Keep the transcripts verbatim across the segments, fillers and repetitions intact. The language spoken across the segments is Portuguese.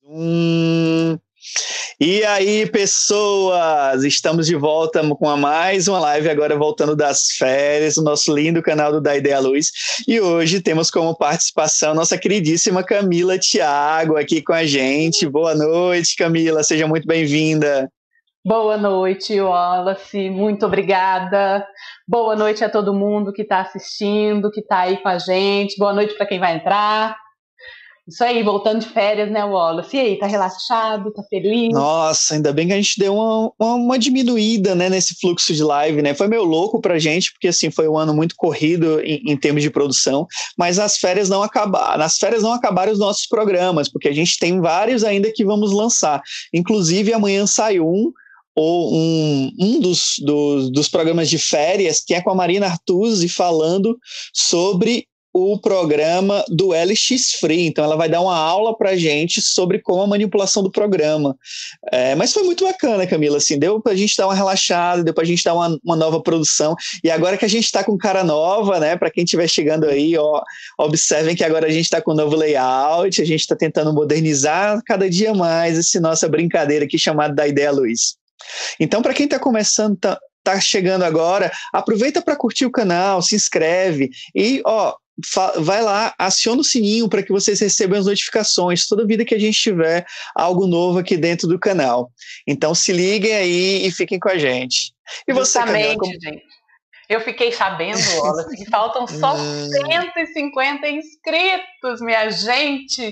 Hum, e aí, pessoas, estamos de volta com a mais uma live, agora voltando das férias, o nosso lindo canal do Da Ideia à Luz. E hoje temos como participação nossa queridíssima Camila Thiago aqui com a gente. Boa noite, Camila, seja muito bem-vinda. Boa noite, Wallace, muito obrigada. Boa noite a todo mundo que está assistindo, que está aí com a gente. Boa noite para quem vai entrar. Isso aí, voltando de férias, né, Wallace? E aí, tá relaxado, tá feliz? Nossa, ainda bem que a gente deu uma, uma, uma diminuída, né, nesse fluxo de live, né? Foi meio louco pra gente, porque assim, foi um ano muito corrido em, em termos de produção, mas as férias não acabaram, nas férias não acabaram os nossos programas, porque a gente tem vários ainda que vamos lançar. Inclusive, amanhã sai um, ou um, um dos, dos, dos programas de férias, que é com a Marina Artuzzi falando sobre o programa do L X Free. Então ela vai dar uma aula pra gente sobre como a manipulação do programa. É, mas foi muito bacana, Camila, assim, deu pra gente dar uma relaxada, deu pra gente dar uma, uma nova produção, e agora que a gente tá com cara nova, né, pra quem estiver chegando aí, ó, observem que agora a gente tá com um novo layout, a gente tá tentando modernizar cada dia mais essa nossa brincadeira aqui chamada Da Ideia à Luz. Então, para quem está começando, tá, tá chegando agora, aproveita para curtir o canal, se inscreve e, ó, vai lá, aciona o sininho para que vocês recebam as notificações toda vida que a gente tiver algo novo aqui dentro do canal. Então, se liguem aí e fiquem com a gente. E você, Camila, como... gente. Eu fiquei sabendo, Wallace, que faltam só cento e cinquenta inscritos, minha gente.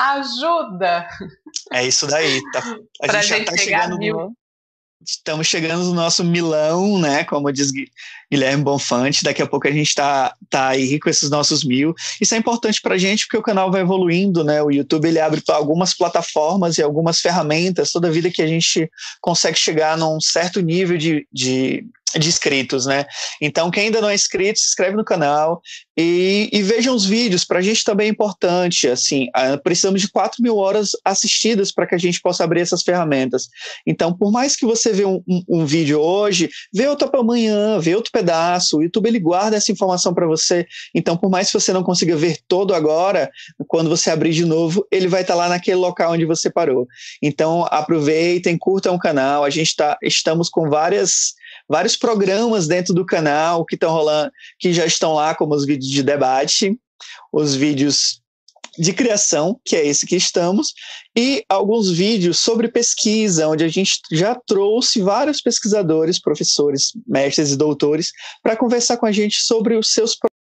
Ajuda! É isso daí. Tá, a pra gente, gente já tá chegar chegando a mil. no... Estamos chegando no nosso milão, né? Como diz Guilherme Bonfante, daqui a pouco a gente está tá aí com esses nossos mil. Isso é importante para a gente porque o canal vai evoluindo, né? O YouTube ele abre algumas plataformas e algumas ferramentas toda vida que a gente consegue chegar num certo nível de, de, de inscritos, né? Então, quem ainda não é inscrito, se inscreve no canal e, e vejam os vídeos. Para a gente também é importante, assim, precisamos de quatro mil horas assistidas para que a gente possa abrir essas ferramentas. Então, por mais que você vê um, um, um vídeo hoje, vê outro para amanhã, vê outro pedaço, o YouTube ele guarda essa informação para você. Então, por mais que você não consiga ver todo agora, quando você abrir de novo, ele vai estar tá lá naquele local onde você parou. Então, aproveitem, curtam o canal. A gente tá, estamos com várias vários programas dentro do canal que estão rolando, que já estão lá, como os vídeos de debate, os vídeos de criação, que é esse que estamos, e alguns vídeos sobre pesquisa, onde a gente já trouxe vários pesquisadores, professores, mestres e doutores, para conversar com a gente sobre os seus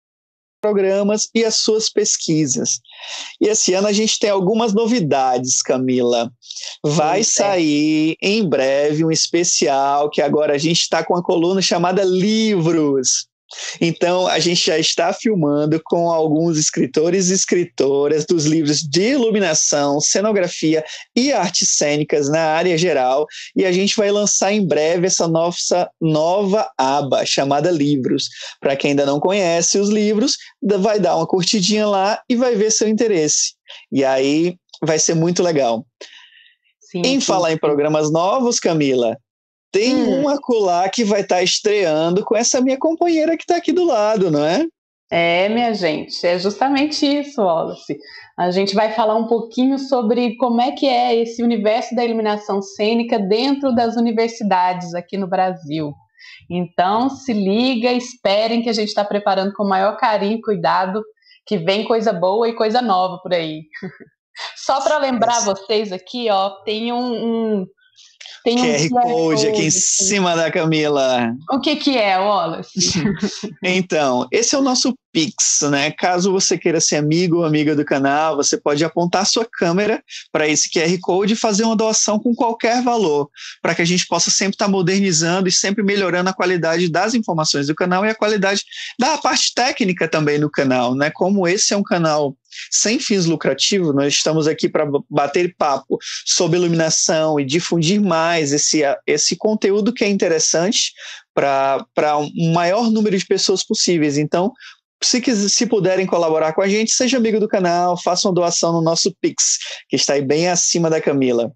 programas e as suas pesquisas. E esse ano a gente tem algumas novidades, Camila. Vai Sim, sair é. em breve um especial, que agora a gente está com a coluna chamada Livros. Então, a gente já está filmando com alguns escritores e escritoras dos livros de iluminação, cenografia e artes cênicas na área geral, e a gente vai lançar em breve essa nossa nova aba chamada Livros. Para quem ainda não conhece os livros, vai dar uma curtidinha lá e vai ver seu interesse. E aí vai ser muito legal. Sim, em sim, falar sim. em programas novos, Camila, tem hum. um acolá que vai estar tá estreando com essa minha companheira que está aqui do lado, não é? É, minha gente, é justamente isso, Wallace. A gente vai falar um pouquinho sobre como é que é esse universo da iluminação cênica dentro das universidades aqui no Brasil. Então, se liga, esperem que a gente está preparando com o maior carinho e cuidado, que vem coisa boa e coisa nova por aí. Só para lembrar Essa. vocês aqui, ó, tem um... um Tem Q R um Code aqui em cima da Camila. O que que é, Wallace? Então, esse é o nosso Pix, né? Caso você queira ser amigo ou amiga do canal, você pode apontar sua câmera para esse Q R Code e fazer uma doação com qualquer valor, para que a gente possa sempre estar tá modernizando e sempre melhorando a qualidade das informações do canal e a qualidade da parte técnica também do canal, né? Como esse é um canal sem fins lucrativos, nós estamos aqui para bater papo sobre iluminação e difundir mais esse, esse conteúdo que é interessante para um maior número de pessoas possíveis. Então, se, se puderem colaborar com a gente, seja amigo do canal, façam doação no nosso Pix, que está aí bem acima da Camila.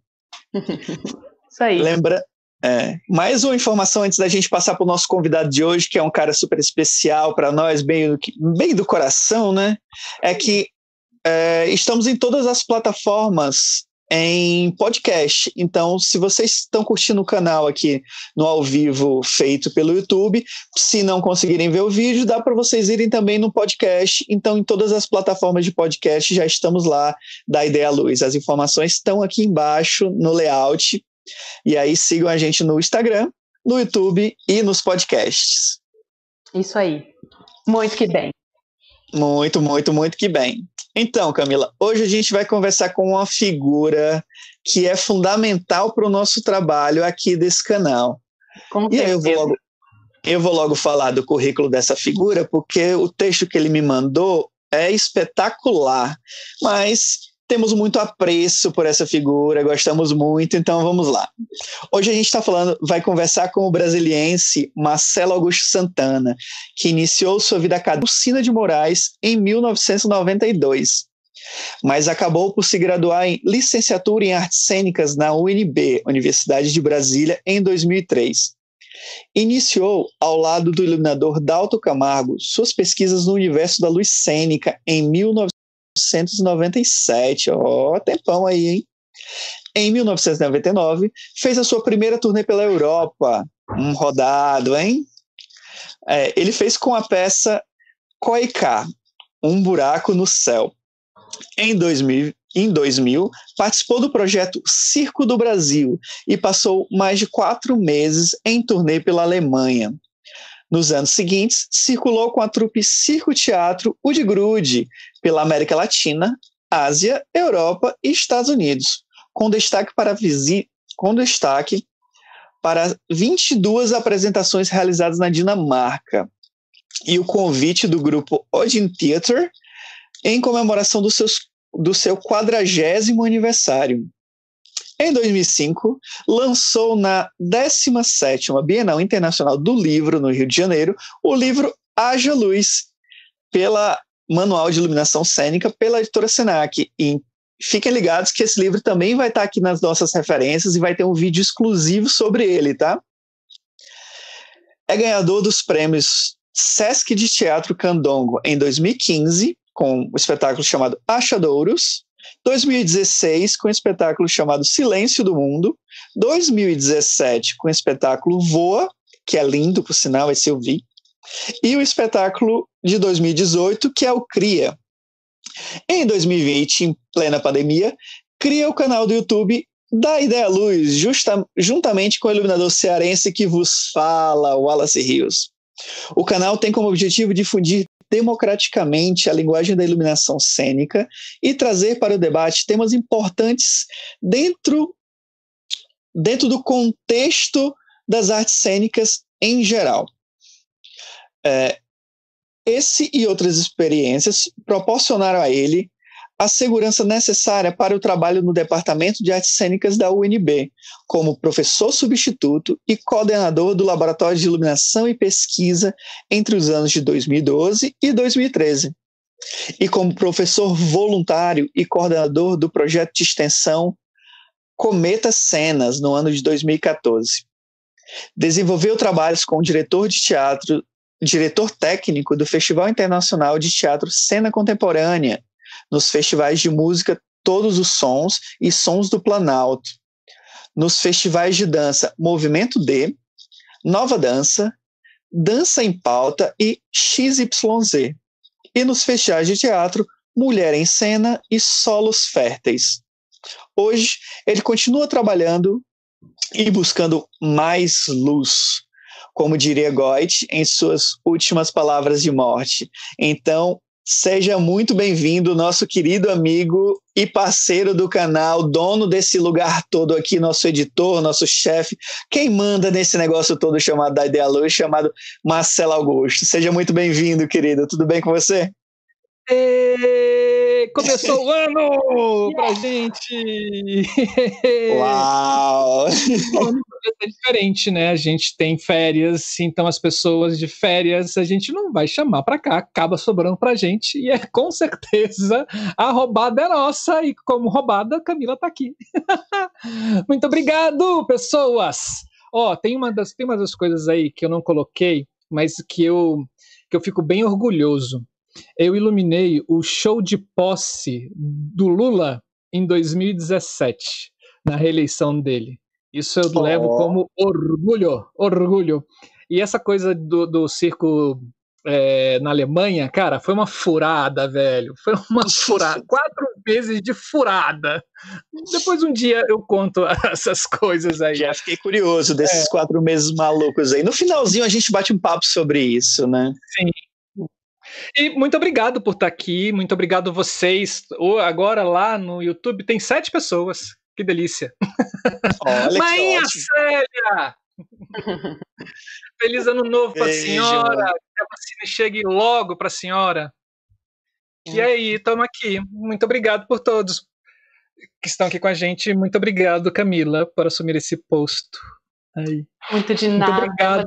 Isso aí. Lembra, é, mais uma informação antes da gente passar para o nosso convidado de hoje, que é um cara super especial para nós, bem, bem do coração, né? É que É, estamos em todas as plataformas em podcast. Então, se vocês estão curtindo o canal aqui no ao vivo feito pelo YouTube, se não conseguirem ver o vídeo, dá para vocês irem também no podcast. Então, em todas as plataformas de podcast já estamos lá, da Ideia Luz. As informações estão aqui embaixo no layout. E aí sigam a gente no Instagram, no YouTube e nos podcasts. Isso aí. Muito que bem. Muito, muito, muito que bem. Então, Camila, hoje a gente vai conversar com uma figura que é fundamental para o nosso trabalho aqui desse canal. Com e aí eu vou, logo, eu vou logo falar do currículo dessa figura, porque o texto que ele me mandou é espetacular, mas temos muito apreço por essa figura, gostamos muito, então vamos lá. Hoje a gente está falando, vai conversar com o brasiliense Marcelo Augusto Santana, que iniciou sua vida acadêmica na Usina de Moraes em mil novecentos e noventa e dois, mas acabou por se graduar em licenciatura em artes cênicas na U N B, Universidade de Brasília, em dois mil e três. Iniciou, ao lado do iluminador Dalto Camargo, suas pesquisas no universo da luz cênica em mil novecentos e noventa e sete, ó, oh, tempão aí, hein? Em mil novecentos e noventa e nove, fez a sua primeira turnê pela Europa, um rodado, hein? É, ele fez com a peça Koika, Um Buraco no Céu. Em dois mil, em dois mil, participou do projeto Circo do Brasil e passou mais de quatro meses em turnê pela Alemanha. Nos anos seguintes, circulou com a trupe Circo Teatro Udigrude pela América Latina, Ásia, Europa e Estados Unidos, com destaque para, visi- com destaque para vinte e duas apresentações realizadas na Dinamarca e o convite do grupo Odin Theatre em comemoração do, seus, do seu quadragésimo aniversário. Em dois mil e cinco, lançou na décima sétima Bienal Internacional do Livro, no Rio de Janeiro, o livro Haja Luz, pela Manual de Iluminação Cênica, pela editora Senac. E fiquem ligados que esse livro também vai estar aqui nas nossas referências e vai ter um vídeo exclusivo sobre ele, tá? É ganhador dos prêmios Sesc de Teatro Candongo em dois mil e quinze, com o espetáculo chamado Achadouros, dois mil e dezesseis, com o espetáculo chamado Silêncio do Mundo, dois mil e dezessete, com o espetáculo Voa, que é lindo, por sinal, esse eu vi, e o espetáculo de dois mil e dezoito, que é o Cria. Em dois mil e vinte, em plena pandemia, cria o canal do YouTube da Ideia Luz, justa, juntamente com o iluminador cearense que vos fala, Wallace Rios. O canal tem como objetivo difundir democraticamente a linguagem da iluminação cênica e trazer para o debate temas importantes dentro, dentro do contexto das artes cênicas em geral. É, esse e outras experiências proporcionaram a ele a segurança necessária para o trabalho no Departamento de Artes Cênicas da U N B, como professor substituto e coordenador do Laboratório de Iluminação e Pesquisa entre os anos de dois mil e doze e dois mil e treze, e como professor voluntário e coordenador do projeto de extensão Cometa Cenas, no ano de dois mil e quatorze. Desenvolveu trabalhos com o diretor de teatro, diretor técnico do Festival Internacional de Teatro Cena Contemporânea, nos festivais de música Todos os Sons e Sons do Planalto, nos festivais de dança Movimento D, Nova Dança, Dança em Pauta e X Y Z, e nos festivais de teatro Mulher em Cena e Solos Férteis. Hoje, ele continua trabalhando e buscando mais luz, como diria Goethe em suas últimas palavras de morte. Então, seja muito bem-vindo, nosso querido amigo e parceiro do canal, dono desse lugar todo aqui, nosso editor, nosso chefe, quem manda nesse negócio todo chamado da Ideia Luz, chamado Marcelo Augusto. Seja muito bem-vindo, querido. Tudo bem com você? E... Começou o ano pra gente! Uau! É diferente, né? A gente tem férias, então as pessoas de férias a gente não vai chamar pra cá, acaba sobrando pra gente, e é com certeza a roubada é nossa, e como roubada, a Camila tá aqui. Muito obrigado, pessoas! Ó, tem uma das, tem uma das coisas aí que eu não coloquei, mas que eu, que eu fico bem orgulhoso. Eu iluminei o show de posse do Lula em dois mil e dezessete, na reeleição dele. Isso eu Oh. levo como orgulho, orgulho. E essa coisa do, do circo é, na Alemanha, cara, foi uma furada, velho. Foi uma furada. Quatro meses de furada. Depois um dia eu conto essas coisas aí. Já fiquei curioso desses é. quatro meses malucos aí. No finalzinho a gente bate um papo sobre isso, né? Sim. E muito obrigado por estar aqui, muito obrigado a vocês. Agora lá no YouTube tem sete pessoas. Que delícia. Olha Mãinha que Célia! Feliz ano novo para a senhora. Que a vacina chegue logo para a senhora. É. E aí, estamos aqui. Muito obrigado por todos que estão aqui com a gente. Muito obrigado, Camila, por assumir esse posto. Aí. Muito de nada. Muito obrigado.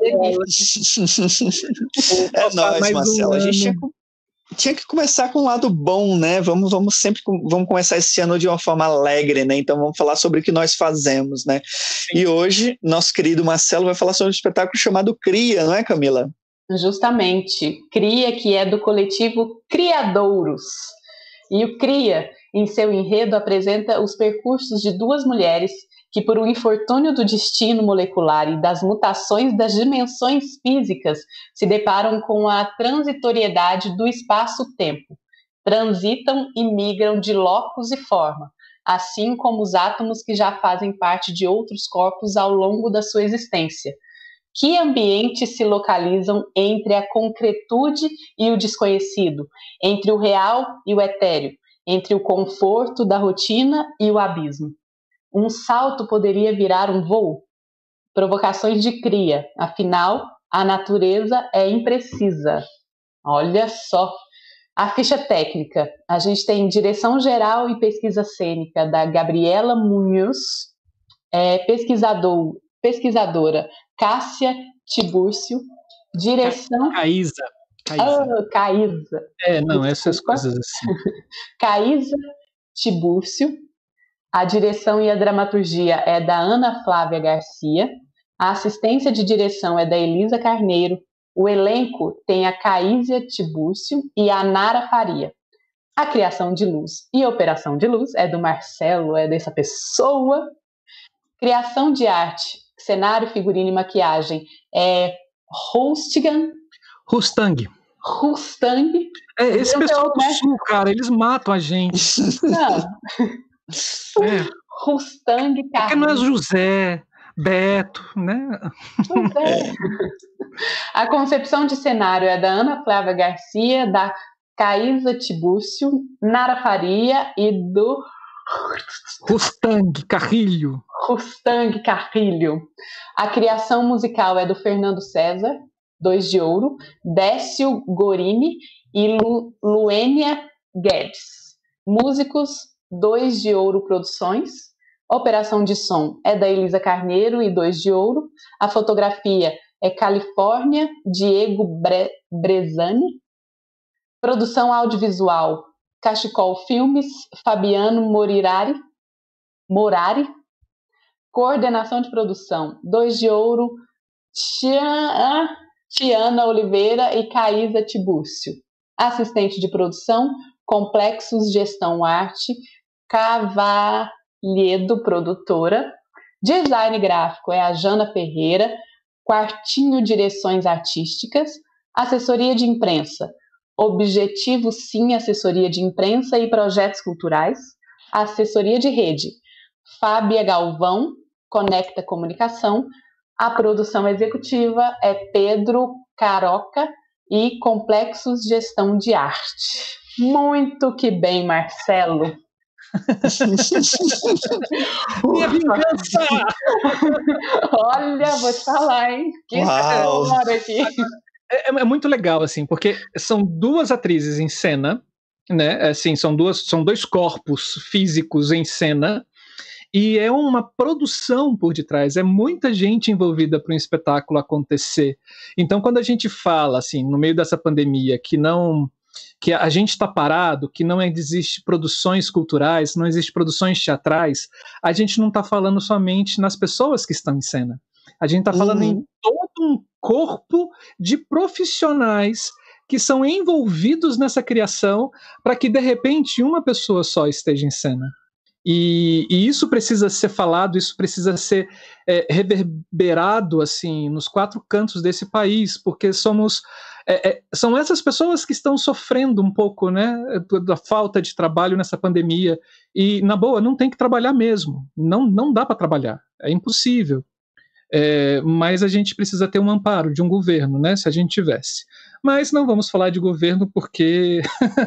É nóis, Marcelo. Um a gente tinha, tinha que começar com um lado bom, né? Vamos, vamos sempre vamos começar esse ano de uma forma alegre, né? Então vamos falar sobre o que nós fazemos, né? Sim. E hoje, nosso querido Marcelo vai falar sobre um espetáculo chamado Cria, não é, Camila? Justamente. Cria, que é do coletivo Criadouros. E o Cria, em seu enredo, apresenta os percursos de duas mulheres que, por um infortúnio do destino molecular e das mutações das dimensões físicas, se deparam com a transitoriedade do espaço-tempo. Transitam e migram de locus e forma, assim como os átomos que já fazem parte de outros corpos ao longo da sua existência. Que ambientes se localizam entre a concretude e o desconhecido, entre o real e o etéreo, entre o conforto da rotina e o abismo? Um salto poderia virar um voo? Provocações de Cria, afinal, a natureza é imprecisa. Olha só. A ficha técnica, a gente tem direção geral e pesquisa cênica da Gabriela Munhoz, é, pesquisador, pesquisadora Cássia Tibúrcio, direção... Caísa. Caísa. Oh, Caísa. É, não, essas coisas assim. Caísa Tibúrcio. A direção e a dramaturgia é da Ana Flávia Garcia, a assistência de direção é da Elisa Carneiro, o elenco tem a Caísia Tibúrcio e a Nara Faria. A criação de luz e operação de luz é do Marcelo, é dessa pessoa. Criação de arte, cenário, figurino e maquiagem é Rustigan. Rustang. Rustang. É, esse pessoal do sul, cara, eles matam a gente. Não. É. Rustang Carrilho. Porque não é José, Beto, né? É. A concepção de cenário é da Ana Flávia Garcia, da Caísa Tibúrcio, Nara Faria e do Rustang Carrilho. Rustang Carrilho. A criação musical é do Fernando César, dois de ouro, Décio Gorini e Lu, Luênia Guedes. Músicos, dois de ouro Produções. Operação de som é da Elisa Carneiro e dois de ouro. A fotografia é Califórnia, Diego Bre- Brezani. Produção audiovisual, Cachecol Filmes, Fabiano Morirari. Morari. Coordenação de produção, dois de ouro, Tia, Tiana Oliveira e Caísa Tibúrcio. Assistente de produção, Complexos Gestão Arte, Cavalhedo Produtora. Design gráfico é a Jana Ferreira, Quartinho Direções Artísticas. Assessoria de imprensa, Objetivo Sim Assessoria de Imprensa e Projetos Culturais. Assessoria de rede, Fábia Galvão, Conecta Comunicação. A produção executiva é Pedro Caroca e Complexos Gestão de Arte. Muito que bem, Marcelo. Minha vingança! Olha, vou te falar, hein? Que hora aqui. É, é muito legal, assim, porque são duas atrizes em cena, né? Assim, são, duas, são dois corpos físicos em cena, e é uma produção por detrás, é muita gente envolvida para um espetáculo acontecer. Então, quando a gente fala, assim, no meio dessa pandemia, que não... que a gente está parado, que não existe produções culturais, não existe produções teatrais, a gente não está falando somente nas pessoas que estão em cena. A gente está falando uhum. em todo um corpo de profissionais que são envolvidos nessa criação para que, de repente, uma pessoa só esteja em cena. E, e isso precisa ser falado, isso precisa ser é, reverberado assim nos quatro cantos desse país, porque somos é, é, são essas pessoas que estão sofrendo um pouco, né, da falta de trabalho nessa pandemia. E na boa, não tem que trabalhar mesmo, não, não dá para trabalhar, é impossível. É, mas a gente precisa ter um amparo de um governo, né, se a gente tivesse. Mas não vamos falar de governo porque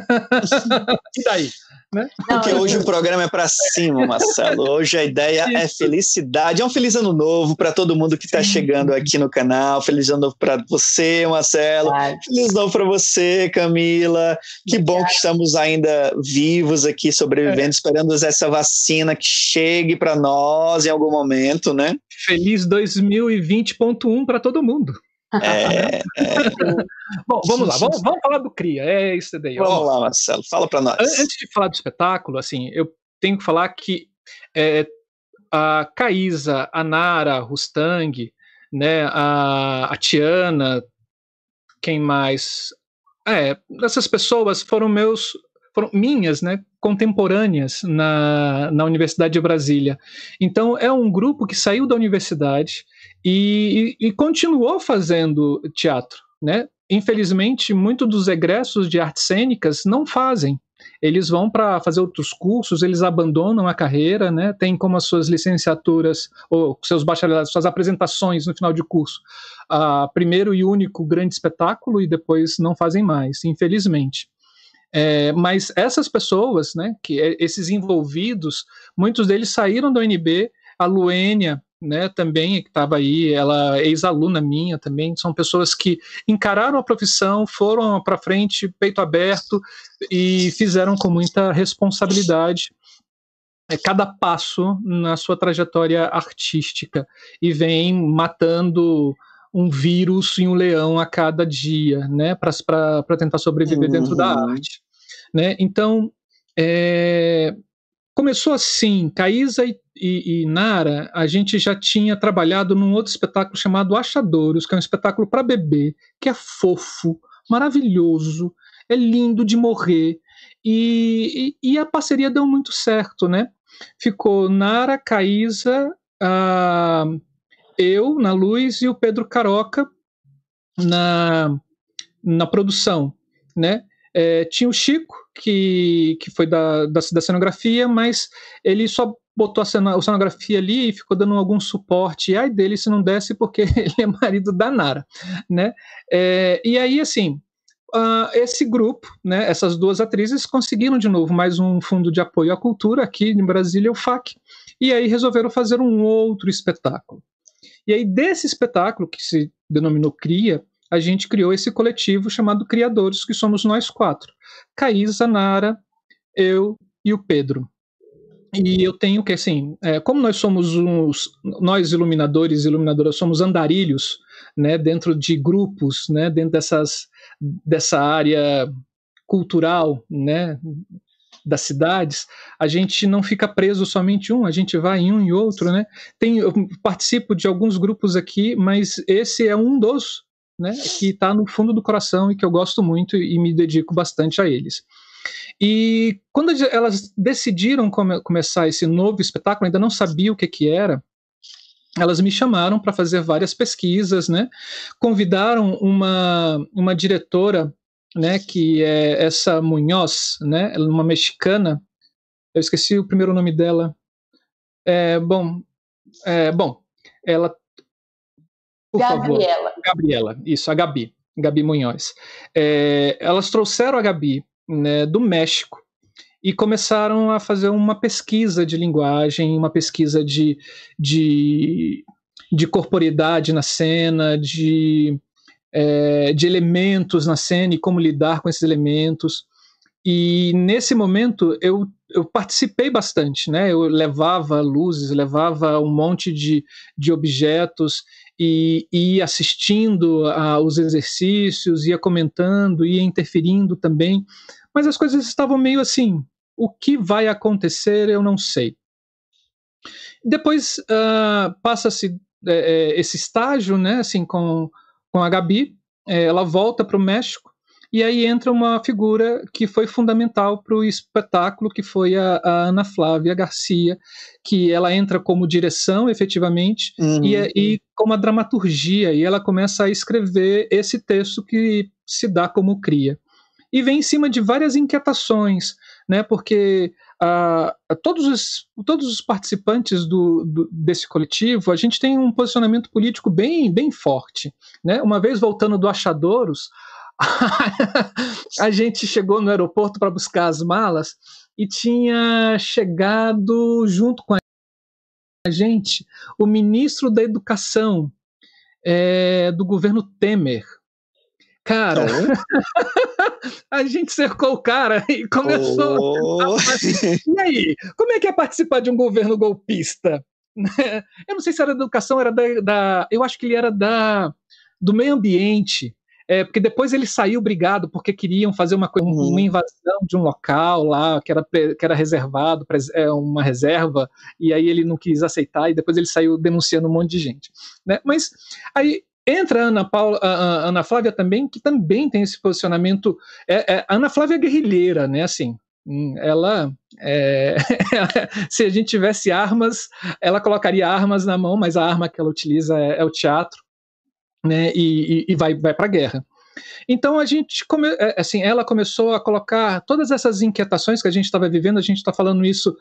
e daí? Né? Porque não, hoje eu... o programa é para cima, Marcelo. Hoje a ideia Isso. é felicidade. É um feliz ano novo para todo mundo que está chegando aqui no canal. Feliz ano novo para você, Marcelo. Ai. Feliz ano novo para você, Camila. Que Obrigada. Bom que estamos ainda vivos aqui, sobrevivendo, é. esperando essa vacina que chegue para nós em algum momento, né? Feliz dois mil e vinte ponto um para todo mundo. É, é. Bom, vamos lá, vamos, vamos falar do CRIA, é isso daí. Vamos ó, lá, Marcelo, fala para nós. Antes de falar do espetáculo, assim, eu tenho que falar que é, a Caísa, a Nara, Rustang, né, a, a Tiana, quem mais? É, essas pessoas foram meus, foram minhas, né, contemporâneas na, na Universidade de Brasília. Então, é um grupo que saiu da universidade e, e, e continuou fazendo teatro, né? Infelizmente, muitos dos egressos de artes cênicas não fazem. Eles vão para fazer outros cursos, eles abandonam a carreira, né? Tem como as suas licenciaturas ou seus bacharelados, suas apresentações no final de curso, uh, primeiro e único grande espetáculo e depois não fazem mais, infelizmente. É, mas essas pessoas, né, que, esses envolvidos, muitos deles saíram da U N B, a Luênia, né, também, que estava aí, ela é ex-aluna minha também, são pessoas que encararam a profissão, foram para frente, peito aberto, e fizeram com muita responsabilidade é, cada passo na sua trajetória artística, e vem matando um vírus e um leão a cada dia, né, para tentar sobreviver uhum. dentro da arte. Né? Então, é, começou assim, Caísa e, e, e Nara, a gente já tinha trabalhado num outro espetáculo chamado Achadouros, que é um espetáculo para bebê, que é fofo, maravilhoso, é lindo de morrer, e, e, e a parceria deu muito certo, né? Ficou Nara, Caísa, a, eu na luz e o Pedro Caroca na, na produção, né? É, tinha o Chico, que, que foi da, da, da cenografia, mas ele só botou a, cena, a cenografia ali e ficou dando algum suporte, e ai dele se não desse, porque ele é marido da Nara, né? É, e aí, assim, uh, esse grupo, né, essas duas atrizes conseguiram de novo mais um fundo de apoio à cultura aqui em Brasília, o F A C, e aí resolveram fazer um outro espetáculo. E aí, desse espetáculo, que se denominou CRIA, a gente criou esse coletivo chamado Criadores, que somos nós quatro. Caísa, Nara, eu e o Pedro. E eu tenho que, assim, é, como nós somos uns, nós iluminadores e iluminadoras, somos andarilhos, né, dentro de grupos, né, dentro dessas, dessa área cultural, né, das cidades, a gente não fica preso somente um, a gente vai em um e outro, né? Tem, eu participo de alguns grupos aqui, mas esse é um dos, né, que está no fundo do coração e que eu gosto muito e me dedico bastante a eles. E quando elas decidiram come- começar esse novo espetáculo, ainda não sabia o que que era, elas me chamaram para fazer várias pesquisas, né? Convidaram uma, uma diretora, né, que é essa Munhoz, né, ela é uma mexicana, eu esqueci o primeiro nome dela, é, bom, é, bom, ela, por Gabriela. favor, Gabriela, isso, a Gabi, Gabi Munhoz, é, elas trouxeram a Gabi, né, do México, e começaram a fazer uma pesquisa de linguagem, uma pesquisa de, de, de corporeidade na cena, de É, de elementos na cena e como lidar com esses elementos. E nesse momento eu, eu participei bastante, né? Eu levava luzes, levava um monte de, de objetos e ia assistindo aos exercícios, ia comentando, ia interferindo também, mas as coisas estavam meio assim, o que vai acontecer eu não sei. Depois uh, passa-se é, esse estágio, né, assim, com com a Gabi, ela volta para o México E aí entra uma figura que foi fundamental para o espetáculo, que foi a, a Ana Flávia Garcia, que ela entra como direção, efetivamente, uhum. e, e como a dramaturgia, e ela começa a escrever esse texto que se dá como cria. E vem em cima de várias inquietações, né, porque uh, todos, os, todos os participantes do, do, desse coletivo, a gente tem um posicionamento político bem, bem forte. Né? Uma vez voltando do Achadouros, a gente chegou no aeroporto para buscar as malas e tinha chegado junto com a gente o ministro da Educação é, do governo Temer. Cara, a gente cercou o cara e começou oh. a... E aí, como é que é participar de um governo golpista? Eu não sei se era da educação, era da, da... eu acho que ele era da, do meio ambiente, é, porque depois ele saiu brigado porque queriam fazer uma, uhum. uma invasão de um local lá que era, que era reservado, uma reserva, e aí ele não quis aceitar e depois ele saiu denunciando um monte de gente. Né? Mas aí entra a Ana, Paula, a Ana Flávia também, que também tem esse posicionamento. É, é, a Ana Flávia é guerrilheira, né? Assim, ela, é, se a gente tivesse armas, ela colocaria armas na mão, mas a arma que ela utiliza é, é o teatro, né? E, e, e vai, vai para a guerra. Então a gente, come, assim, ela começou a colocar todas essas inquietações que a gente estava vivendo. A gente está falando isso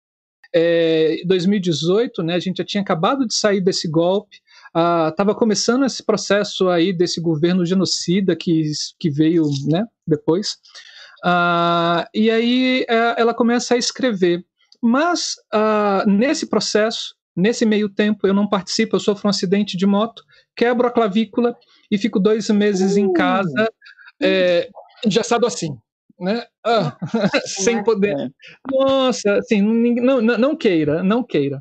em é, dois mil e dezoito, né? A gente já tinha acabado de sair desse golpe. Estava uh, começando esse processo aí desse governo genocida que, que veio, né, depois. Uh, e aí uh, ela começa a escrever. Mas uh, nesse processo, nesse meio tempo, eu não participo, eu sofro um acidente de moto, quebro a clavícula e fico dois meses uh, em casa, uh, é, engessado assim. Né? Ah, sem poder. Nossa, assim, não, não, não queira, não queira.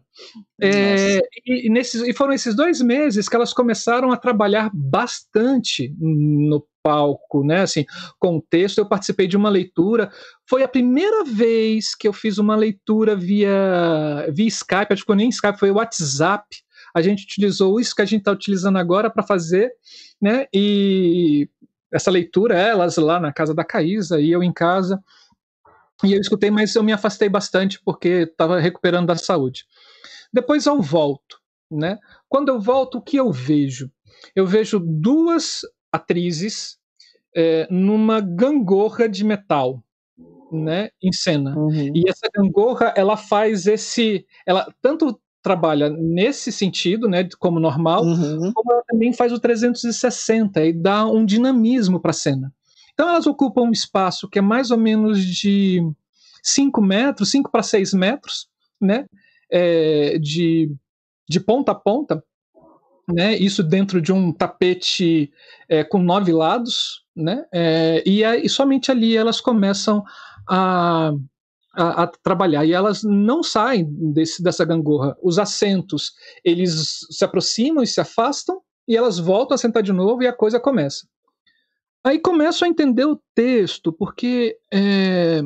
É, e, nesses, e foram esses dois meses que elas começaram a trabalhar bastante no palco, né? Assim, com o texto. Eu participei de uma leitura. Foi a primeira vez que eu fiz uma leitura via, via Skype, acho que nem Skype, foi o WhatsApp. A gente utilizou isso que a gente está utilizando agora para fazer, né? E essa leitura, elas lá na casa da Caísa e eu em casa, e eu escutei, mas eu me afastei bastante porque estava recuperando da saúde. Depois eu volto, né? Quando eu volto, o que eu vejo? Eu vejo duas atrizes é, numa gangorra de metal, né, em cena. Uhum. E essa gangorra, ela faz esse... ela tanto trabalha nesse sentido, né, como normal, uhum. como ela também faz o trezentos e sessenta e dá um dinamismo para a cena. Então elas ocupam um espaço que é mais ou menos de cinco metros, cinco para seis metros, né, é, de, de ponta a ponta, né, isso dentro de um tapete é, com nove lados, né, é, e, a, e somente ali elas começam a A, a trabalhar, e elas não saem desse, dessa gangorra. Os assentos, eles se aproximam e se afastam, e elas voltam a sentar de novo e a coisa começa. Aí começo a entender o texto, porque é,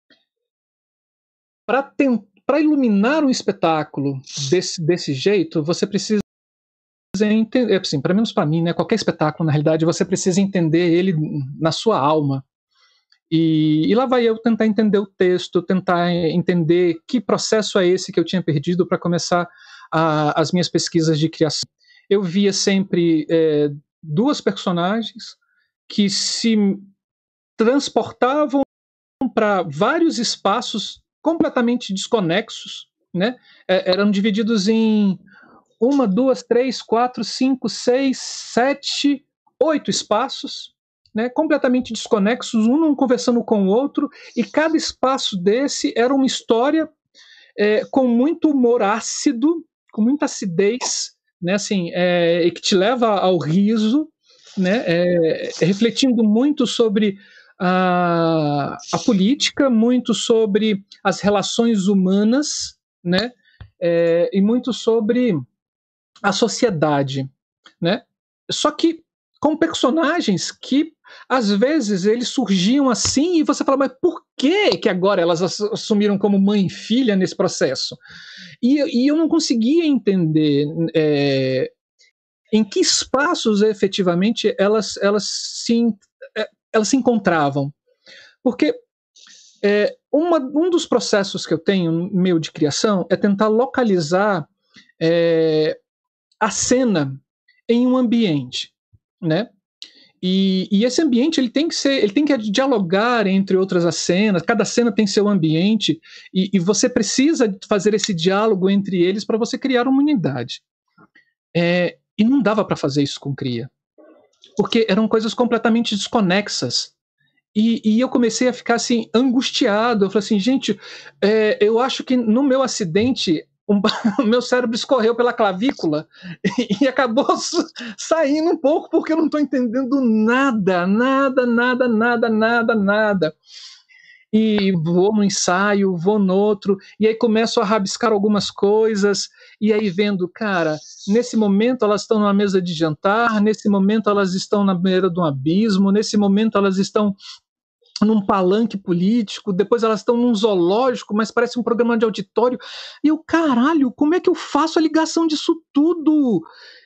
para iluminar um espetáculo desse, desse jeito, você precisa entender, assim, pelo menos para mim, né, qualquer espetáculo, na realidade, você precisa entender ele na sua alma. E, e lá vai eu tentar entender o texto, tentar entender que processo é esse que eu tinha perdido para começar a, as minhas pesquisas de criação. Eu via sempre é, duas personagens que se transportavam para vários espaços completamente desconexos, né? É, eram divididos em uma, duas, três, quatro, cinco, seis, sete, oito espaços, né, completamente desconexos, um não conversando com o outro, e cada espaço desse era uma história é, com muito humor ácido, com muita acidez, né, assim, é, e que te leva ao riso, né, é, refletindo muito sobre a, a política, muito sobre as relações humanas, né, é, e muito sobre a sociedade, né? Só que com personagens que às vezes eles surgiam assim e você fala, mas por que que agora elas assumiram como mãe e filha nesse processo? E, e eu não conseguia entender é, em que espaços efetivamente elas, elas se elas se encontravam. Porque é, uma, um dos processos que eu tenho, meu, de criação, é tentar localizar é, a cena em um ambiente, né? E, e esse ambiente ele tem que ser, ele tem que dialogar entre outras as cenas. Cada cena tem seu ambiente e, e você precisa fazer esse diálogo entre eles para você criar uma unidade. É, e não dava para fazer isso com cria, porque eram coisas completamente desconexas. E, e eu comecei a ficar assim angustiado. Eu falei assim, gente, é, eu acho que no meu acidente Um, o meu cérebro escorreu pela clavícula e, e acabou saindo um pouco porque eu não estou entendendo nada, nada, nada, nada, nada, nada. E vou no ensaio, vou no outro, e aí começo a rabiscar algumas coisas, e aí vendo, cara, nesse momento elas estão numa mesa de jantar, nesse momento elas estão na beira de um abismo, nesse momento elas estão num palanque político, depois elas estão num zoológico, mas parece um programa de auditório, e eu, caralho, como é que eu faço a ligação disso tudo?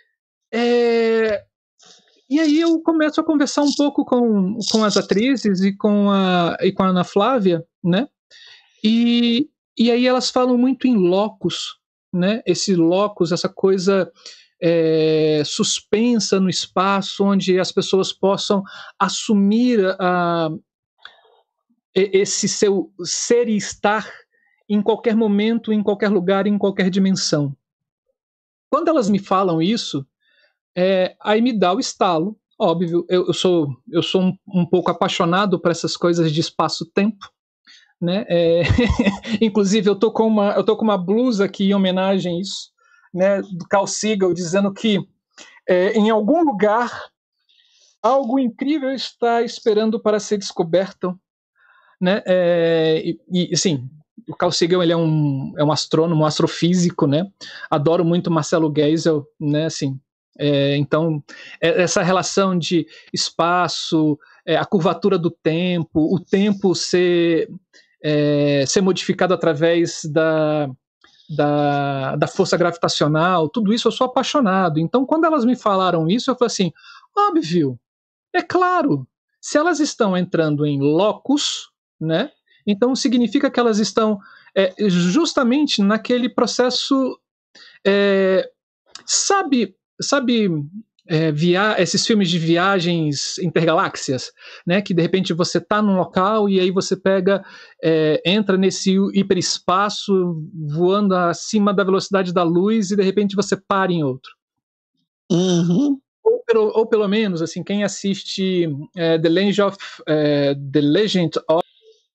É... E aí eu começo a conversar um pouco com, com as atrizes e com a, e com a Ana Flávia, né? E, e aí elas falam muito em locus, né? Esse locus, essa coisa é, suspensa no espaço, onde as pessoas possam assumir a esse seu ser e estar em qualquer momento, em qualquer lugar, em qualquer dimensão. Quando elas me falam isso, é, aí me dá o estalo, óbvio, eu, eu sou, eu sou um, um pouco apaixonado por essas coisas de espaço-tempo, né? É, inclusive eu tô com uma, eu tô com uma blusa aqui em homenagem a isso, né, do Carl Sagan, dizendo que é, em algum lugar algo incrível está esperando para ser descoberto. Né? É, e, e assim, o Carl Sagan ele é um, é um astrônomo, um astrofísico, né? Adoro muito Marcelo Geisel, né? Assim, é, então é, essa relação de espaço, é, a curvatura do tempo, o tempo ser, é, ser modificado através da, da, da força gravitacional, tudo isso eu sou apaixonado. Então quando elas me falaram isso, eu falei assim, óbvio, é claro, se elas estão entrando em locus, né? Então significa que elas estão é, justamente naquele processo, é, sabe, sabe é, via esses filmes de viagens intergaláxias, né? Que de repente você está num local e aí você pega, é, entra nesse hiperespaço voando acima da velocidade da luz e de repente você para em outro. Uhum. Ou pelo, ou pelo menos assim, quem assiste é, The Legend of é, The Legend of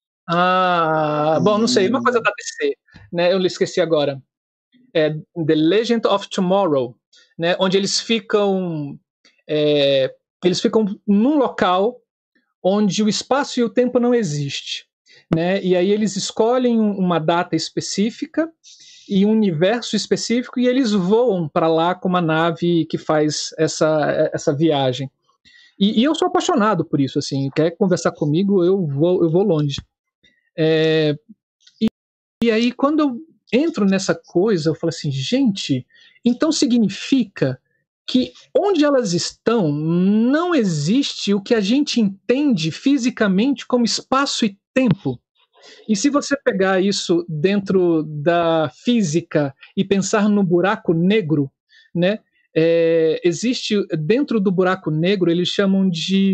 Ah, bom, não sei, uma coisa da D C, né? Eu esqueci agora. É The Legend of Tomorrow, né? Onde eles ficam, é, eles ficam num local onde o espaço e o tempo não existe, né? E aí eles escolhem uma data específica e um universo específico e eles voam para lá com uma nave que faz essa essa viagem. E, e eu sou apaixonado por isso, assim. Quer conversar comigo, eu vou eu vou longe. É, e, e aí quando eu entro nessa coisa, eu falo assim, gente, então significa que onde elas estão não existe o que a gente entende fisicamente como espaço e tempo. E se você pegar isso dentro da física e pensar no buraco negro, né, é, existe dentro do buraco negro, eles chamam de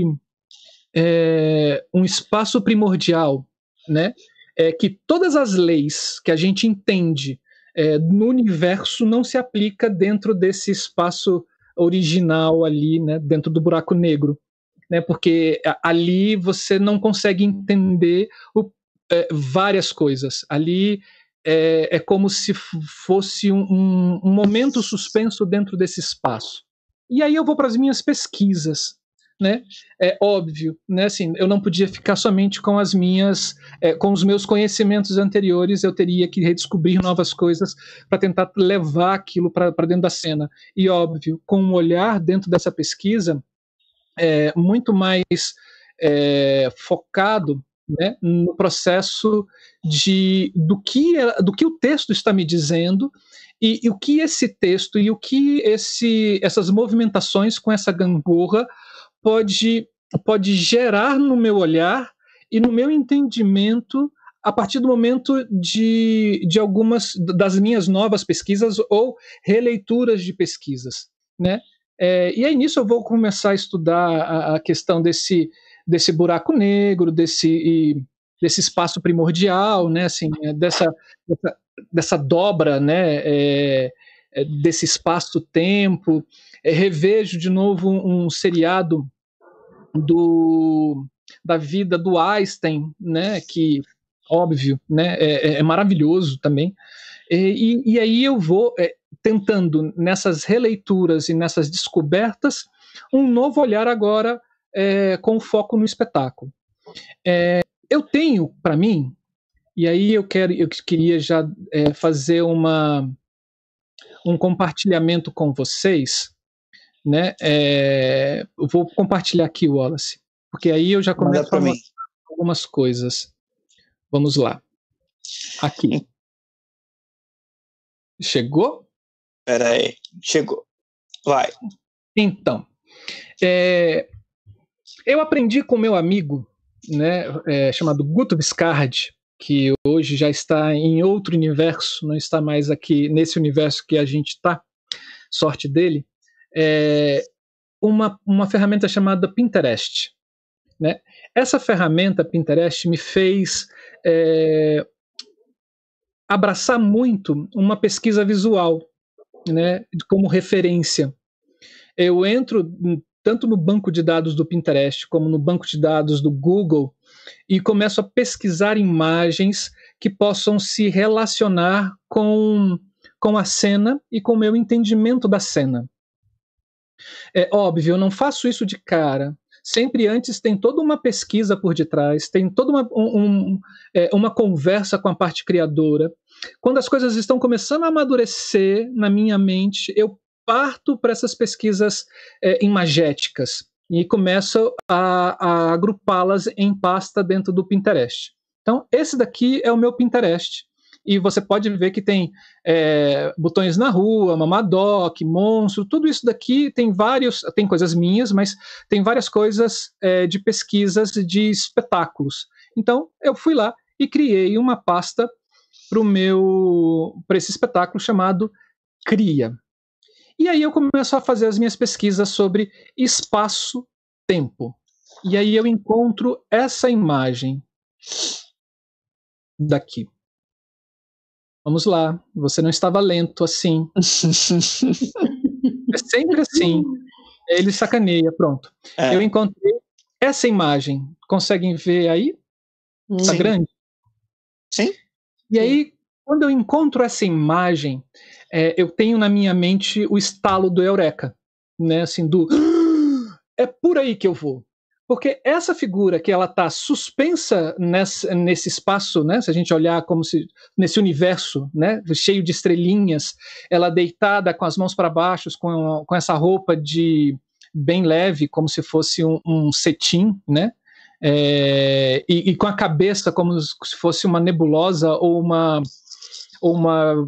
é, um espaço primordial, né? É que todas as leis que a gente entende é, no universo não se aplica dentro desse espaço original ali, né, dentro do buraco negro, né? Porque ali você não consegue entender o, é, várias coisas. Ali é, é como se fosse um, um, um momento suspenso dentro desse espaço. E aí eu vou para as minhas pesquisas. Né? É óbvio, né? Assim, eu não podia ficar somente com as minhas, é, com os meus conhecimentos anteriores, eu teria que redescobrir novas coisas para tentar levar aquilo para dentro da cena. E óbvio, com um olhar dentro dessa pesquisa é, muito mais é, focado, né, no processo de, do, que, do que o texto está me dizendo e, e o que esse texto e o que esse, essas movimentações com essa gangorra pode pode gerar no meu olhar e no meu entendimento a partir do momento de, de algumas das minhas novas pesquisas ou releituras de pesquisas, né? É, e aí nisso eu vou começar a estudar a, a questão desse, desse buraco negro, desse, e, desse espaço primordial, né? Assim, dessa, dessa, dessa dobra, né? É, é, desse espaço-tempo. É, revejo de novo um, um seriado do, da vida do Einstein, né? Que óbvio, né? É, é maravilhoso também. E, e, e aí eu vou é, tentando, nessas releituras e nessas descobertas, um novo olhar agora é, com foco no espetáculo. É, eu tenho, para mim, e aí eu, quero, eu queria já é, fazer uma, um compartilhamento com vocês, né? É, eu vou compartilhar aqui, Wallace, porque aí eu já começo a mostrar algumas coisas. Vamos lá. Aqui. Chegou? Espera aí. Chegou. Vai. Então, é, eu aprendi com meu amigo, né, é, chamado Guto Viscardi, que hoje já está em outro universo, não está mais aqui nesse universo que a gente está, sorte dele, é, uma, uma ferramenta chamada Pinterest. Né? Essa ferramenta Pinterest me fez é, abraçar muito uma pesquisa visual, né, como referência. Eu entro tanto no banco de dados do Pinterest como no banco de dados do Google e começo a pesquisar imagens que possam se relacionar com, com a cena e com o meu entendimento da cena. É óbvio, eu não faço isso de cara. Sempre antes tem toda uma pesquisa por detrás, tem toda uma, um, é, uma conversa com a parte criadora. Quando as coisas estão começando a amadurecer na minha mente, eu parto para essas pesquisas é, imagéticas e começo a, a agrupá-las em pasta dentro do Pinterest. Então, esse daqui é o meu Pinterest. E você pode ver que tem é, botões na rua, Mamadoc, monstro, tudo isso daqui tem vários, tem coisas minhas, mas tem várias coisas é, de pesquisas de espetáculos. Então, eu fui lá e criei uma pasta para o meu, para esse espetáculo chamado Cria. E aí eu começo a fazer as minhas pesquisas sobre espaço-tempo. E aí eu encontro essa imagem daqui. Vamos lá, você não estava lento assim. É sempre assim. Ele sacaneia, pronto. É. Eu encontrei essa imagem. Conseguem ver aí? Está grande? Sim. E aí, quando eu encontro essa imagem, é, eu tenho na minha mente o estalo do Eureka. Né? Assim, do... É por aí que eu vou. Porque essa figura que ela está suspensa nesse, nesse espaço, né, se a gente olhar como se nesse universo, né, cheio de estrelinhas, ela deitada com as mãos para baixo, com, com essa roupa de bem leve, como se fosse um, um cetim, né, é, e, e com a cabeça como se fosse uma nebulosa ou uma, ou uma,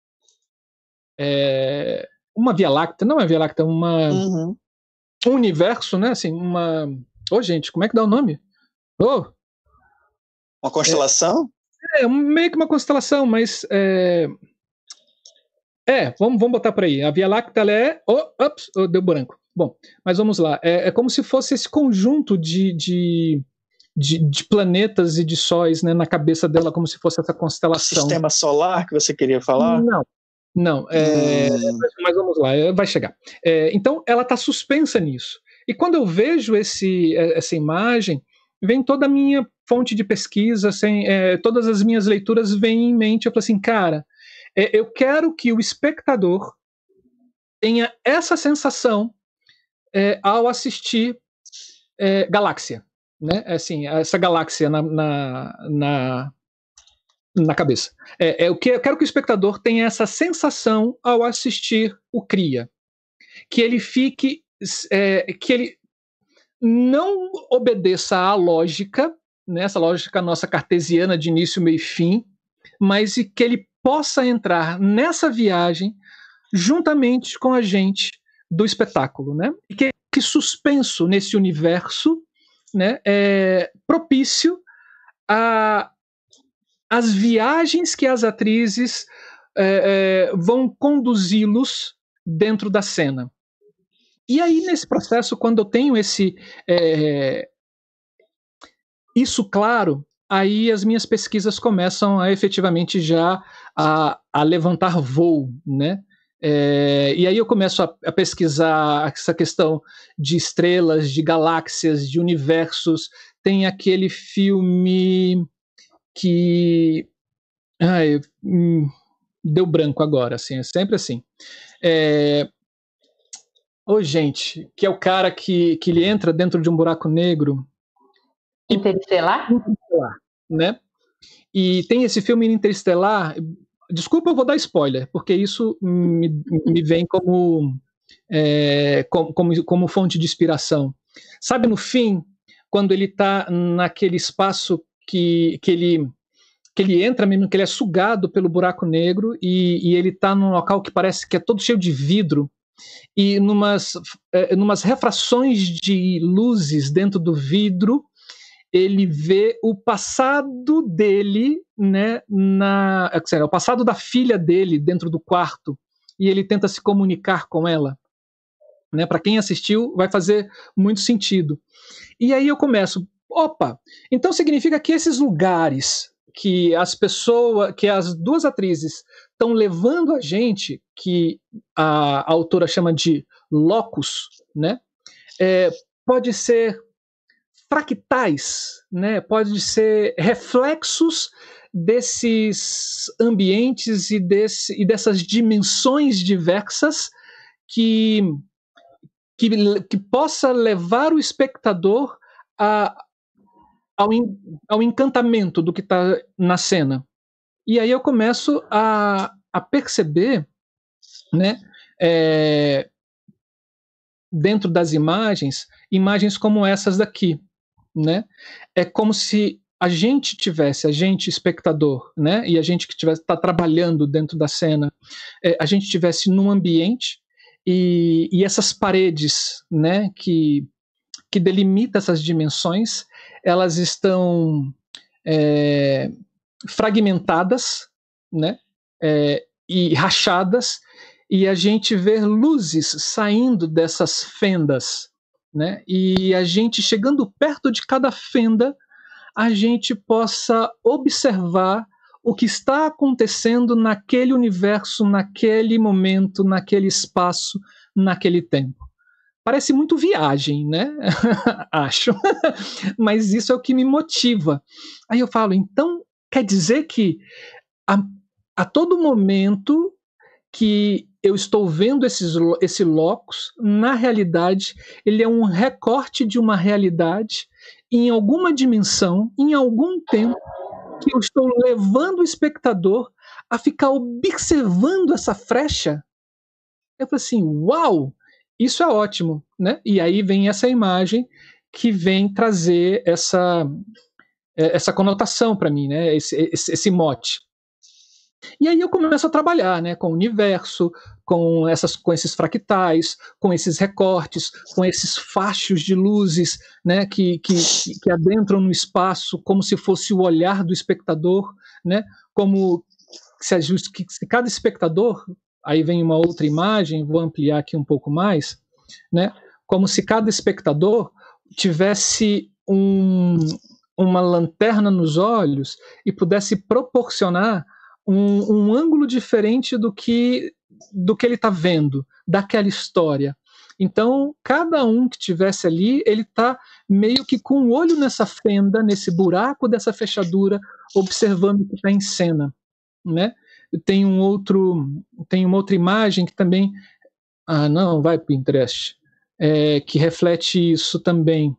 é, uma Via Láctea, não é Via Láctea, uma, uhum. um universo, né, assim, uma... Ô, oh, gente, como é que dá o nome? Oh. Uma constelação? É, é, meio que uma constelação, mas... É, é vamos, vamos botar por aí. A Via Láctea é... Oh, ups, oh, deu branco. Bom, mas vamos lá. É, é como se fosse esse conjunto de, de, de, de planetas e de sóis, né, na cabeça dela, como se fosse essa constelação. Sistema solar que você queria falar? Não. Não, é, hum. mas vamos lá, vai chegar. É, então, ela está suspensa nisso. E quando eu vejo esse, essa imagem, vem toda a minha fonte de pesquisa, assim, é, todas as minhas leituras vêm em mente. Eu falo assim, cara, é, eu quero que o espectador tenha essa sensação é, ao assistir é, Galáxia, né? Assim, essa galáxia na, na, na, na cabeça. É, é, eu quero que o espectador tenha essa sensação ao assistir o Cria, que ele fique É, que ele não obedeça à lógica, né, essa lógica nossa cartesiana de início, meio e fim, mas que ele possa entrar nessa viagem juntamente com a gente do espetáculo, né? E que, que suspenso nesse universo né, é, propício a as viagens que as atrizes é, é, vão conduzi-los dentro da cena. E aí, nesse processo, quando eu tenho esse é, isso claro, aí as minhas pesquisas começam a efetivamente já a, a levantar voo, né? É, e aí eu começo a, a pesquisar essa questão de estrelas, de galáxias, de universos. Tem aquele filme que ai, hum, deu branco agora, assim, é sempre assim. É, Ô, oh, gente, que é o cara que, que ele entra dentro de um buraco negro. Interestelar? Interestelar, né? E tem esse filme Interestelar. Desculpa, eu vou dar spoiler, porque isso me, me vem como, é, como, como, como fonte de inspiração. Sabe, no fim, quando ele está naquele espaço que, que ele que ele entra mesmo, que ele é sugado pelo buraco negro e, e ele está num local que parece que é todo cheio de vidro e numas, é, numas refrações de luzes dentro do vidro, ele vê o passado dele, né, na, é, o passado da filha dele dentro do quarto e ele tenta se comunicar com ela. Né, para quem assistiu, vai fazer muito sentido. E aí eu começo, opa, então significa que esses lugares que as pessoas, que as duas atrizes estão levando a gente, que a, a autora chama de locus, né? É, pode ser fractais, né? Pode ser reflexos desses ambientes e, desse, e dessas dimensões diversas que, que, que possa levar o espectador a Ao, in, ao encantamento do que está na cena. E aí eu começo a, a perceber, né, é, dentro das imagens, imagens como essas daqui. Né? É como se a gente tivesse, a gente espectador, né, e a gente que está trabalhando dentro da cena, é, a gente tivesse num ambiente e, e essas paredes, né, que, que delimitam essas dimensões, elas estão é, fragmentadas, né, é, e rachadas, e a gente vê luzes saindo dessas fendas, né, e a gente chegando perto de cada fenda, a gente possa observar o que está acontecendo naquele universo, naquele momento, naquele espaço, naquele tempo. Parece muito viagem, né? Acho. Mas isso é o que me motiva. Aí eu falo, então quer dizer que a, a todo momento que eu estou vendo esses, esse locus, na realidade, ele é um recorte de uma realidade em alguma dimensão, em algum tempo, que eu estou levando o espectador a ficar observando essa frecha. Eu falei assim, uau! Isso é ótimo, né? E aí vem essa imagem que vem trazer essa, essa conotação para mim, né? Esse, esse, esse mote. E aí eu começo a trabalhar, né? Com o universo, com, essas, com esses fractais, com esses recortes, com esses fachos de luzes, né? Que, que, que adentram no espaço como se fosse o olhar do espectador, né? Como se, que, se cada espectador... Aí vem uma outra imagem, vou ampliar aqui um pouco mais, né? Como se cada espectador tivesse um, uma lanterna nos olhos e pudesse proporcionar um, um ângulo diferente do que, do que ele está vendo, daquela história. Então, cada um que tivesse ali, ele está meio que com o olho nessa fenda, nesse buraco dessa fechadura, observando o que está em cena, né? Tem um outro, tem uma outra imagem que também, ah, não, vai Pinterest, é, que reflete isso também.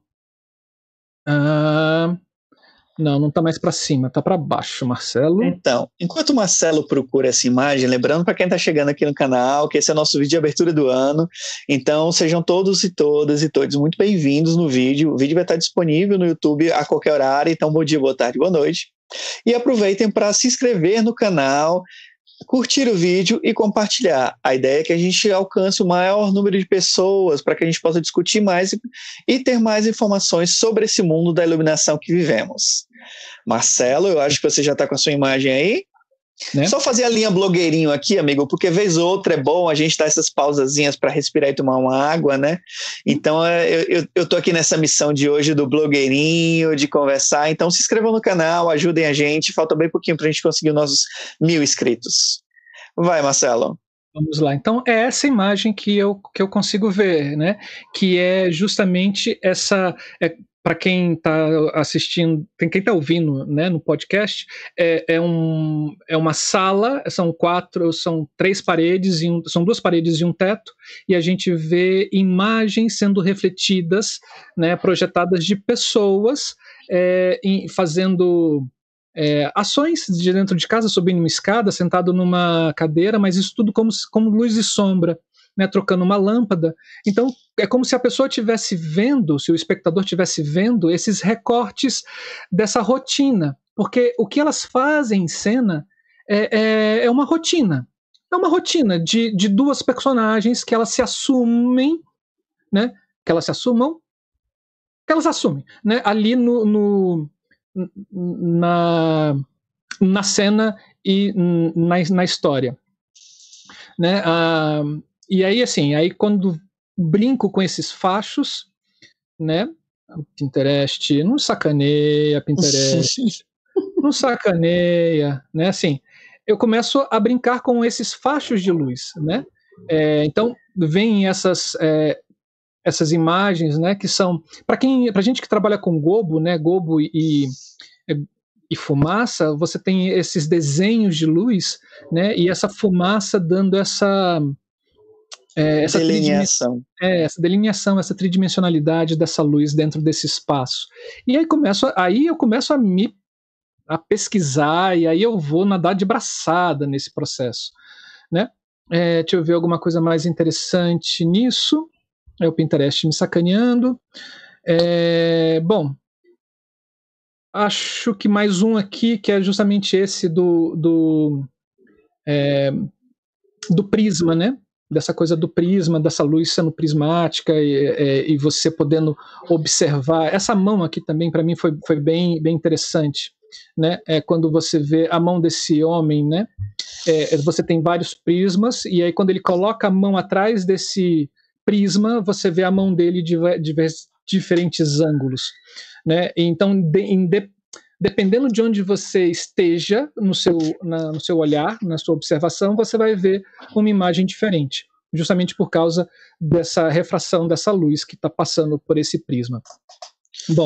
Ah, não, não está mais para cima, está para baixo, Marcelo. Então, enquanto o Marcelo procura essa imagem, lembrando para quem está chegando aqui no canal, que esse é o nosso vídeo de abertura do ano, então sejam todos e todas e todos muito bem-vindos no vídeo. O vídeo vai estar disponível no YouTube a qualquer horário, então bom dia, boa tarde, boa noite. E aproveitem para se inscrever no canal, curtir o vídeo e compartilhar. A ideia é que a gente alcance o maior número de pessoas para que a gente possa discutir mais e, e ter mais informações sobre esse mundo da iluminação que vivemos. Marcelo, eu acho que você já está com a sua imagem aí. Né? Só fazer a linha blogueirinho aqui, amigo, porque vez ou outra é bom a gente dar essas pausazinhas para respirar e tomar uma água, né? Então eu, eu, eu tô aqui nessa missão de hoje do blogueirinho, de conversar. Então se inscrevam no canal, ajudem a gente. Falta bem pouquinho para a gente conseguir os nossos mil inscritos. Vai, Marcelo. Vamos lá. Então é essa imagem que eu, que eu consigo ver, né? Que é justamente essa... É, para quem está assistindo, quem está ouvindo, né, no podcast, é, é, um, é uma sala, são quatro, são três paredes, e um, são duas paredes e um teto, e a gente vê imagens sendo refletidas, né, projetadas de pessoas é, em, fazendo é, ações de dentro de casa, subindo uma escada, sentado numa cadeira, mas isso tudo como, como luz e sombra. Né, trocando uma lâmpada. Então é como se a pessoa estivesse vendo, se o espectador estivesse vendo esses recortes dessa rotina, porque o que elas fazem em cena é, é, é uma rotina, é uma rotina de, de duas personagens que elas se assumem, né, que elas se assumam, que elas assumem, né, ali no, no na, na cena e na, na história, né, a E aí, assim, aí quando brinco com esses fachos, né, Pinterest, não sacaneia, Pinterest, não sacaneia, né, assim, eu começo a brincar com esses fachos de luz, né, é, então vem essas, é, essas imagens, né, que são, para quem, pra gente que trabalha com gobo, né, gobo e, e fumaça, você tem esses desenhos de luz, né, e essa fumaça dando essa... É, essa delineação. É, essa delineação, essa tridimensionalidade dessa luz dentro desse espaço. E aí, começo, aí eu começo a me a pesquisar, e aí eu vou nadar de braçada nesse processo. Né? É, deixa eu ver alguma coisa mais interessante nisso. É o Pinterest me sacaneando. É, bom, acho que mais um aqui, que é justamente esse do, do, é, do prisma, né? Dessa coisa do prisma, dessa luz sendo prismática e, e, e você podendo observar. Essa mão aqui também, para mim, foi, foi bem, bem interessante. Né? É, quando você vê a mão desse homem, né? É, você tem vários prismas, e aí quando ele coloca a mão atrás desse prisma, você vê a mão dele de, de diferentes ângulos. Né? Então, de, em de, dependendo de onde você esteja no seu, na, no seu olhar, na sua observação, você vai ver uma imagem diferente, justamente por causa dessa refração dessa luz que está passando por esse prisma. Bom,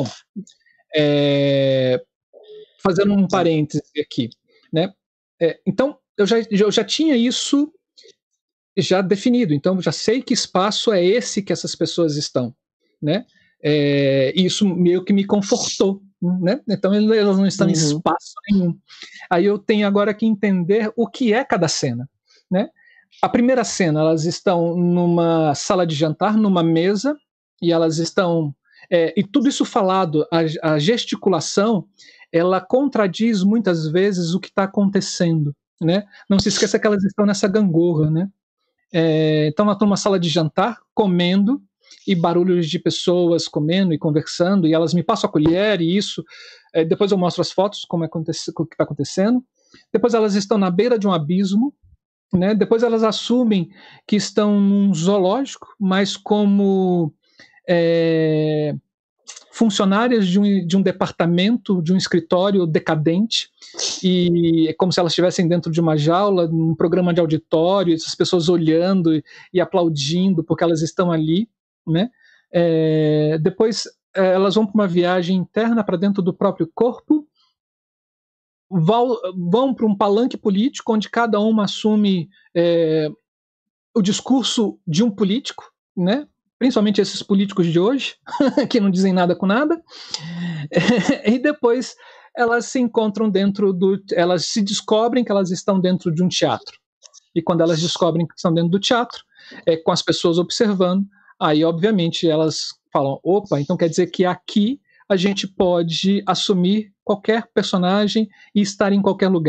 é, fazendo um parêntese aqui, né? É, então, eu já, eu já tinha isso já definido, então já sei que espaço é esse que essas pessoas estão, né? É, isso meio que me confortou, né? Então elas não estão uhum. em espaço nenhum. Aí eu tenho agora que entender o que é cada cena, né? A primeira cena, elas estão numa sala de jantar, numa mesa, e elas estão é, e tudo isso falado, a, a gesticulação, ela contradiz muitas vezes o que está acontecendo, né? Não se esqueça que elas estão nessa gangorra, né? É, então elas estão numa sala de jantar, comendo, e barulhos de pessoas comendo e conversando, e elas me passam a colher, e isso, é, depois eu mostro as fotos, como é o que está acontecendo. Depois elas estão na beira de um abismo, né? Depois elas assumem que estão num zoológico, mas como é, funcionárias de um, de um departamento, de um escritório decadente, e é como se elas estivessem dentro de uma jaula, num programa de auditório, essas pessoas olhando e, e aplaudindo porque elas estão ali. Né? É, depois é, elas vão para uma viagem interna para dentro do próprio corpo, vão, vão para um palanque político onde cada uma assume é, o discurso de um político, né? Principalmente esses políticos de hoje que não dizem nada com nada, é, e depois elas se encontram dentro do, elas se descobrem que elas estão dentro de um teatro, e quando elas descobrem que estão dentro do teatro, é, com as pessoas observando, aí, obviamente, elas falam, opa, então quer dizer que aqui a gente pode assumir qualquer personagem e estar em qualquer lugar.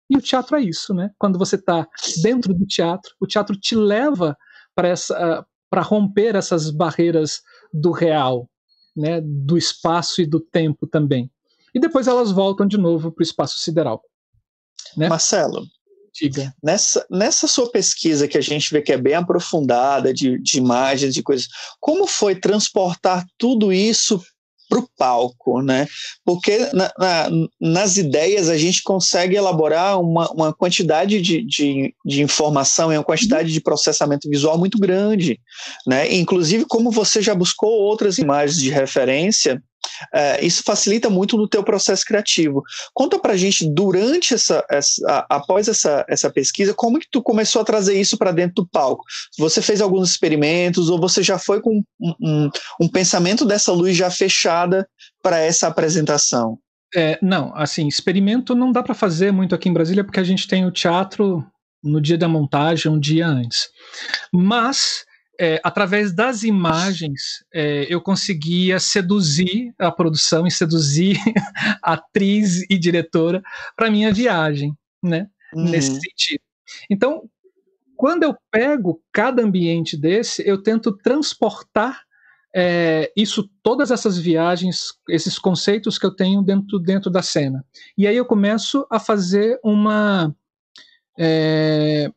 E o teatro é isso, né? Quando você está dentro do teatro, o teatro te leva para essa, para romper essas barreiras do real, né? Do espaço e do tempo também. E depois elas voltam de novo para o espaço sideral. Né? Marcelo, diga. Nessa, nessa sua pesquisa que a gente vê que é bem aprofundada, de, de imagens, de coisas, como foi transportar tudo isso para o palco, né? Porque na, na, nas ideias a gente consegue elaborar uma, uma quantidade de, de, de informação e uma quantidade de processamento visual muito grande, né? Inclusive, como você já buscou outras imagens de referência, é, isso facilita muito no teu processo criativo. Conta pra gente, durante essa, essa após essa, essa pesquisa, como que tu começou a trazer isso para dentro do palco? Você fez alguns experimentos ou você já foi com um, um, um pensamento dessa luz já fechada para essa apresentação? É, não, assim, experimento não dá para fazer muito aqui em Brasília porque a gente tem o teatro no dia da montagem, um dia antes. Mas É, através das imagens, é, eu conseguia seduzir a produção e seduzir a atriz e diretora para minha viagem, né? Uhum. Nesse sentido. Então, quando eu pego cada ambiente desse, eu tento transportar é, isso, todas essas viagens, esses conceitos que eu tenho dentro, dentro da cena. E aí eu começo a fazer uma... É,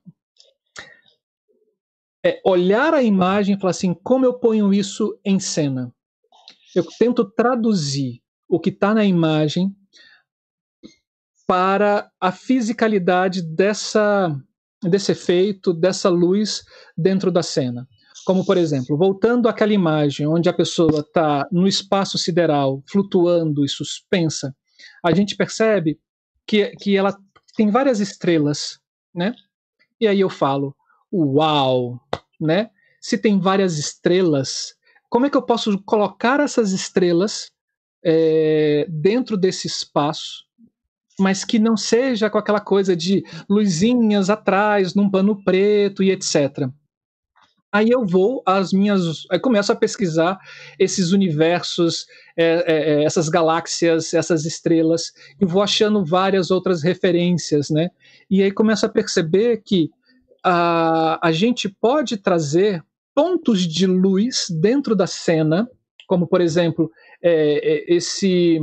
É olhar a imagem e falar assim, como eu ponho isso em cena? Eu tento traduzir o que está na imagem para a fisicalidade dessa, desse efeito, dessa luz dentro da cena. Como, por exemplo, voltando àquela imagem onde a pessoa está no espaço sideral, flutuando e suspensa, a gente percebe que, que ela tem várias estrelas, né? E aí eu falo, uau, né? Se tem várias estrelas, como é que eu posso colocar essas estrelas é, dentro desse espaço, mas que não seja com aquela coisa de luzinhas atrás, num pano preto e etcétera. Aí eu vou às minhas, aí começo a pesquisar esses universos, é, é, essas galáxias, essas estrelas, e vou achando várias outras referências, né? E aí começo a perceber que A, a gente pode trazer pontos de luz dentro da cena, como, por exemplo, é, esse,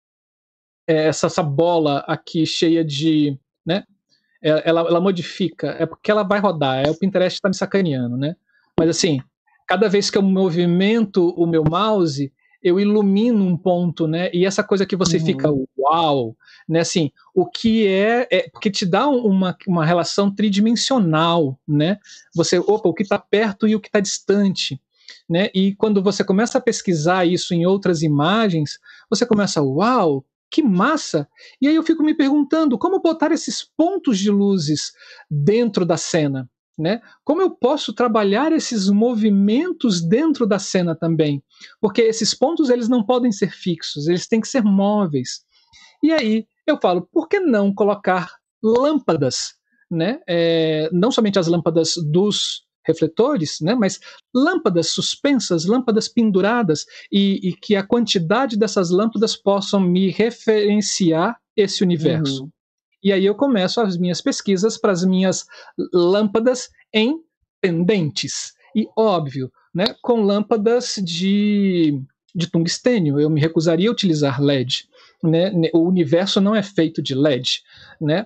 é, essa, essa bola aqui cheia de... Né, ela, ela modifica, é porque ela vai rodar, é o Pinterest está me sacaneando, né? Mas assim, cada vez que eu movimento o meu mouse, eu ilumino um ponto, né? E essa coisa que você uhum. fica, uau, né? Assim, o que é, é porque te dá uma, uma relação tridimensional, né? Você, opa, o que está perto e o que está distante, né? E quando você começa a pesquisar isso em outras imagens, você começa, uau, que massa! E aí eu fico me perguntando, como botar esses pontos de luzes dentro da cena? Né? Como eu posso trabalhar esses movimentos dentro da cena também? Porque esses pontos eles não podem ser fixos, eles têm que ser móveis. E aí eu falo, por que não colocar lâmpadas? Né? É, não somente as lâmpadas dos refletores, né? Mas lâmpadas suspensas, lâmpadas penduradas, e, e que a quantidade dessas lâmpadas possam me referenciar esse universo. Uhum. E aí eu começo as minhas pesquisas para as minhas lâmpadas em pendentes. E, óbvio, né, com lâmpadas de, de tungstênio. Eu me recusaria a utilizar L E D. Né? O universo não é feito de L E D. Né?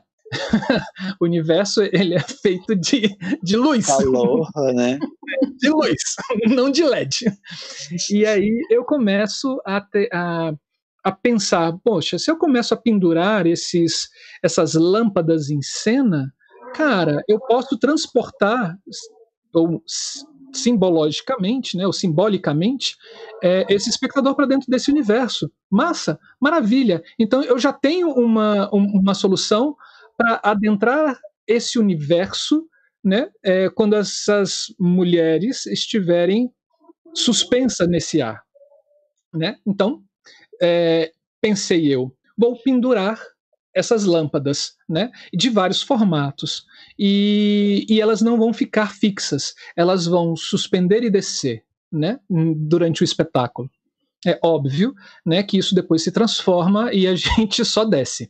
O universo ele é feito de, de luz. Calor, né? De luz, não de L E D. E aí eu começo a ter... A, a pensar, poxa, se eu começo a pendurar esses, essas lâmpadas em cena, cara, eu posso transportar, ou simbologicamente, né, ou simbolicamente, é, esse espectador para dentro desse universo. Massa, maravilha. Então eu já tenho uma, uma solução para adentrar esse universo, né, é, quando essas mulheres estiverem suspensas nesse ar. Né? Então, É, pensei eu, vou pendurar essas lâmpadas, né, de vários formatos, e, e elas não vão ficar fixas, elas vão suspender e descer, né, durante o espetáculo. é óbvio, né, que isso depois se transforma e a gente só desce.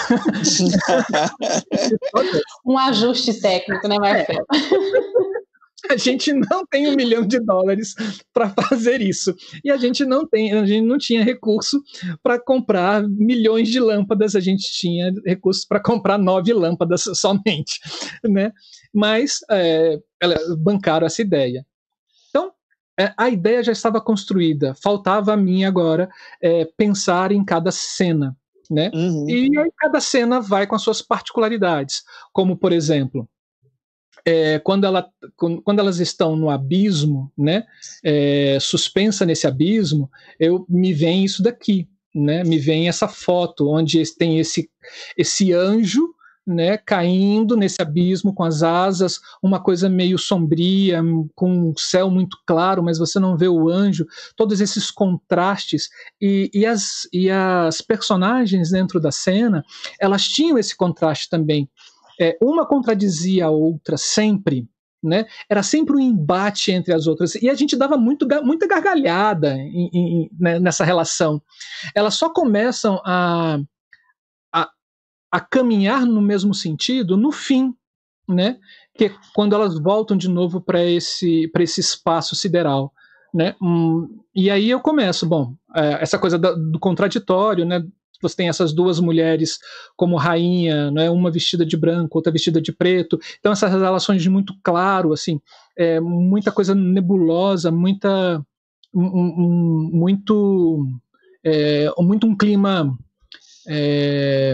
Um ajuste técnico, né, Marcelo? A gente não tem um milhão de dólares para fazer isso. E a gente não tem, a gente não tinha recurso para comprar milhões de lâmpadas, a gente tinha recursos para comprar nove lâmpadas somente, né? Mas é, bancaram essa ideia. Então, é, a ideia já estava construída, faltava a mim agora é, pensar em cada cena, né? Uhum. E aí cada cena vai com as suas particularidades, como, por exemplo, É, quando, ela, quando elas estão no abismo, né, é, suspensa nesse abismo, eu, me vem isso daqui, né, me vem essa foto onde tem esse, esse anjo, né, caindo nesse abismo com as asas, uma coisa meio sombria, com um céu muito claro, mas você não vê o anjo, todos esses contrastes, e, e, as, e as personagens dentro da cena, elas tinham esse contraste também. É, uma contradizia a outra sempre, né? Era sempre um embate entre as outras, e a gente dava muito, muita gargalhada em, em, né, nessa relação. Elas só começam a, a, a caminhar no mesmo sentido no fim, né? Que é quando elas voltam de novo para esse, para esse espaço sideral, né? Hum, e aí eu começo, bom, é, essa coisa do, do contraditório, né? Você tem essas duas mulheres como rainha, né, uma vestida de branco, outra vestida de preto. Então essas relações de muito claro, assim, é, muita coisa nebulosa, muita, um, um, muito, é, muito um clima é,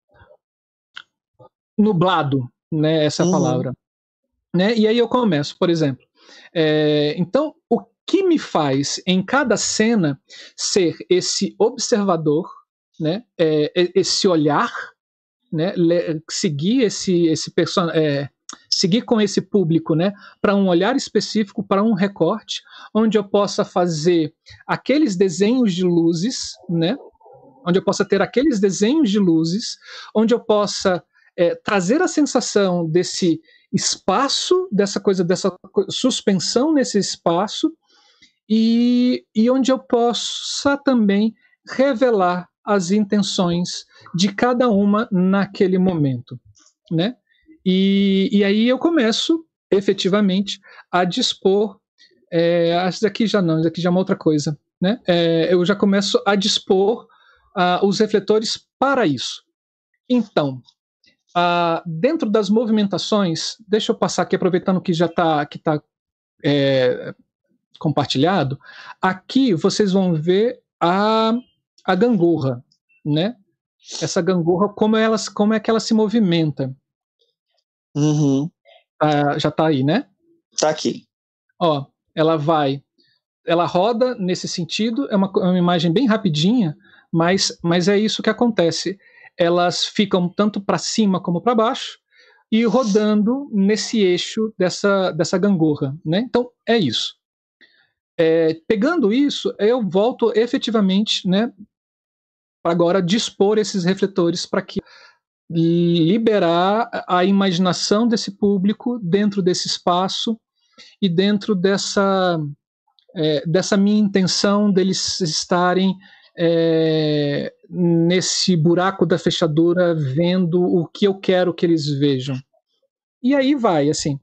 nublado, né, essa é a palavra. Né? E aí eu começo, por exemplo. É, então, o que me faz em cada cena ser esse observador, né, é, esse olhar, né, seguir esse, esse person- é, seguir com esse público, né, para um olhar específico, para um recorte, onde eu possa fazer aqueles desenhos de luzes, né, onde eu possa ter aqueles desenhos de luzes, onde eu possa é, trazer a sensação desse espaço, dessa coisa, dessa suspensão nesse espaço, e, e onde eu possa também revelar as intenções de cada uma naquele momento, né? E, e aí eu começo, efetivamente, a dispor, é, acho que aqui já não, isso aqui já é uma outra coisa, né? É, eu já começo a dispor uh, os refletores para isso. Então, uh, dentro das movimentações, deixa eu passar aqui, aproveitando que já está que tá, é, compartilhado, aqui vocês vão ver a a gangorra, né? Essa gangorra, como, elas, como é que ela se movimenta. Uhum. Ah, já tá aí, né? Tá aqui. Ó, ela vai, ela roda nesse sentido, é uma, é uma imagem bem rapidinha, mas, mas é isso que acontece. Elas ficam tanto para cima como para baixo e rodando nesse eixo dessa, dessa gangorra, né? Então, é isso. É, pegando isso, eu volto efetivamente, né, agora dispor esses refletores para que liberar a imaginação desse público dentro desse espaço e dentro dessa, é, dessa minha intenção deles estarem é, nesse buraco da fechadura vendo o que eu quero que eles vejam. E aí vai, assim.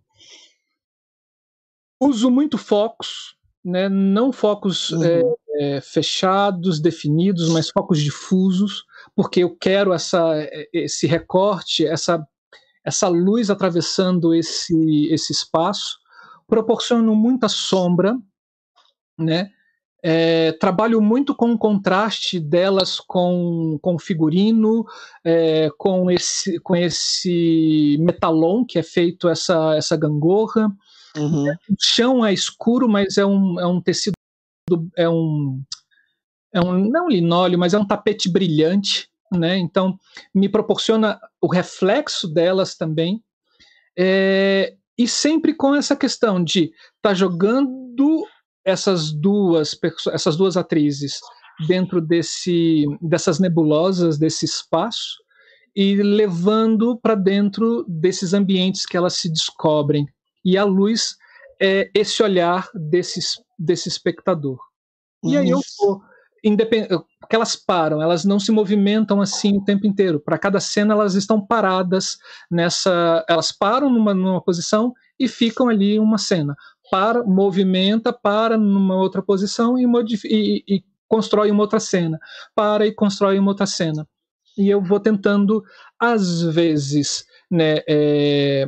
Uso muito focos, né, não focos uhum. é, é, fechados, definidos, mas focos difusos, porque eu quero essa, esse recorte, essa, essa luz atravessando esse, esse espaço. Proporciono muita sombra, né? É, trabalho muito com o contraste delas com, com figurino, é, com, esse, com esse metalon que é feito essa, essa gangorra. Uhum. O chão é escuro, mas é um, é um tecido, é um, é um, não um linóleo, mas é um tapete brilhante, né? Então me proporciona o reflexo delas também, é, e sempre com essa questão de estar tá jogando essas duas, essas duas atrizes dentro desse, dessas nebulosas, desse espaço, e levando para dentro desses ambientes que elas se descobrem. E a luz é esse olhar desse, desse espectador. Uhum. E aí eu vou independ... porque elas param, elas não se movimentam assim o tempo inteiro. Para cada cena elas estão paradas nessa, elas param numa, numa posição e ficam ali uma cena. Para, movimenta, para numa outra posição e, modif... e, e constrói uma outra cena. Para e constrói uma outra cena. E eu vou tentando, às vezes, né, é...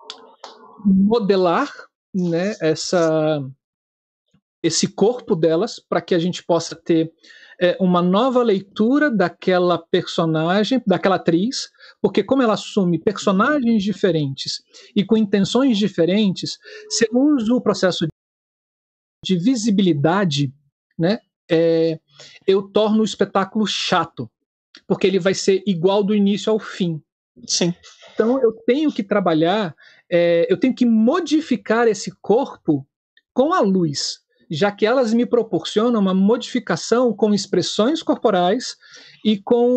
modelar, né, essa... esse corpo delas, para que a gente possa ter é, uma nova leitura daquela personagem, daquela atriz, porque como ela assume personagens diferentes e com intenções diferentes, se eu uso o processo de visibilidade, né, é, eu torno o espetáculo chato, porque ele vai ser igual do início ao fim. Sim. Então eu tenho que trabalhar, é, eu tenho que modificar esse corpo com a luz, já que elas me proporcionam uma modificação com expressões corporais e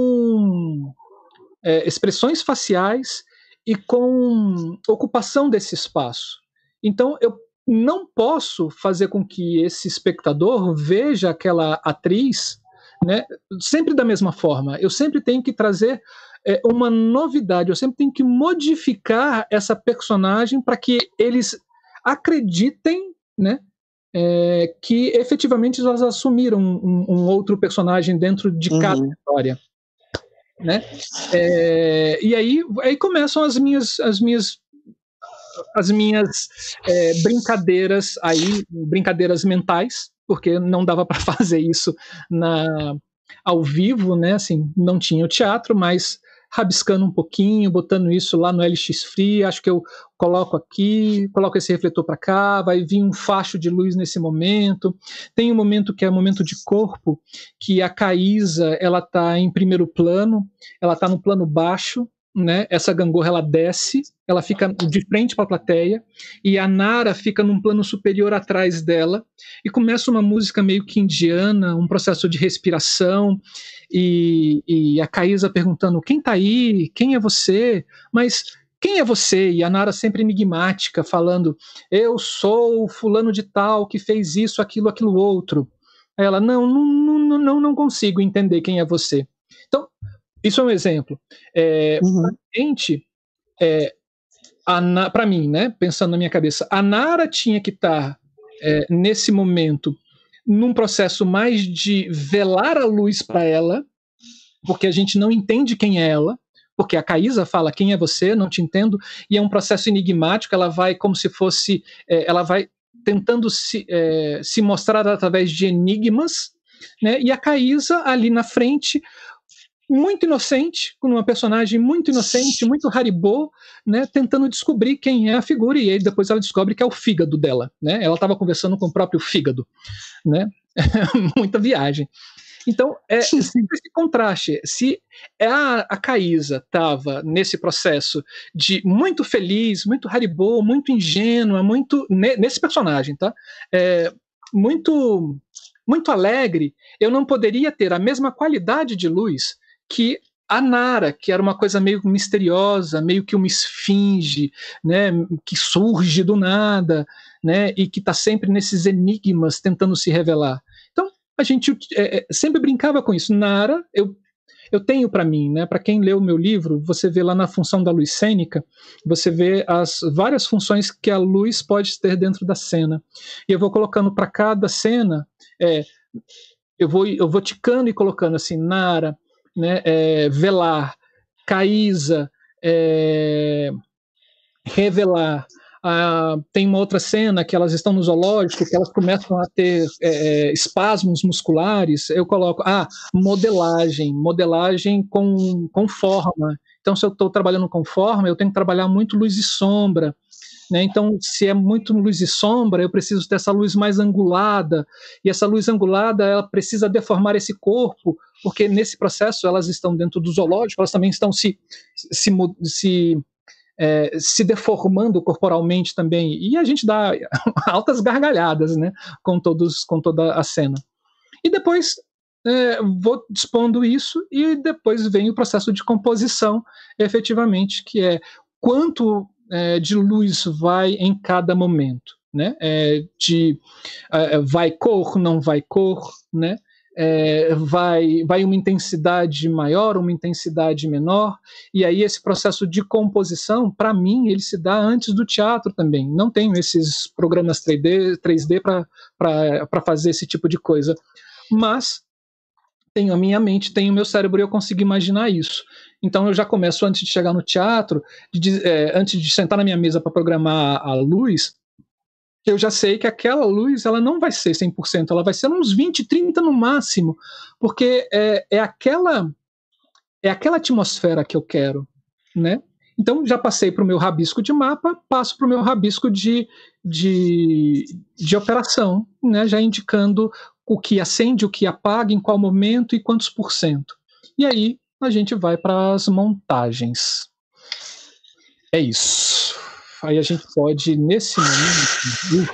com é, expressões faciais e com ocupação desse espaço. Então, eu não posso fazer com que esse espectador veja aquela atriz, né, sempre da mesma forma. Eu sempre tenho que trazer é, uma novidade, eu sempre tenho que modificar essa personagem para que eles acreditem, né, É, que efetivamente elas assumiram um, um outro personagem dentro de uhum. cada história, né? É, e aí, aí começam as minhas as minhas as minhas é, brincadeiras aí, brincadeiras mentais, porque não dava para fazer isso na ao vivo, né? Assim, não tinha o teatro, mas rabiscando um pouquinho, botando isso lá no L X Free, acho que eu coloco aqui, coloco esse refletor para cá, vai vir um facho de luz nesse momento. Tem um momento que é o momento de corpo, que a Caísa, ela tá em primeiro plano, ela tá no plano baixo, né? Essa gangorra ela desce, ela fica de frente para a plateia, e a Nara fica num plano superior atrás dela, e começa uma música meio que indiana, um processo de respiração, e, e a Caísa perguntando, quem tá aí? Quem é você? Mas quem é você? E a Nara sempre enigmática, falando, eu sou o fulano de tal que fez isso, aquilo, aquilo outro. Aí ela, não, não, não, não consigo entender quem é você. Então, isso é um exemplo. É, uhum. Pra gente, é, para mim, né, pensando na minha cabeça, a Nara tinha que estar, tá, é, nesse momento, num processo mais de velar a luz para ela, porque a gente não entende quem é ela, porque a Caísa fala, quem é você? Não te entendo, e é um processo enigmático, ela vai como se fosse, é, ela vai tentando se, é, se mostrar através de enigmas, né, e a Caísa ali na frente, muito inocente, com uma personagem muito inocente, muito Haribo, né, tentando descobrir quem é a figura, e aí depois ela descobre que é o fígado dela, né, ela estava conversando com o próprio fígado, né, muita viagem. Então, é sempre esse contraste. Se a, a Caísa estava nesse processo de muito feliz, muito Haribo, muito ingênua, muito nesse personagem, tá? É, muito, muito alegre, eu não poderia ter a mesma qualidade de luz que a Nara, que era uma coisa meio misteriosa, meio que uma esfinge, né, que surge do nada, né, e que está sempre nesses enigmas tentando se revelar. Então, a gente é, sempre brincava com isso. Nara, eu, eu tenho para mim, né, para quem leu o meu livro, você vê lá na função da luz cênica, você vê as várias funções que a luz pode ter dentro da cena. E eu vou colocando para cada cena, é, eu, vou, eu vou ticando e colocando assim, Nara, né, é, velar, Caísa, é, revelar. Ah, tem uma outra cena que elas estão no zoológico, que elas começam a ter é, espasmos musculares, eu coloco, ah, modelagem, modelagem com, com forma. Então, se eu estou trabalhando com forma, eu tenho que trabalhar muito luz e sombra, né? Então, se é muito luz e sombra, eu preciso ter essa luz mais angulada, e essa luz angulada, ela precisa deformar esse corpo, porque nesse processo elas estão dentro do zoológico, elas também estão se, se, se, é, se deformando corporalmente também, e a gente dá altas gargalhadas, né, com, todos, com toda a cena. E depois é, vou dispondo isso, e depois vem o processo de composição, efetivamente, que é quanto é, de luz vai em cada momento, né, é, de é, vai cor, não vai cor, né, é, vai, vai uma intensidade maior, uma intensidade menor, e aí esse processo de composição, para mim, ele se dá antes do teatro também. Não tenho esses programas três D, três D para fazer esse tipo de coisa, mas tenho a minha mente, tenho o meu cérebro e eu consigo imaginar isso. Então eu já começo, antes de chegar no teatro, de, é, antes de sentar na minha mesa para programar a luz, eu já sei que aquela luz ela não vai ser cem por cento, ela vai ser uns vinte, trinta no máximo, porque é, é, aquela, é aquela atmosfera que eu quero, né? Então já passei para o meu rabisco de mapa, passo para o meu rabisco de, de, de operação, né? Já indicando o que acende, o que apaga, em qual momento e quantos por cento. E aí a gente vai para as montagens. É isso. Aí a gente pode, nesse momento...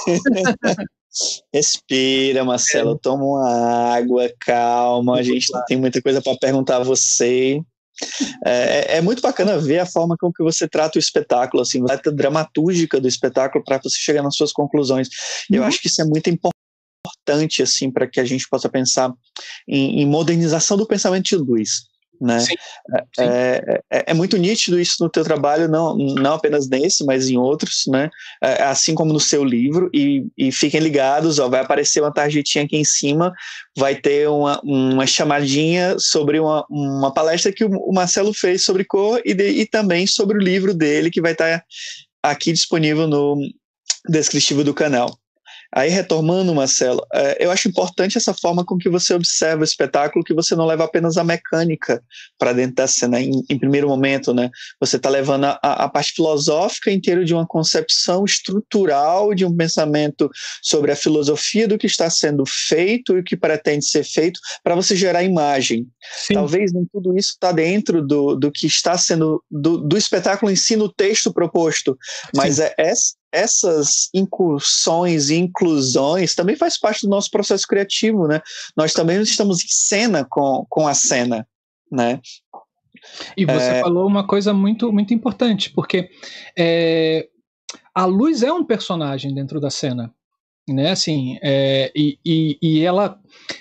Respira, Marcelo, é. Toma uma água, calma, a gente não tem muita coisa para perguntar a você. É, é muito bacana ver a forma com que você trata o espetáculo, assim, a dramatúrgica do espetáculo para você chegar nas suas conclusões. Uhum. Eu acho que isso é muito importante, assim, para que a gente possa pensar em, em modernização do pensamento de luz. Né? Sim, sim. É, é, é muito nítido isso no teu trabalho, não, não apenas nesse, mas em outros, né? É, assim como no seu livro, e, e fiquem ligados, ó, vai aparecer uma tarjetinha aqui em cima, vai ter uma, uma chamadinha sobre uma, uma palestra que o Marcelo fez sobre cor e, de, e também sobre o livro dele, que vai estar aqui disponível no descritivo do canal. Aí, retomando, Marcelo, eu acho importante essa forma com que você observa o espetáculo, que você não leva apenas a mecânica para dentro da cena, em, em primeiro momento, né? Você está levando a, a parte filosófica inteira de uma concepção estrutural, de um pensamento sobre a filosofia do que está sendo feito e o que pretende ser feito, para você gerar imagem. Sim. Talvez nem tudo isso está dentro do, do que está sendo, do, do espetáculo em si, no texto proposto, mas Sim. é essa essas incursões e inclusões também faz parte do nosso processo criativo, né? Nós também estamos em cena com, com a cena, né? E você é... falou uma coisa muito, muito importante, porque é, a luz é um personagem dentro da cena, né? Assim, é, e, e, e ela,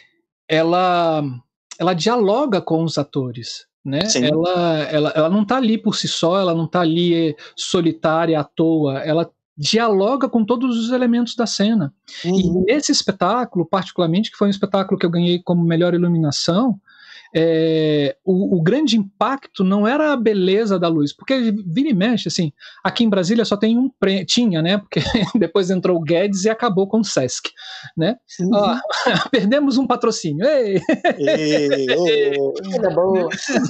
ela, ela dialoga com os atores, né? Ela, ela, ela não está ali por si só, ela não está ali solitária à toa, ela dialoga com todos os elementos da cena. Uhum. E nesse espetáculo, particularmente, que foi um espetáculo que eu ganhei como melhor iluminação, é, o, o grande impacto não era a beleza da luz, porque vira e mexe, assim, aqui em Brasília só tem um prêmio, tinha, né, porque depois entrou o Guedes e acabou com o Sesc, né, uhum. Ó, perdemos um patrocínio, ei! Ei, oh. Boa.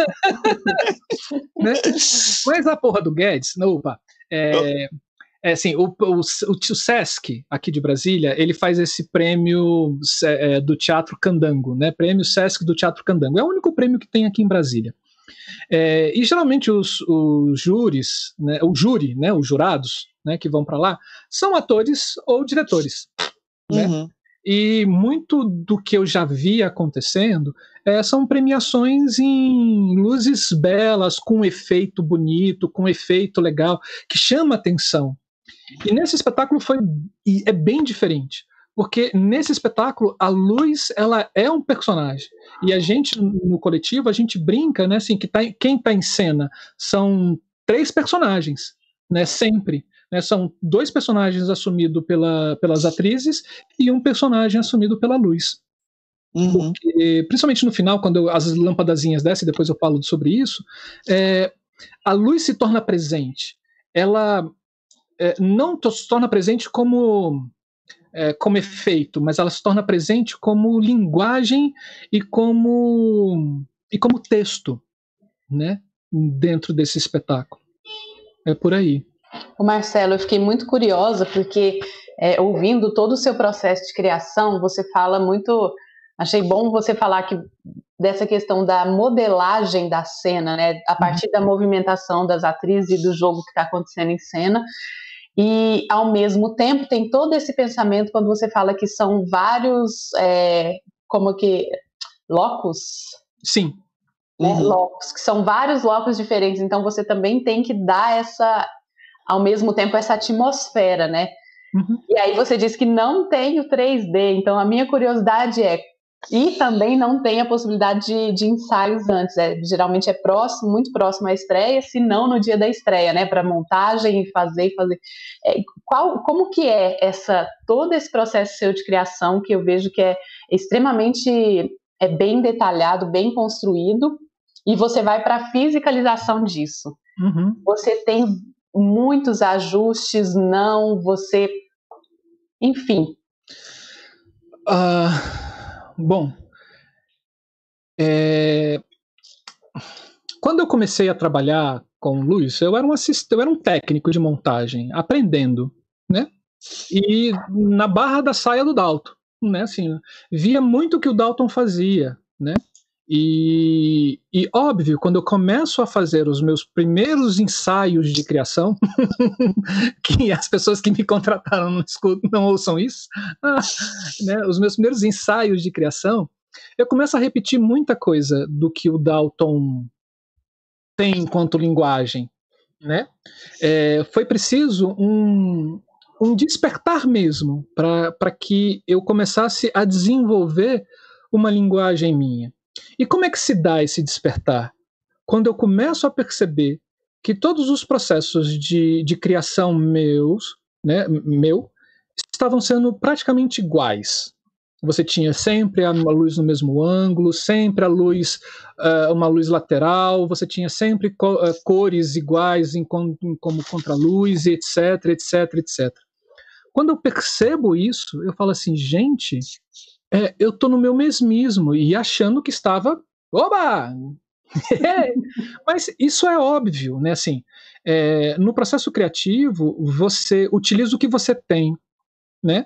Né? Mas a porra do Guedes, opa, é... Oh. É assim, o, o, o Sesc, aqui de Brasília, ele faz esse prêmio é, do Teatro Candango, né? Prêmio Sesc do Teatro Candango. É o único prêmio que tem aqui em Brasília. É, e geralmente os, os júris, né, o júri, né, os jurados, né, que vão para lá, são atores ou diretores. Né? Uhum. E muito do que eu já vi acontecendo é, são premiações em luzes belas, com efeito bonito, com efeito legal, que chama atenção. E nesse espetáculo foi, e é bem diferente, porque nesse espetáculo a luz ela é um personagem, e a gente no coletivo a gente brinca, né, assim, que tá, quem está em cena são três personagens, né, sempre, né, são dois personagens assumidos pela, pelas atrizes e um personagem assumido pela luz. Uhum. Porque, principalmente no final, quando eu, as lampadazinhas descem, depois eu falo sobre isso, é, a luz se torna presente, ela É, não se torna presente como, é, como efeito, mas ela se torna presente como linguagem e como, e como texto, né, dentro desse espetáculo. É por aí. O Marcelo, eu fiquei muito curiosa, porque é, ouvindo todo o seu processo de criação, você fala muito... Achei bom você falar que, dessa questão da modelagem da cena, né, a partir da movimentação das atrizes e do jogo que está acontecendo em cena. E, ao mesmo tempo, tem todo esse pensamento quando você fala que são vários, é, como que, locus? Sim. Né? Uhum. Locus, que são vários locus diferentes, então você também tem que dar essa, ao mesmo tempo, essa atmosfera, né? Uhum. E aí você diz que não tem o três D, então a minha curiosidade é, E também não tem a possibilidade de, de ensaios antes, é, geralmente é próximo, muito próximo à estreia, se não no dia da estreia, né, para montagem e fazer e fazer. É, qual, como que é essa, todo esse processo seu de criação, que eu vejo que é extremamente é bem detalhado, bem construído, e você vai para a fisicalização disso. Uhum. Você tem muitos ajustes, não, você... Enfim. Uh... Bom, é... quando eu comecei a trabalhar com luz, eu era um assist... eu era um técnico de montagem, aprendendo, né? E na barra da saia do Dalton, né? Assim, via muito o que o Dalton fazia, né? E, e óbvio, quando eu começo a fazer os meus primeiros ensaios de criação, que as pessoas que me contrataram não, escutam, não ouçam isso, ah, né, os meus primeiros ensaios de criação, eu começo a repetir muita coisa do que o Dalton tem enquanto linguagem, né? É, foi preciso um, um despertar mesmo para que eu começasse a desenvolver uma linguagem minha. E como é que se dá esse despertar? Quando eu começo a perceber que todos os processos de, de criação meus, né, meu, estavam sendo praticamente iguais. Você tinha sempre a luz no mesmo ângulo, sempre a luz, uh, uma luz lateral, você tinha sempre co uh, cores iguais em, com, em como contraluz, etc, etc, etcétera. Quando eu percebo isso, eu falo assim, gente... É, eu estou no meu mesmismo e achando que estava, oba! Mas isso é óbvio, né? Assim, é, no processo criativo, você utiliza o que você tem, né?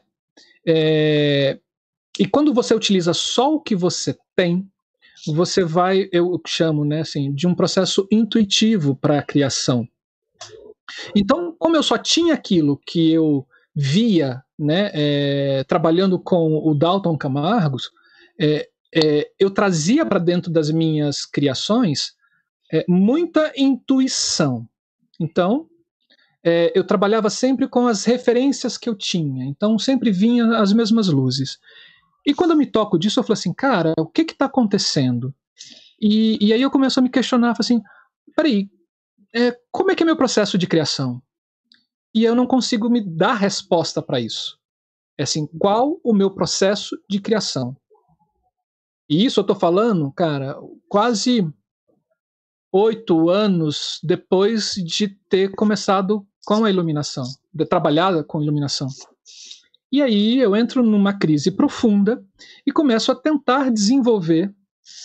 É, e quando você utiliza só o que você tem, você vai, eu chamo, né, assim, de um processo intuitivo para a criação. Então, como eu só tinha aquilo que eu via, né, é, trabalhando com o Dalton Camargos, é, é, eu trazia para dentro das minhas criações é, muita intuição. Então, é, eu trabalhava sempre com as referências que eu tinha. Então, sempre vinha as mesmas luzes. E quando eu me toco disso, eu falo assim, cara, o que está acontecendo? E, e aí eu começo a me questionar, falo assim, peraí, é, como é que é meu processo de criação? E eu não consigo me dar resposta para isso. É assim, qual o meu processo de criação? E isso eu estou falando, cara, quase oito anos depois de ter começado com a iluminação, de trabalhar com iluminação. E aí eu entro numa crise profunda e começo a tentar desenvolver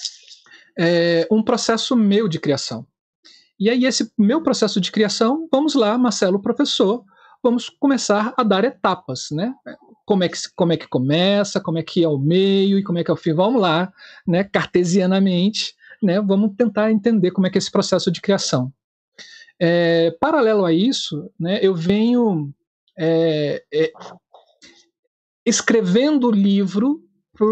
é, um processo meu de criação. E aí esse meu processo de criação, vamos lá, Marcelo, professor, vamos começar a dar etapas, né? Como é que, como é que começa, como é que é o meio e como é que é o fim. Vamos lá, né? Cartesianamente, né? Vamos tentar entender como é que é esse processo de criação. É, paralelo a isso, né? Eu venho é, é, escrevendo livro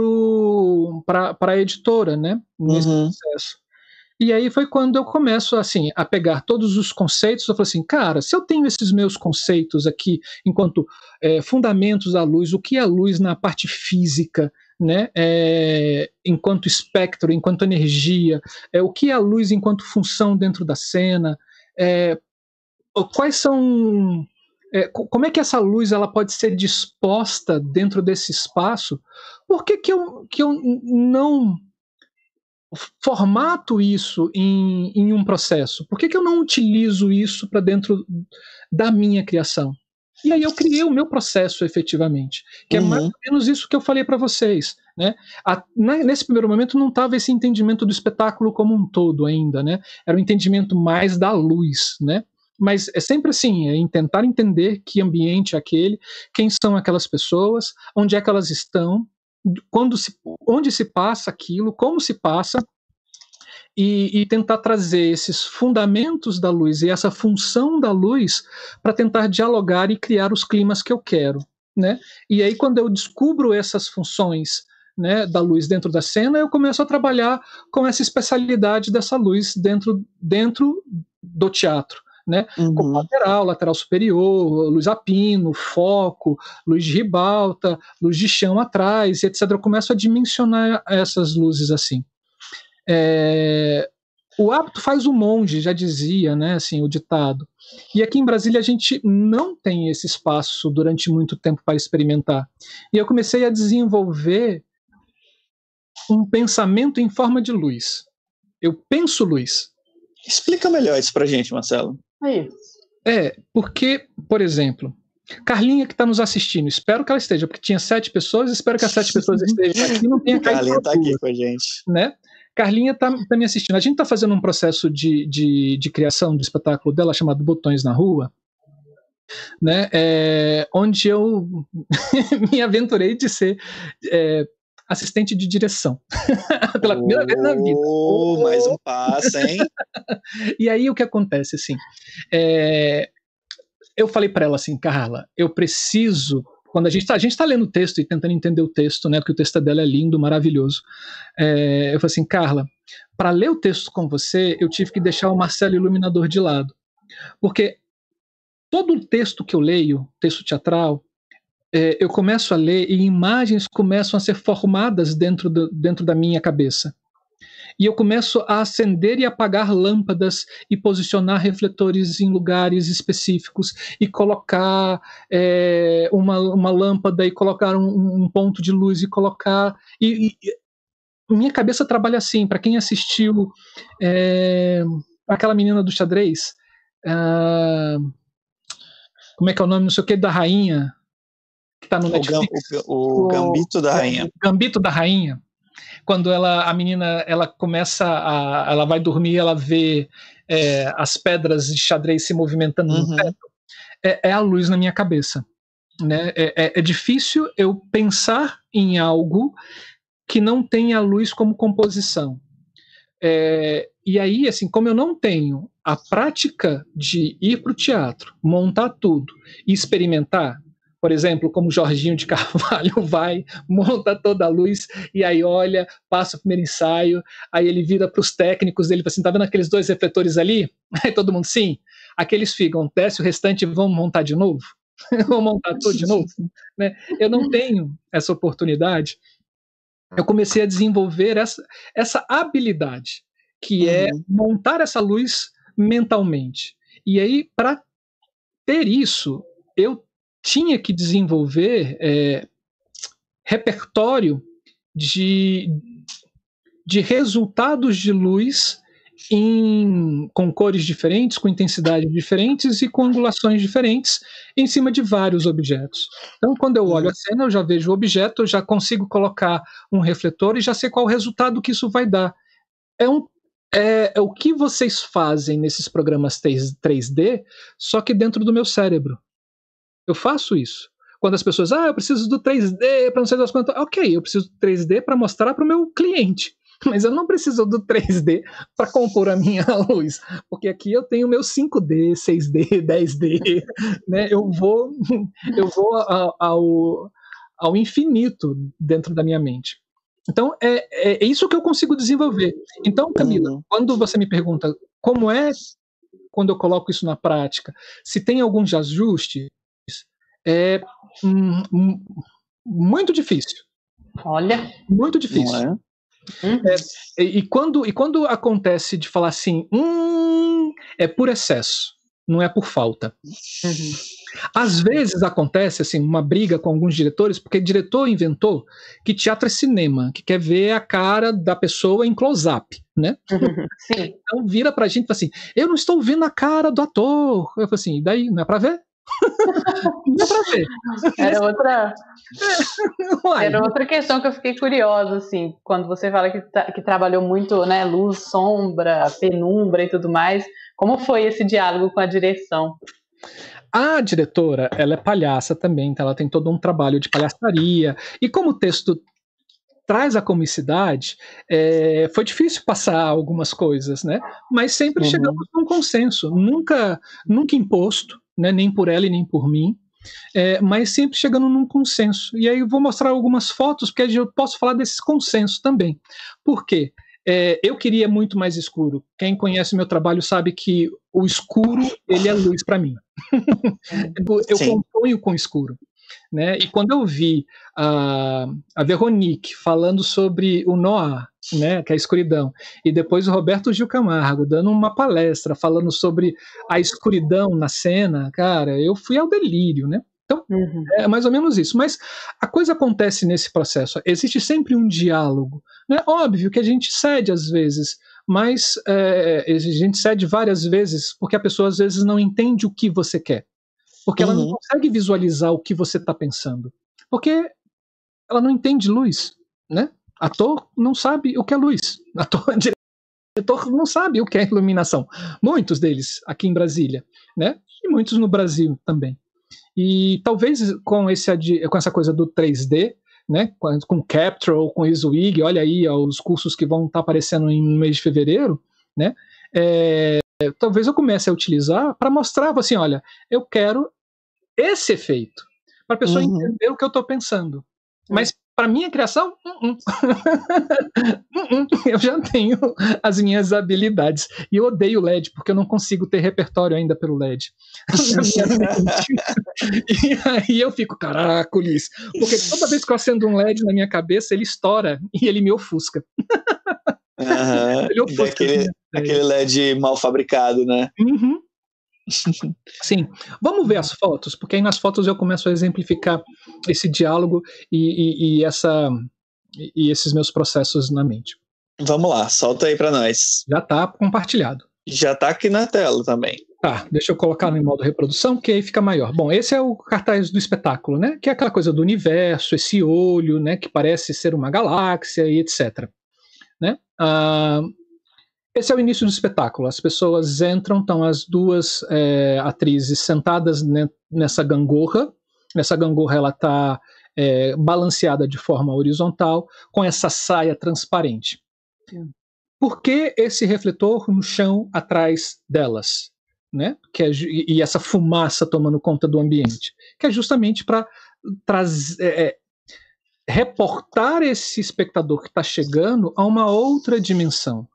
para a editora, né? Nesse uhum. processo. E aí foi quando eu começo assim, a pegar todos os conceitos, eu falo assim, cara, se eu tenho esses meus conceitos aqui enquanto é, fundamentos da luz, o que é a luz na parte física, né, é, enquanto espectro, enquanto energia, é, o que é a luz enquanto função dentro da cena, é, quais são... É, como é que essa luz ela pode ser disposta dentro desse espaço? Por que, que, eu, que eu não... formato isso em, em um processo? Por que, que eu não utilizo isso para dentro da minha criação? E aí eu criei o meu processo efetivamente, que uhum. é mais ou menos isso que eu falei para vocês, né? A, na, nesse primeiro momento não estava esse entendimento do espetáculo como um todo ainda, né? Era um entendimento mais da luz, né? Mas é sempre assim, é em tentar entender que ambiente é aquele, quem são aquelas pessoas, onde é que elas estão, quando se, onde se passa aquilo, como se passa, e, e tentar trazer esses fundamentos da luz e essa função da luz para tentar dialogar e criar os climas que eu quero, né? E aí quando eu descubro essas funções, né, da luz dentro da cena, eu começo a trabalhar com essa especialidade dessa luz dentro, dentro do teatro, né? Uhum. Como lateral, lateral superior, luz a pino, foco, luz de ribalta, luz de chão atrás, etcétera. Eu começo a dimensionar essas luzes assim. É... O hábito faz o monge, já dizia, né, assim, o ditado. E aqui em Brasília a gente não tem esse espaço durante muito tempo para experimentar. E eu comecei a desenvolver um pensamento em forma de luz. Eu penso luz. Explica melhor isso pra gente, Marcelo. Aí. É, porque, por exemplo, Carlinha que está nos assistindo, espero que ela esteja, porque tinha sete pessoas, espero que as sete pessoas estejam aqui, não tenha caído. Carlinha está aqui com a gente. Né? Carlinha está tá me assistindo. A gente está fazendo um processo de, de, de criação do espetáculo dela chamado Botões na Rua, né? É, onde eu me aventurei de ser é, assistente de direção pela oh, primeira vez na vida. Oh, mais um passo, hein? E aí o que acontece, assim, é, eu falei para ela assim, Carla, eu preciso, quando a gente está a gente tá lendo o texto e tentando entender o texto, né, porque o texto dela é lindo, maravilhoso, é, eu falei assim, Carla, para ler o texto com você, eu tive que deixar o Marcelo Iluminador de lado, porque todo o texto que eu leio, texto teatral, é, eu começo a ler e imagens começam a ser formadas dentro, do, dentro da minha cabeça. E eu começo a acender e apagar lâmpadas e posicionar refletores em lugares específicos e colocar é, uma, uma lâmpada e colocar um, um ponto de luz e colocar... E, e minha cabeça trabalha assim, para quem assistiu é, aquela menina do xadrez, uh, como é que é o nome, não sei o que, da rainha, que está no Netflix. O, o, o Gambito da Rainha. O Gambito da Rainha. Quando ela, a menina ela começa a, ela vai dormir, ela vê é, as pedras de xadrez se movimentando uhum. no teto, é, é a luz na minha cabeça, né? É, é, é difícil eu pensar em algo que não tenha a luz como composição. É, e aí, assim, como eu não tenho a prática de ir para o teatro, montar tudo e experimentar, por exemplo, como o Jorginho de Carvalho vai, monta toda a luz e aí olha, passa o primeiro ensaio, aí ele vira para os técnicos dele e fala assim, tá vendo aqueles dois refletores ali? Aí todo mundo, sim. Aqueles ficam, desce o restante e vão montar de novo? Vão montar tudo de novo? Né? Eu não tenho essa oportunidade. Eu comecei a desenvolver essa, essa habilidade, que uhum. é montar essa luz mentalmente. E aí, para ter isso, eu tinha que desenvolver é, repertório de, de resultados de luz em, com cores diferentes, com intensidades diferentes e com angulações diferentes em cima de vários objetos. Então, quando eu olho a cena, eu já vejo o objeto, eu já consigo colocar um refletor e já sei qual o resultado que isso vai dar. É, um, é, é o que vocês fazem nesses programas três D, só que dentro do meu cérebro. Eu faço isso. Quando as pessoas, ah, eu preciso do três D para não sei das quantas. Ok, eu preciso do três D para mostrar para o meu cliente. Mas eu não preciso do três D para compor a minha luz. Porque aqui eu tenho meu cinco D, seis D, dez D. Né? Eu vou, eu vou ao, ao, ao infinito dentro da minha mente. Então, é, é isso que eu consigo desenvolver. Então, Camila, uhum. quando você me pergunta como é quando eu coloco isso na prática, se tem alguns ajustes, é hum, hum, muito difícil. Olha. Muito difícil. Não é? Uhum. É, e, quando, e quando acontece de falar assim, hum, é por excesso, não é por falta. Uhum. Às vezes acontece assim, uma briga com alguns diretores, porque o diretor inventou que teatro é cinema, que quer ver a cara da pessoa em close-up, né? Uhum. Sim. Então vira pra gente e fala assim, eu não estou vendo a cara do ator. Eu falo assim, e daí, não é pra ver? Não é pra ver. Era outra, era outra questão que eu fiquei curiosa, assim, quando você fala que, tra- que trabalhou muito, né, luz, sombra, penumbra e tudo mais, como foi esse diálogo com a direção? A diretora, ela é palhaça também, então ela tem todo um trabalho de palhaçaria, e como o texto traz a comicidade, é, foi difícil passar algumas coisas, né? Mas sempre uhum. chegamos a um consenso, nunca, nunca imposto, né? Nem por ela e nem por mim, é, mas sempre chegando num consenso. E aí eu vou mostrar algumas fotos, porque eu posso falar desses consensos também. Por quê? é, eu queria muito mais escuro. Quem conhece meu trabalho sabe que o escuro, ele é luz para mim. Eu Sim. componho com escuro. Né? E quando eu vi a, a Veronique falando sobre o noir, né, que é a escuridão, e depois o Roberto Gil Camargo dando uma palestra falando sobre a escuridão na cena, cara, eu fui ao delírio, né? Então, uhum. é mais ou menos isso. Mas a coisa acontece nesse processo. Existe sempre um diálogo. Né? Óbvio que a gente cede às vezes, mas é, a gente cede várias vezes porque a pessoa às vezes não entende o que você quer. Porque ela uhum. não consegue visualizar o que você está pensando. Porque ela não entende luz. Né? Ator não sabe o que é luz. Ator, diretor não sabe o que é iluminação. Muitos deles aqui em Brasília. Né? E muitos no Brasil também. E talvez com, esse, com essa coisa do três D, né, com, com Capture, com Iswig, olha aí ó, os cursos que vão estar tá aparecendo em, no mês de fevereiro, né, é, talvez eu comece a utilizar para mostrar assim, olha, eu quero esse efeito, para a pessoa uhum. entender o que eu estou pensando. Mas para minha criação, uh -uh. uh -uh. eu já tenho as minhas habilidades. E eu odeio L E D, porque eu não consigo ter repertório ainda pelo L E D. E aí eu fico, caracolis. Porque toda vez que eu acendo um L E D na minha cabeça, ele estoura e ele me ofusca. Uhum. Ele ofusca aquele, aquele L E D mal fabricado, né? Uhum. Sim, vamos ver as fotos, porque aí nas fotos eu começo a exemplificar esse diálogo e, e, e, essa, e esses meus processos na mente. Vamos lá, solta aí para nós. Já está compartilhado. Já está aqui na tela também. Tá, deixa eu colocar no modo reprodução, que aí fica maior. Bom, esse é o cartaz do espetáculo, né? Que é aquela coisa do universo, esse olho, né? Que parece ser uma galáxia e etcétera. Né? Ah, Esse é o início do espetáculo. As pessoas entram, estão as duas é, atrizes sentadas nessa gangorra. Nessa gangorra ela está é, balanceada de forma horizontal, com essa saia transparente. Sim. Por que esse refletor no chão atrás delas? Né? Que é, e essa fumaça tomando conta do ambiente? Que é justamente para trazer... É, reportar esse espectador que está chegando a uma outra dimensão.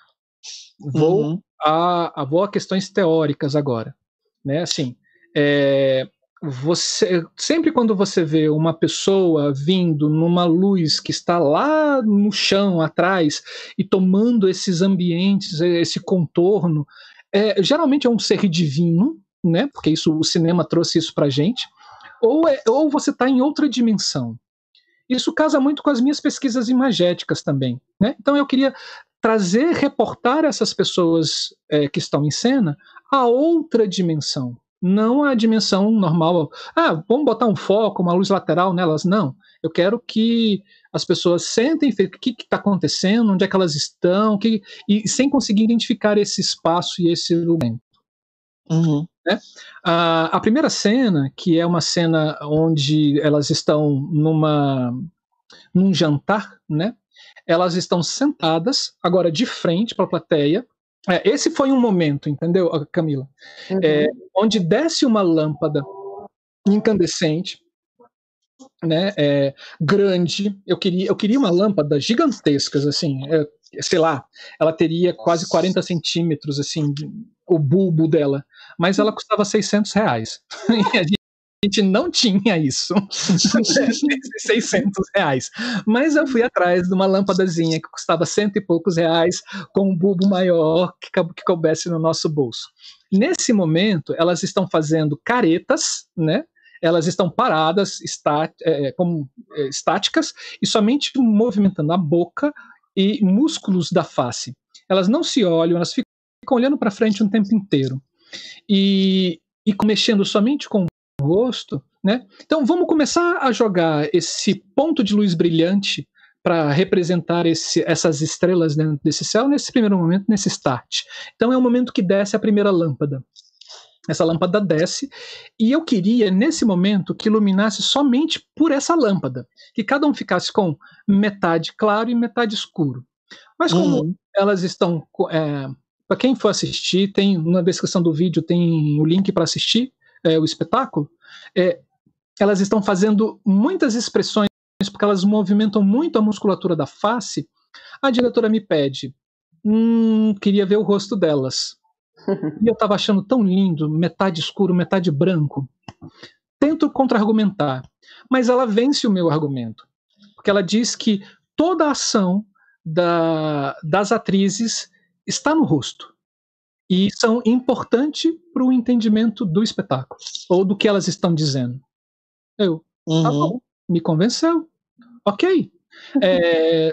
Vou, uhum. a, a, vou a questões teóricas agora, né? Assim, é, você, sempre quando você vê uma pessoa vindo numa luz que está lá no chão atrás e tomando esses ambientes, esse contorno, é, geralmente é um ser divino, né? Porque isso, o cinema trouxe isso pra gente, ou, é, ou você está em outra dimensão. Isso casa muito com as minhas pesquisas imagéticas também, né? Então eu queria trazer, reportar essas pessoas é, que estão em cena a outra dimensão, não a dimensão normal. Ah, vamos botar um foco, uma luz lateral nelas. Não, eu quero que as pessoas sentem o que está acontecendo, onde é que elas estão, que, e sem conseguir identificar esse espaço e esse lugar. Uhum. Né? A, a primeira cena, que é uma cena onde elas estão numa, num jantar, né? Elas estão sentadas, agora de frente para a plateia. É, esse foi um momento, entendeu, Camila? Uhum. É, onde desce uma lâmpada incandescente, né, é, grande. Eu queria, eu queria uma lâmpada gigantesca, assim, é, sei lá, ela teria quase quarenta centímetros, assim, o bulbo dela, mas ela custava seiscentos reais. E a gente A gente não tinha isso, seiscentos reais, mas eu fui atrás de uma lâmpadazinha que custava cento e poucos reais, com um bulbo maior que, que coubesse no nosso bolso. Nesse momento, elas estão fazendo caretas, né? Elas estão paradas, está, é, como, é, estáticas, e somente movimentando a boca e músculos da face. Elas não se olham, elas ficam olhando para frente um tempo inteiro. E, e mexendo somente com rosto, né? Então vamos começar a jogar esse ponto de luz brilhante para representar esse, essas estrelas dentro desse céu nesse primeiro momento, nesse start. Então é o momento que desce a primeira lâmpada. Essa lâmpada desce e eu queria nesse momento que iluminasse somente por essa lâmpada, que cada um ficasse com metade claro e metade escuro. Mas como uhum. elas estão, é, para quem for assistir, tem na descrição do vídeo tem o link para assistir É, o espetáculo, é, elas estão fazendo muitas expressões porque elas movimentam muito a musculatura da face A diretora me pede, hum, queria ver o rosto delas. E eu estava achando tão lindo, metade escuro, metade branco. Tento contra-argumentar, mas ela vence o meu argumento. Porque ela diz que toda a ação da, das atrizes está no rosto. E são importantes para o entendimento do espetáculo, ou do que elas estão dizendo. Eu, uhum. Tá bom, me convenceu. Ok. É,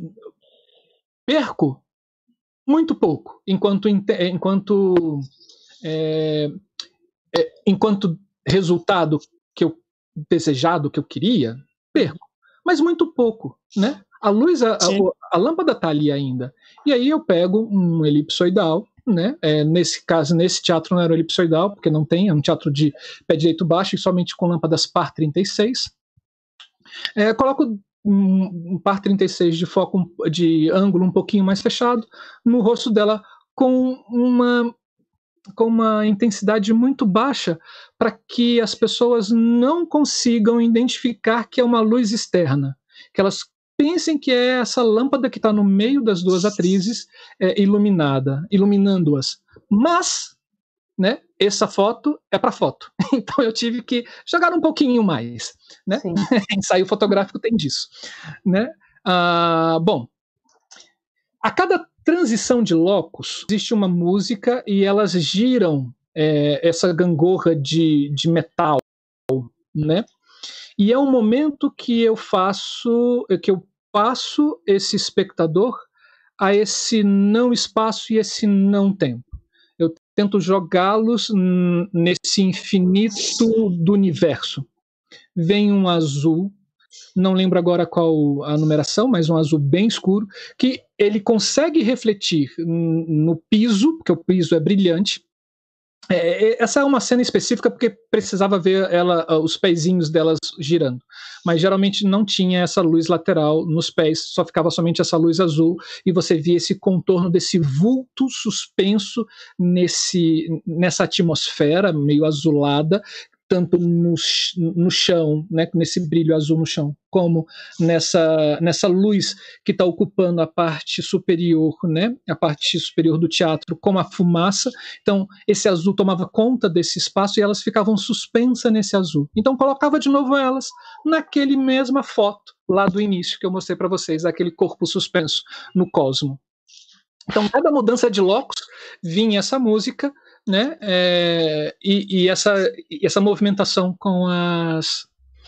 perco muito pouco, enquanto, enquanto, é, é, enquanto resultado que eu desejado, que eu queria, perco. Mas muito pouco, né? A luz, a, a, a lâmpada está ali ainda. E aí eu pego um elipsoidal, né? É, nesse caso, nesse teatro não era elipsoidal, porque não tem, é um teatro de pé direito baixo e somente com lâmpadas par trinta e seis. É, coloco um, um par trinta e seis de foco, de ângulo um pouquinho mais fechado, no rosto dela com uma, com uma intensidade muito baixa, para que as pessoas não consigam identificar que é uma luz externa, que elas pensem que é essa lâmpada que está no meio das duas atrizes é, iluminada, iluminando-as. Mas, né, essa foto é para foto. Então eu tive que jogar um pouquinho mais. Né? Ensaio fotográfico tem disso. Né? Ah, bom, a cada transição de locus existe uma música e elas giram é, essa gangorra de, de metal. Né? E é um momento que eu faço, que eu passo esse espectador a esse não espaço e esse não tempo. Eu tento jogá-los nesse infinito do universo. Vem um azul, não lembro agora qual a numeração, mas um azul bem escuro, que ele consegue refletir no piso, porque o piso é brilhante. É, essa é uma cena específica porque precisava ver ela, os pezinhos delas girando, mas geralmente não tinha essa luz lateral nos pés, só ficava somente essa luz azul e você via esse contorno desse vulto suspenso nesse, nessa atmosfera meio azulada, tanto no, no chão, né, nesse brilho azul no chão, como nessa, nessa luz que está ocupando a parte superior, né, a parte superior do teatro, como a fumaça. Então, esse azul tomava conta desse espaço e elas ficavam suspensas nesse azul. Então, colocava de novo elas naquele mesma foto, lá do início, que eu mostrei para vocês, aquele corpo suspenso no cosmo. Então, cada mudança de locus vinha essa música, né? É, e, e, essa, e essa movimentação com as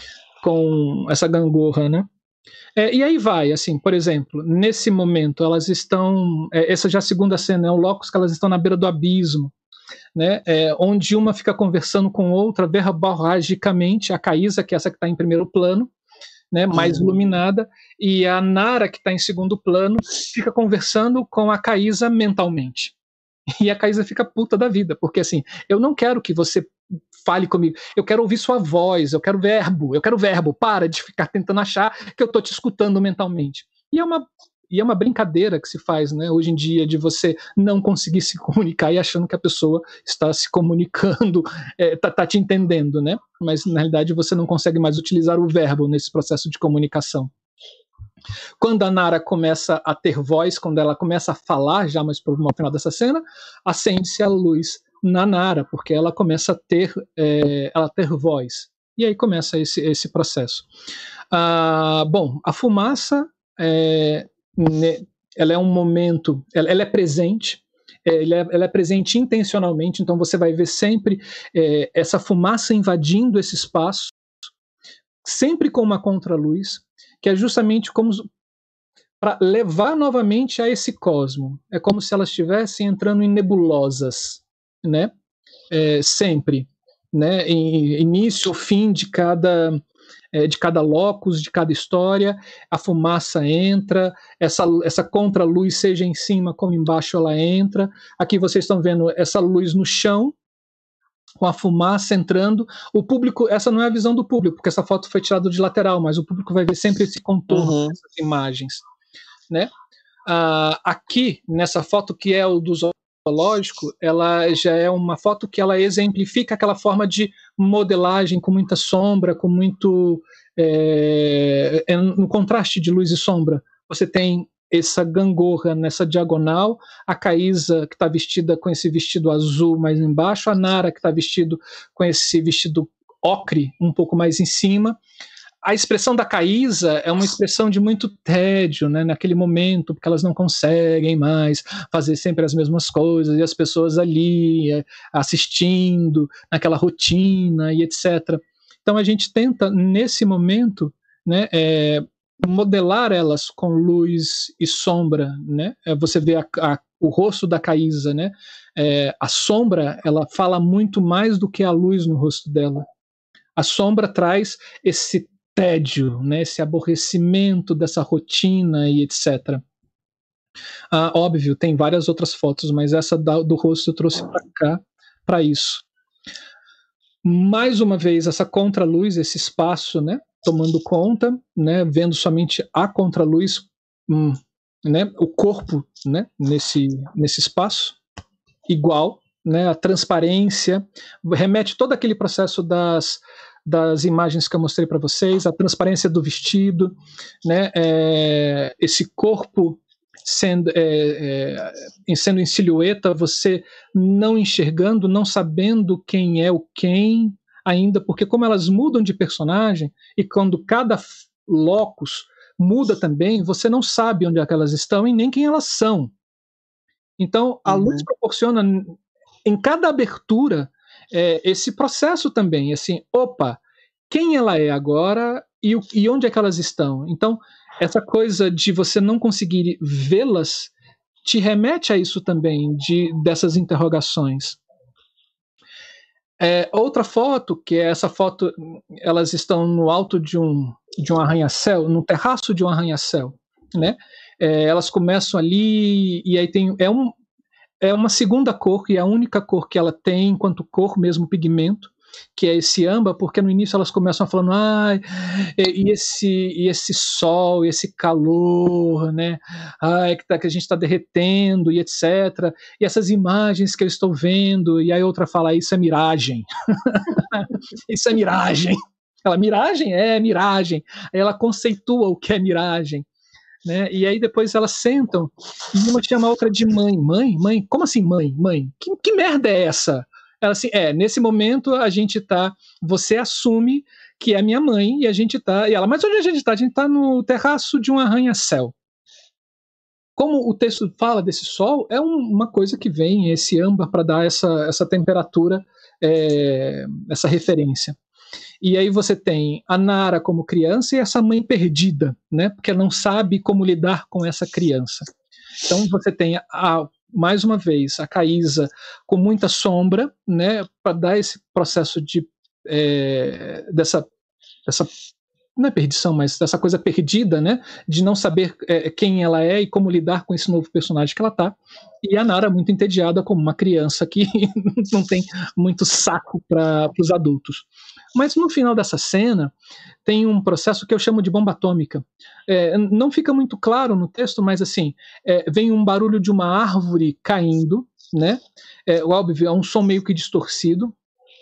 com essa gangorra, né? É, e aí vai, assim, por exemplo, nesse momento elas estão, é, essa já é a segunda cena, é o locus que elas estão na beira do abismo, né? É, onde uma fica conversando com outra verborragicamente, a Caísa, que é essa que está em primeiro plano, né, mais uhum. iluminada, e a Nara, que está em segundo plano, fica conversando com a Caísa mentalmente. E a Caísa fica puta da vida, porque assim, eu não quero que você fale comigo, eu quero ouvir sua voz, eu quero verbo, eu quero verbo, para de ficar tentando achar que eu tô te escutando mentalmente. E é uma, e é uma brincadeira que se faz, né, hoje em dia, de você não conseguir se comunicar e achando que a pessoa está se comunicando, é, tá, tá te entendendo, né? Mas na realidade você não consegue mais utilizar o verbo nesse processo de comunicação. Quando a Nara começa a ter voz, quando ela começa a falar, já mais pro final dessa cena, acende-se a luz na Nara, porque ela começa a ter, é, ela ter voz. E aí começa esse, esse processo. Ah, bom, a fumaça, é, ne, ela é um momento, ela, ela é presente, ela é, ela é presente intencionalmente, então você vai ver sempre é, essa fumaça invadindo esse espaço, sempre com uma contraluz, que é justamente como para levar novamente a esse cosmo. É como se elas estivessem entrando em nebulosas, né? É, sempre, né? Em início ou fim de cada, é, de cada locus, de cada história, a fumaça entra, essa, essa contraluz, seja em cima como embaixo, ela entra. Aqui vocês estão vendo essa luz no chão, com a fumaça entrando. O público, essa não é a visão do público, porque essa foto foi tirada de lateral, mas o público vai ver sempre esse contorno uhum. dessas imagens, né? Ah, aqui, nessa foto que é o do zoológico, ela já é uma foto que ela exemplifica aquela forma de modelagem com muita sombra, com muito... É, é, no contraste de luz e sombra. Você tem essa gangorra nessa diagonal, a Caísa que está vestida com esse vestido azul mais embaixo, a Nara que está vestido com esse vestido ocre um pouco mais em cima. A expressão da Caísa é uma expressão de muito tédio, né, naquele momento, porque elas não conseguem mais fazer sempre as mesmas coisas, e as pessoas ali é, assistindo, naquela rotina e etcétera. Então a gente tenta, nesse momento, né, é, modelar elas com luz e sombra, né? Você vê a, a, o rosto da Caísa, né? É, a sombra, ela fala muito mais do que a luz no rosto dela. A sombra traz esse tédio, né? Esse aborrecimento dessa rotina e etcétera. Ah, óbvio, tem várias outras fotos, mas essa da, do rosto eu trouxe para cá para isso. Mais uma vez, essa contraluz, esse espaço, né? Tomando conta, né, vendo somente a contraluz, hum, né, o corpo, né, nesse, nesse espaço, igual, né, a transparência, remete todo aquele processo das, das imagens que eu mostrei para vocês, a transparência do vestido, né, é, esse corpo sendo, é, é, sendo em silhueta, você não enxergando, não sabendo quem é o quem, ainda, porque como elas mudam de personagem, e quando cada locus muda também, você não sabe onde é que elas estão e nem quem elas são. Então, a uhum. luz proporciona, em cada abertura, é, esse processo também, assim, opa, quem ela é agora e, o, e onde é que elas estão? Então, essa coisa de você não conseguir vê-las te remete a isso também, de, dessas interrogações. É, outra foto, que é essa foto, elas estão no alto de um, de um arranha-céu, no terraço de um arranha-céu, né? É, elas começam ali e aí tem é, um, é uma segunda cor, e a única cor que ela tem enquanto cor, mesmo pigmento, que é esse âmbar, porque no início elas começam falando, ai, e, e, esse, e esse sol, e esse calor, né, ai, que, tá, que a gente está derretendo, e etcétera. E essas imagens que eu estou vendo, e aí outra fala, isso é miragem. Isso é miragem. Ela, miragem? É, miragem. Aí ela conceitua o que é miragem. Né? E aí depois elas sentam, e uma chama a outra de mãe. Mãe? Mãe? Como assim mãe? Mãe? Que, que merda é essa? Ela assim, é, nesse momento a gente tá, você assume que é minha mãe, e a gente tá, e ela, mas onde a gente tá? A gente tá no terraço de um arranha-céu. Como o texto fala desse sol, é um, uma coisa que vem, esse âmbar, para dar essa, essa temperatura, é, essa referência. E aí você tem a Nara como criança e essa mãe perdida, né? Porque não sabe como lidar com essa criança. Então você tem a mais uma vez, a Caísa com muita sombra, né, para dar esse processo de é, dessa, dessa, não é perdição, mas dessa coisa perdida, né, de não saber é, quem ela é e como lidar com esse novo personagem que ela tá, e a Nara muito entediada como uma criança que não tem muito saco para os adultos. Mas no final dessa cena tem um processo que eu chamo de bomba atômica. É, não fica muito claro no texto, mas assim, é, vem um barulho de uma árvore caindo, né? É, óbvio, é um som meio que distorcido,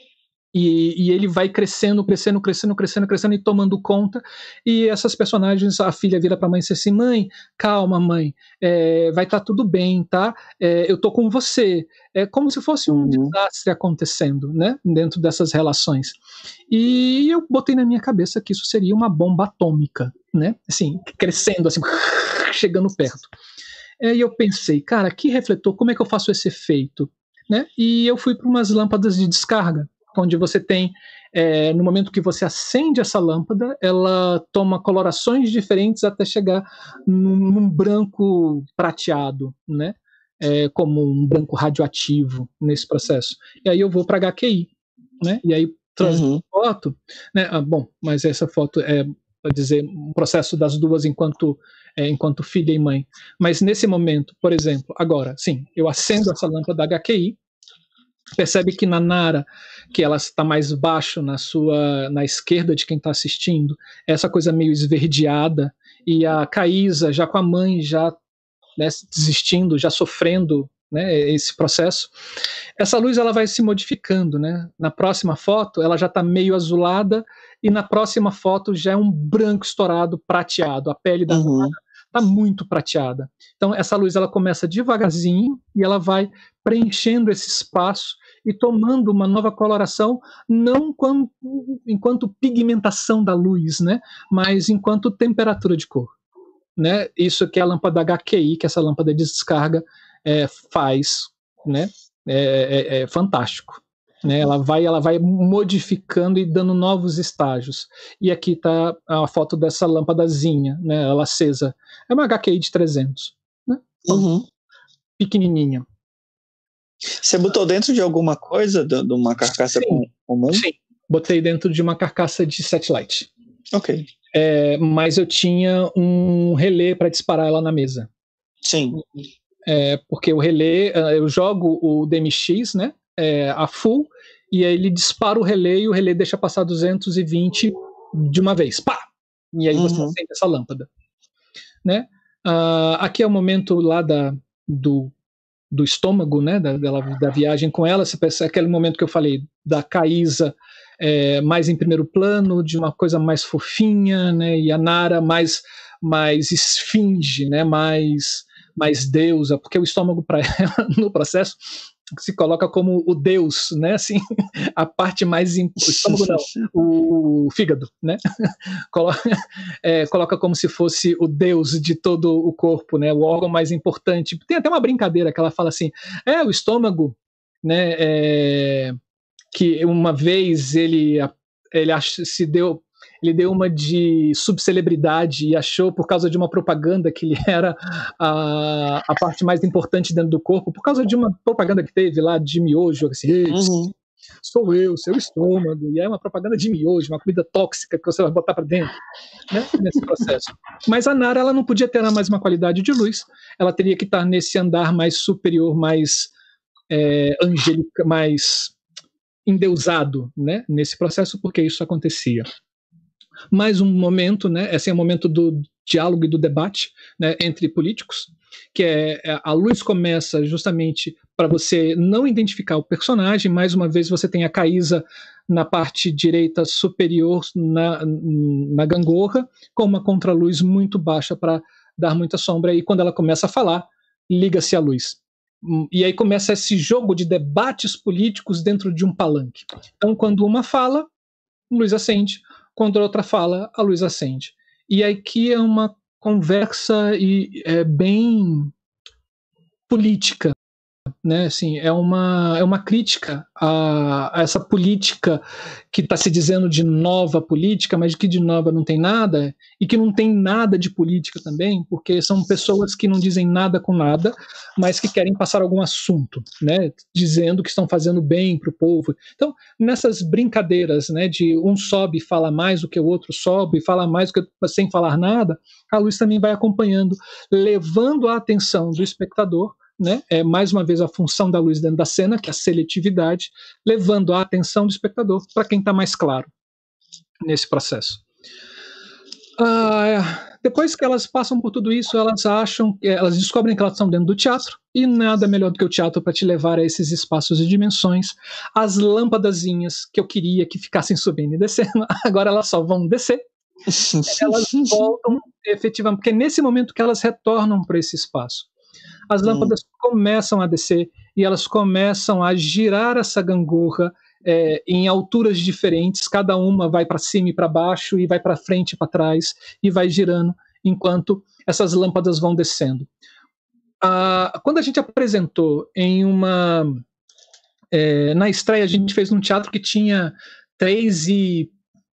e, e ele vai crescendo, crescendo, crescendo, crescendo, crescendo e tomando conta, e essas personagens, a filha vira pra mãe e diz assim, mãe, calma mãe, é, vai estar tá tudo bem, tá? É, eu tô com você. É como se fosse um uhum. desastre acontecendo, né? Dentro dessas relações. E eu botei na minha cabeça que isso seria uma bomba atômica, né? Assim, crescendo, assim, chegando perto. É, e eu pensei, cara, que refletor, como é que eu faço esse efeito? Né? E eu fui para umas lâmpadas de descarga, onde você tem, é, no momento que você acende essa lâmpada, ela toma colorações diferentes até chegar num, num branco prateado, né? É, como um branco radioativo nesse processo. E aí eu vou para H Q I, né? E aí traz uhum. foto, né? Ah, bom, mas essa foto é, para dizer, um processo das duas enquanto, é, enquanto filha e mãe. Mas nesse momento, por exemplo, agora, sim, eu acendo essa lâmpada da H Q I, percebe que na Nara, que ela está mais baixo na sua, na esquerda de quem está assistindo, essa coisa meio esverdeada, e a Caísa já com a mãe já, né, desistindo, já sofrendo, né, esse processo. Essa luz ela vai se modificando, né? Na próxima foto ela já está meio azulada, e na próxima foto já é um branco estourado, prateado. A pele da uhum. Nara está muito prateada. Então essa luz ela começa devagarzinho e ela vai preenchendo esse espaço e tomando uma nova coloração, não quanto, enquanto pigmentação da luz, né, mas enquanto temperatura de cor. Né? Isso que a lâmpada H Q I, que essa lâmpada de descarga é, faz, né? é, é, é fantástico. Né? Ela, vai, ela vai modificando e dando novos estágios. E aqui está a foto dessa lâmpadazinha, né? Ela acesa. É uma H Q I de trezentos. Né? Uhum. Pequenininha. Você botou dentro de alguma coisa, de, de uma carcaça Sim. comum? Sim, botei dentro de uma carcaça de satellite. Ok. É, mas eu tinha um relé para disparar ela na mesa. Sim. É, porque o relé, eu jogo o D M X, né, é, a full, e aí ele dispara o relé e o relé deixa passar duzentos e vinte de uma vez. Pá! E aí você uhum. acende essa lâmpada. Né? Uh, aqui é o momento lá da, do, do estômago, né, da, da, da viagem com ela. Você pensa, aquele momento que eu falei da Caísa, É, mais em primeiro plano, de uma coisa mais fofinha, né, e a Nara mais, mais esfinge, né, mais, mais deusa, porque o estômago para ela, no processo, se coloca como o deus, né, assim, a parte mais, imp... o estômago não, o, o fígado, né, coloca, é, coloca como se fosse o deus de todo o corpo, né, o órgão mais importante. Tem até uma brincadeira que ela fala assim, é, o estômago, né, é... que uma vez ele, ele ach, se deu, ele deu uma de subcelebridade e achou, por causa de uma propaganda, que ele era a, a parte mais importante dentro do corpo, por causa de uma propaganda que teve lá de miojo, assim, uhum. sou eu, seu estômago, e é uma propaganda de miojo, uma comida tóxica que você vai botar para dentro, né, nesse processo. Mas a Nara, ela não podia ter mais uma qualidade de luz, ela teria que estar nesse andar mais superior, mais é, angélica, mais endeusado, né, nesse processo, porque isso acontecia. Mais um momento, né, esse é o momento do diálogo e do debate, né, entre políticos, que é a luz começa justamente para você não identificar o personagem. Mais uma vez você tem a Caísa na parte direita superior na, na gangorra, com uma contraluz muito baixa para dar muita sombra, e quando ela começa a falar, liga-se a luz. E aí começa esse jogo de debates políticos dentro de um palanque. Então, quando uma fala, a luz acende. Quando a outra fala, a luz acende. E aqui é uma conversa e, é, bem política. Né, assim, é, uma, é uma crítica a, a essa política que está se dizendo de nova política, mas que de nova não tem nada, e que não tem nada de política também, porque são pessoas que não dizem nada com nada, mas que querem passar algum assunto, né, dizendo que estão fazendo bem para o povo. Então, nessas brincadeiras, né, de um sobe e fala mais do que o outro sobe, e fala mais do que, sem falar nada, a luz também vai acompanhando, levando a atenção do espectador. Né? É mais uma vez a função da luz dentro da cena, que é a seletividade, levando a atenção do espectador para quem está mais claro nesse processo. Ah, depois que elas passam por tudo isso, elas acham, elas descobrem que elas estão dentro do teatro, e nada melhor do que o teatro para te levar a esses espaços e dimensões. As lâmpadazinhas que eu queria que ficassem subindo e descendo, agora elas só vão descer. Elas voltam efetivamente, porque é nesse momento que elas retornam para esse espaço. As lâmpadas hum. começam a descer e elas começam a girar essa gangorra é, em alturas diferentes, cada uma vai para cima e para baixo, e vai para frente e para trás, e vai girando enquanto essas lâmpadas vão descendo. Ah, quando a gente apresentou em uma... É, na estreia, a gente fez num teatro que tinha três e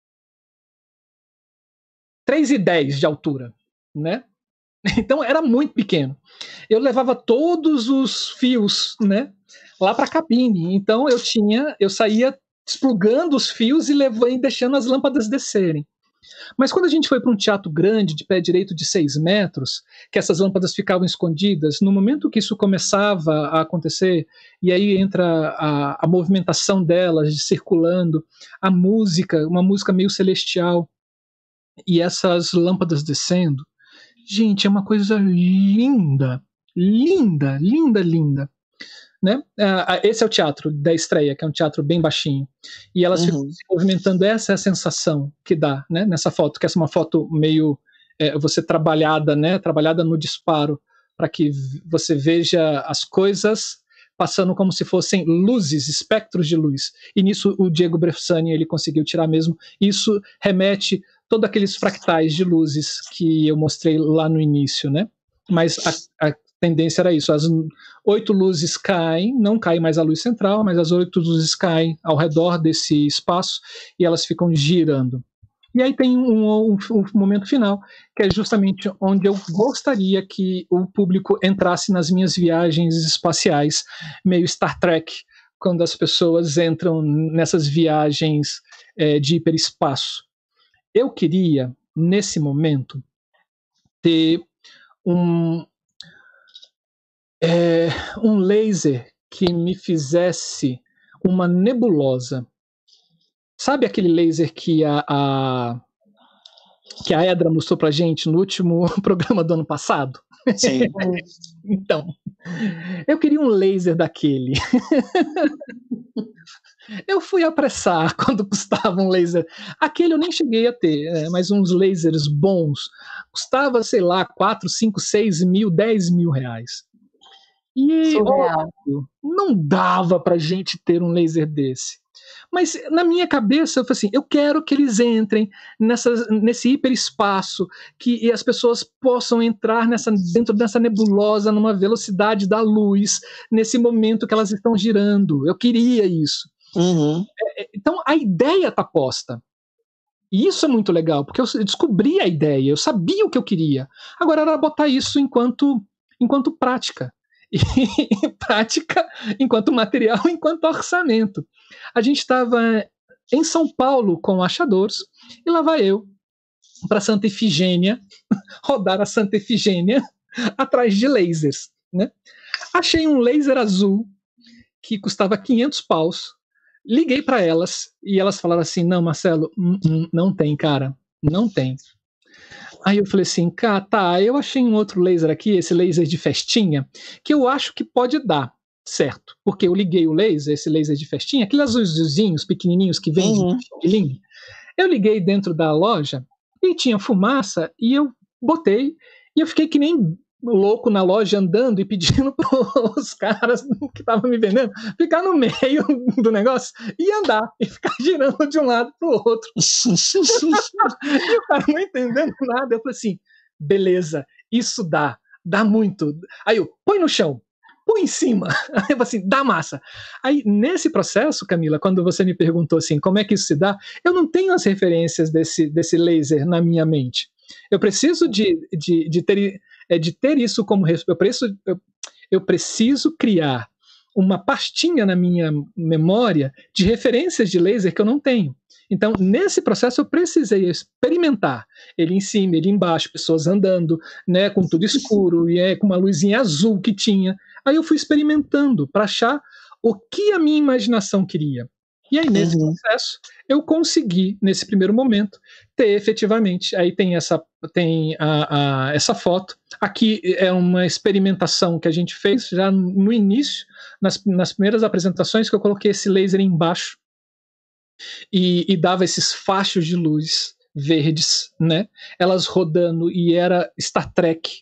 dez de altura, né? Então era muito pequeno. Eu levava todos os fios, né, lá para a cabine. Então eu tinha, eu saía desplugando os fios e levando e deixando as lâmpadas descerem. Mas quando a gente foi para um teatro grande, de pé direito de seis metros, que essas lâmpadas ficavam escondidas, no momento que isso começava a acontecer, e aí entra a, a movimentação delas, de circulando, a música, uma música meio celestial, e essas lâmpadas descendo, gente, é uma coisa linda, linda, linda, linda. Né? Uh, esse é o teatro da estreia, que é um teatro bem baixinho. E elas uhum. ficam se movimentando, essa é a sensação que dá, né, nessa foto, que essa é uma foto meio é, você trabalhada, né, trabalhada no disparo, para que você veja as coisas passando como se fossem luzes, espectros de luz. E nisso o Diego Bressani ele conseguiu tirar mesmo. Isso remete todos aqueles fractais de luzes que eu mostrei lá no início, né? Mas a, a tendência era isso. As oito luzes caem, não cai mais a luz central, mas as oito luzes caem ao redor desse espaço e elas ficam girando. E aí tem um, um, um momento final, que é justamente onde eu gostaria que o público entrasse nas minhas viagens espaciais, meio Star Trek, quando as pessoas entram nessas viagens é, de hiperespaço. Eu queria, nesse momento, ter um, é, um laser que me fizesse uma nebulosa. Sabe aquele laser que a, a, que a Edra mostrou pra gente no último programa do ano passado? Sim. Então, eu queria um laser daquele. Eu fui apressar quando custava um laser. Aquele eu nem cheguei a ter, né, mas uns lasers bons. Custava, sei lá, quatro, cinco, seis mil, dez mil reais. E óbvio, não dava pra gente ter um laser desse. Mas na minha cabeça eu falei assim, eu quero que eles entrem nessa, nesse hiperespaço, que as pessoas possam entrar nessa, dentro dessa nebulosa numa velocidade da luz, nesse momento que elas estão girando. Eu queria isso. Uhum. Então a ideia está posta. E isso é muito legal, porque eu descobri a ideia, eu sabia o que eu queria. Agora era botar isso enquanto, enquanto prática. E prática enquanto material, enquanto orçamento. A gente estava em São Paulo com achadores e lá vai eu para Santa Efigênia rodar a Santa Efigênia atrás de lasers, né? Achei um laser azul que custava quinhentos paus, liguei para elas e elas falaram assim, não, Marcelo, não tem, cara, não tem. Aí eu falei assim, cara, tá, eu achei um outro laser aqui, esse laser de festinha, que eu acho que pode dar certo, porque eu liguei o laser, esse laser de festinha, aqueles azulzinhos pequenininhos que vem uhum. de eu liguei dentro da loja e tinha fumaça e eu botei e eu fiquei que nem louco na loja andando e pedindo para os caras que estavam me vendendo ficar no meio do negócio e andar e ficar girando de um lado para o outro. E o cara não entendendo nada. Eu falei assim, beleza, isso dá, dá muito. Aí eu, põe no chão, põe em cima. Aí eu falei assim, dá massa. Aí nesse processo, Camila, quando você me perguntou assim, como é que isso se dá, eu não tenho as referências desse, desse laser na minha mente. Eu preciso de, de, de ter... é de ter isso como eu preciso, eu, eu preciso criar uma pastinha na minha memória de referências de laser que eu não tenho. Então, nesse processo, eu precisei experimentar ele em cima, ele embaixo, pessoas andando, né, com tudo escuro, e é, com uma luzinha azul que tinha. Aí eu fui experimentando para achar o que a minha imaginação queria. E aí, nesse uhum. processo, eu consegui, nesse primeiro momento, ter efetivamente, aí tem essa, tem a, a, essa foto, aqui é uma experimentação que a gente fez já no início, nas, nas primeiras apresentações, que eu coloquei esse laser embaixo e, e dava esses fachos de luz verdes, né, elas rodando, e era Star Trek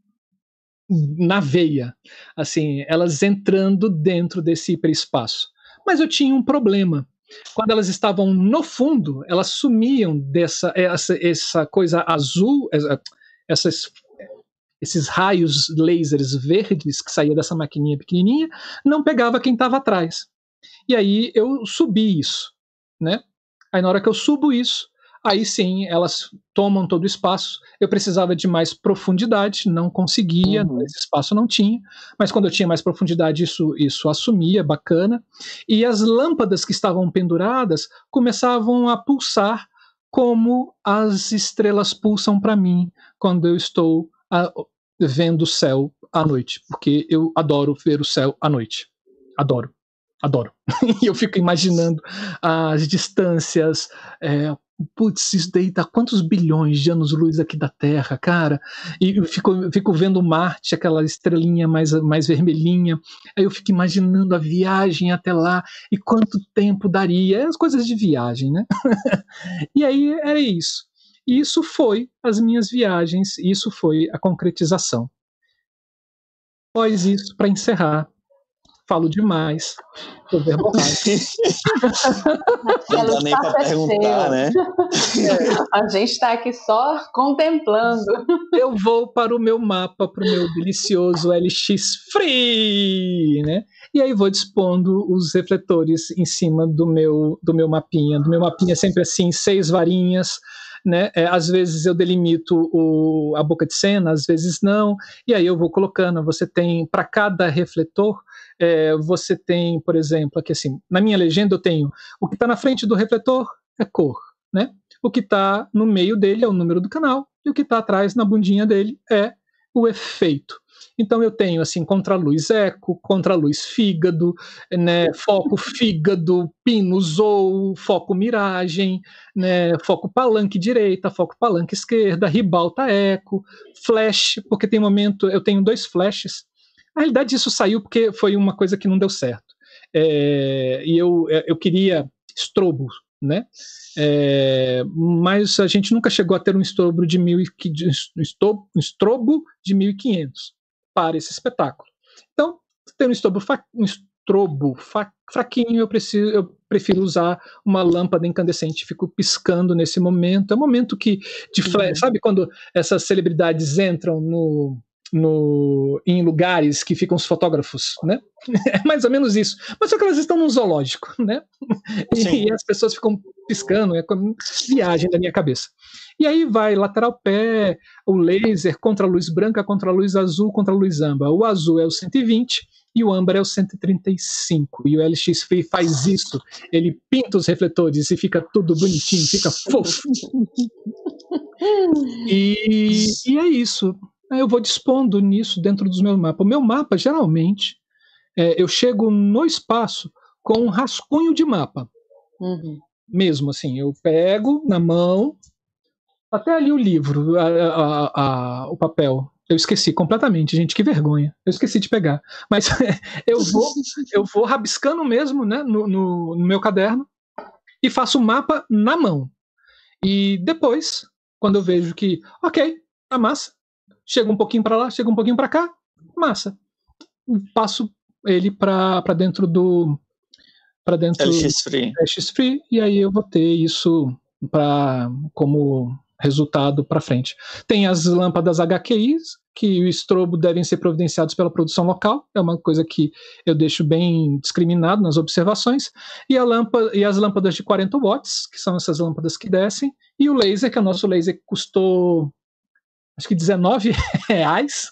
na veia, assim, elas entrando dentro desse hiperespaço. Mas eu tinha um problema. Quando elas estavam no fundo, elas sumiam dessa essa, essa coisa azul, essa, essas, esses raios lasers verdes que saía dessa maquininha pequenininha, não pegava quem estava atrás. E aí eu subi isso, né? Aí na hora que eu subo isso, aí sim, elas tomam todo o espaço. Eu precisava de mais profundidade, não conseguia, uhum. esse espaço não tinha, mas quando eu tinha mais profundidade, isso, isso assumia, bacana. E as lâmpadas que estavam penduradas começavam a pulsar como as estrelas pulsam para mim quando eu estou a, vendo o céu à noite, porque eu adoro ver o céu à noite. Adoro, adoro. E eu fico imaginando as distâncias, é, putz, isso daí tá quantos bilhões de anos-luz aqui da Terra, cara, e eu fico, fico vendo Marte, aquela estrelinha mais, mais vermelhinha, aí eu fico imaginando a viagem até lá, e quanto tempo daria, as coisas de viagem, né? E aí era isso. E isso foi as minhas viagens, isso foi a concretização. Após isso, para encerrar, falo demais, tô verborrado. Não dá nem para perguntar, né? É. A gente está aqui só contemplando. Eu vou para o meu mapa, para o meu delicioso L X Free, né? E aí vou dispondo os refletores em cima do meu, do meu mapinha. Do meu mapinha é sempre assim, seis varinhas, né? É, às vezes eu delimito o, a boca de cena, às vezes não. E aí eu vou colocando, você tem, para cada refletor, é, você tem, por exemplo, aqui assim, na minha legenda eu tenho o que está na frente do refletor é cor, né? O que está no meio dele é o número do canal, e o que está atrás na bundinha dele é o efeito. Então eu tenho assim, contraluz eco, contraluz fígado, né, foco fígado, pinos ou foco miragem, né, foco palanque direita, foco palanque esquerda, ribalta eco, flash, porque tem momento, eu tenho dois flashes. Na realidade isso saiu porque foi uma coisa que não deu certo. É, e eu, eu queria estrobo, né? É, mas a gente nunca chegou a ter um estrobo de mil, um estrobo, um estrobo de mil e quinhentos para esse espetáculo. Então, ter um estrobo, um estrobo fraquinho, eu, preciso, eu prefiro usar uma lâmpada incandescente, fico piscando nesse momento. É um momento que, de flash, uhum. Sabe quando essas celebridades entram no, no, em lugares que ficam os fotógrafos, né? É mais ou menos isso. Mas só que elas estão num zoológico, né? E, e as pessoas ficam piscando, é como viagem da minha cabeça. E aí vai lateral pé, o laser contra a luz branca, contra a luz azul, contra a luz âmbar. O azul é o cento e vinte e o âmbar é o cento e trinta e cinco. E o L X Free faz isso. Ele pinta os refletores e fica tudo bonitinho, fica fofo. E, e é isso. Eu vou dispondo nisso dentro dos meus mapas. O meu mapa, geralmente, é, eu chego no espaço com um rascunho de mapa. Uhum. Mesmo assim, eu pego na mão, até ali o livro, a, a, a, o papel. Eu esqueci completamente, gente, que vergonha. Eu esqueci de pegar. Mas eu vou, eu vou rabiscando mesmo, né, no, no, no meu caderno e faço o mapa na mão. E depois, quando eu vejo que, ok, tá massa, chega um pouquinho para lá, chega um pouquinho para cá, massa. Passo ele para dentro do para dentro L X Free. L X Free, e aí eu vou ter isso pra, como resultado para frente. Tem as lâmpadas H Q Is, que o estrobo devem ser providenciados pela produção local, é uma coisa que eu deixo bem discriminado nas observações, e, a lâmpada, e as lâmpadas de quarenta watts, que são essas lâmpadas que descem, e o laser, que é o nosso laser que custou acho que dezenove reais.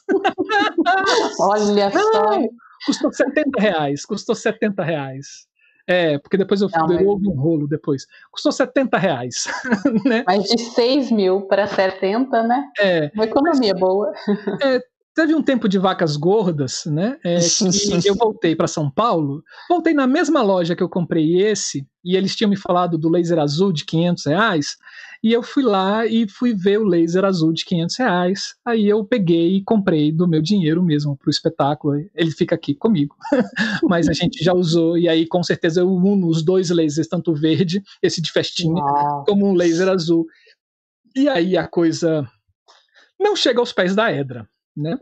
Olha só. Não, custou setenta reais, custou setenta reais. É, porque depois eu Não, mas... houve um rolo depois. Custou setenta reais. Né? Mas de seis mil para setenta, né? É. Uma economia mas, boa. É, teve um tempo de vacas gordas, né? É, que eu voltei para São Paulo, voltei na mesma loja que eu comprei esse, e eles tinham me falado do laser azul de quinhentos reais, e eu fui lá e fui ver o laser azul de quinhentos reais. Aí eu peguei e comprei do meu dinheiro mesmo pro espetáculo. Ele fica aqui comigo. Mas a gente já usou, e aí com certeza eu uno os dois lasers, tanto o verde, esse de festinha, Uau. Como um laser azul. E aí a coisa não chega aos pés da Edra, né?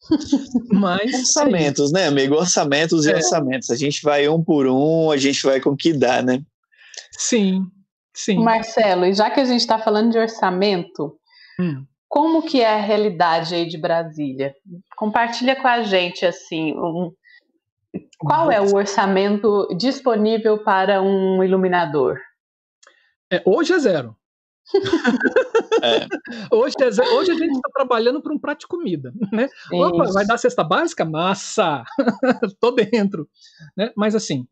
Mas orçamentos, né, amigo? Orçamentos e é. orçamentos. A gente vai um por um, a gente vai com o que dá, né? Sim. Sim. Marcelo, e já que a gente está falando de orçamento, hum. como que é a realidade aí de Brasília? Compartilha com a gente, assim, um, qual é o orçamento disponível para um iluminador? É, hoje é zero. é. Hoje, é zero. Hoje a gente está trabalhando para um prato de comida, né? Opa, vai dar cesta básica? Massa! Tô dentro. Né? Mas assim,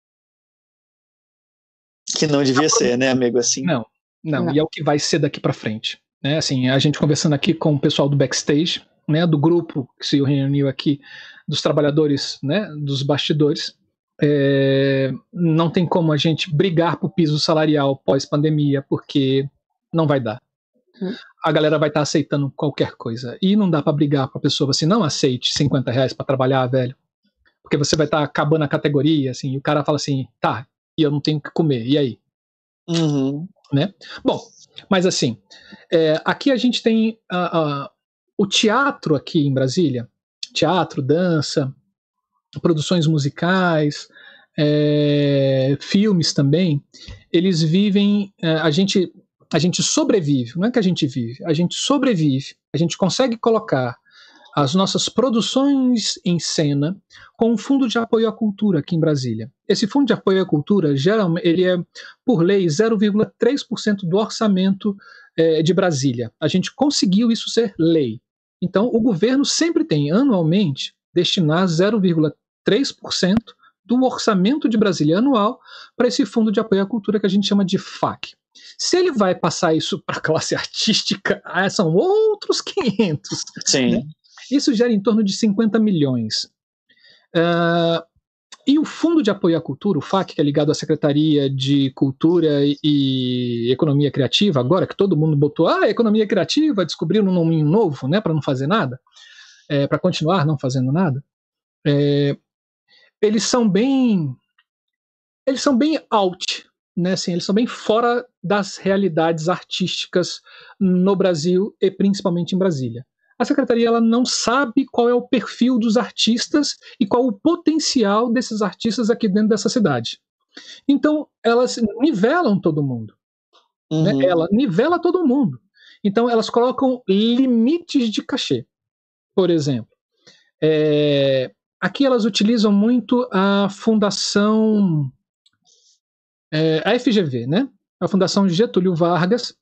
que não devia ser, né, amigo, assim. Não, não, não, e é o que vai ser daqui para frente, né, assim, a gente conversando aqui com o pessoal do backstage, né, do grupo que se reuniu aqui, dos trabalhadores, né, dos bastidores, é, não tem como a gente brigar por piso salarial pós-pandemia, porque não vai dar. Hum. A galera vai estar tá aceitando qualquer coisa, e não dá para brigar com a pessoa assim, não aceite cinquenta reais para trabalhar, velho, porque você vai estar tá acabando a categoria, assim, e o cara fala assim, tá, e eu não tenho o que comer, e aí? Uhum. né? Bom, mas assim, é, aqui a gente tem uh, uh, o teatro aqui em Brasília, teatro, dança, produções musicais, é, filmes também, eles vivem, é, a gente a gente sobrevive, não é que a gente vive, a gente sobrevive, a gente consegue colocar as nossas produções em cena com um fundo de apoio à cultura aqui em Brasília. Esse fundo de apoio à cultura, geralmente, ele é, por lei, zero vírgula três por cento do orçamento é, de Brasília. A gente conseguiu isso ser lei. Então, o governo sempre tem, anualmente, destinar zero vírgula três por cento do orçamento de Brasília anual para esse fundo de apoio à cultura que a gente chama de F A C. Se ele vai passar isso para a classe artística, são outros quinhentos. Sim. Né? Isso gera em torno de cinquenta milhões. Uh, e o Fundo de Apoio à Cultura, o F A C, que é ligado à Secretaria de Cultura e Economia Criativa, agora que todo mundo botou, ah, economia criativa, descobriram um nome novo, né, para não fazer nada, é, para continuar não fazendo nada, é, eles são bem, eles são bem out, né, assim, eles são bem fora das realidades artísticas no Brasil e principalmente em Brasília. A secretaria ela não sabe qual é o perfil dos artistas e qual o potencial desses artistas aqui dentro dessa cidade. Então, elas nivelam todo mundo. Uhum. Né? Ela nivela todo mundo. Então, elas colocam limites de cachê. Por exemplo, é, aqui elas utilizam muito a fundação, é, a F G V, né? A Fundação Getúlio Vargas,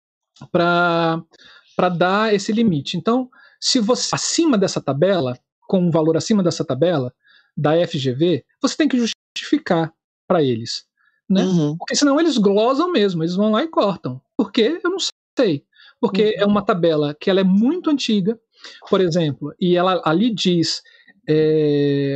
para para dar esse limite. Então, se você acima dessa tabela, com um valor acima dessa tabela da F G V, você tem que justificar para eles, né? Uhum. Porque senão eles glosam mesmo, eles vão lá e cortam. Por quê? Eu não sei. Porque uhum. é uma tabela que ela é muito antiga, por exemplo, e ela ali diz, é,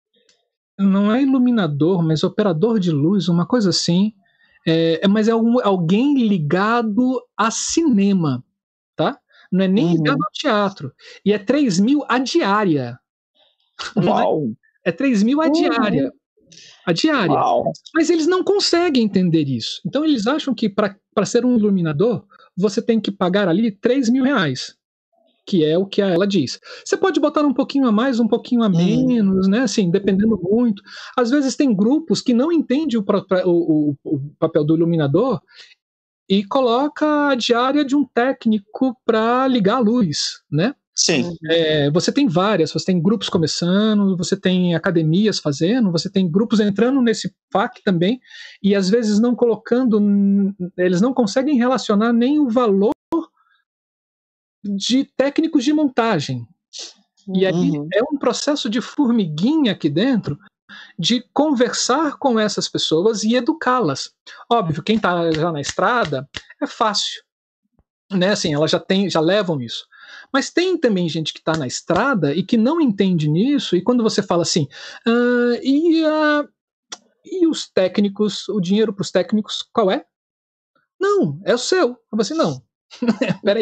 não é iluminador, mas operador de luz, uma coisa assim, é, mas é um, alguém ligado a cinema. Tá? Não é nem ligado uhum. ao teatro. E é três mil a diária. Uau! É três mil a uhum. diária. A diária. Uau. Mas eles não conseguem entender isso. Então eles acham que para ser um iluminador, você tem que pagar ali três mil reais. Que é o que ela diz. Você pode botar um pouquinho a mais, um pouquinho a menos, uhum. né? Assim, dependendo muito. Às vezes tem grupos que não entendem o, o, o papel do iluminador e coloca a diária de um técnico para ligar a luz, né? Sim. É, você tem várias, você tem grupos começando, você tem academias fazendo, você tem grupos entrando nesse F A C também, e às vezes não colocando, eles não conseguem relacionar nem o valor de técnicos de montagem. E aí uhum. é um processo de formiguinha aqui dentro, de conversar com essas pessoas e educá-las. Óbvio, quem está já na estrada é fácil, né? Assim, elas já tem, já levam isso. Mas tem também gente que está na estrada e que não entende nisso, e quando você fala assim, ah, e, ah, e os técnicos, o dinheiro para os técnicos, qual é? Não, é o seu. Eu falei assim, não. Peraí.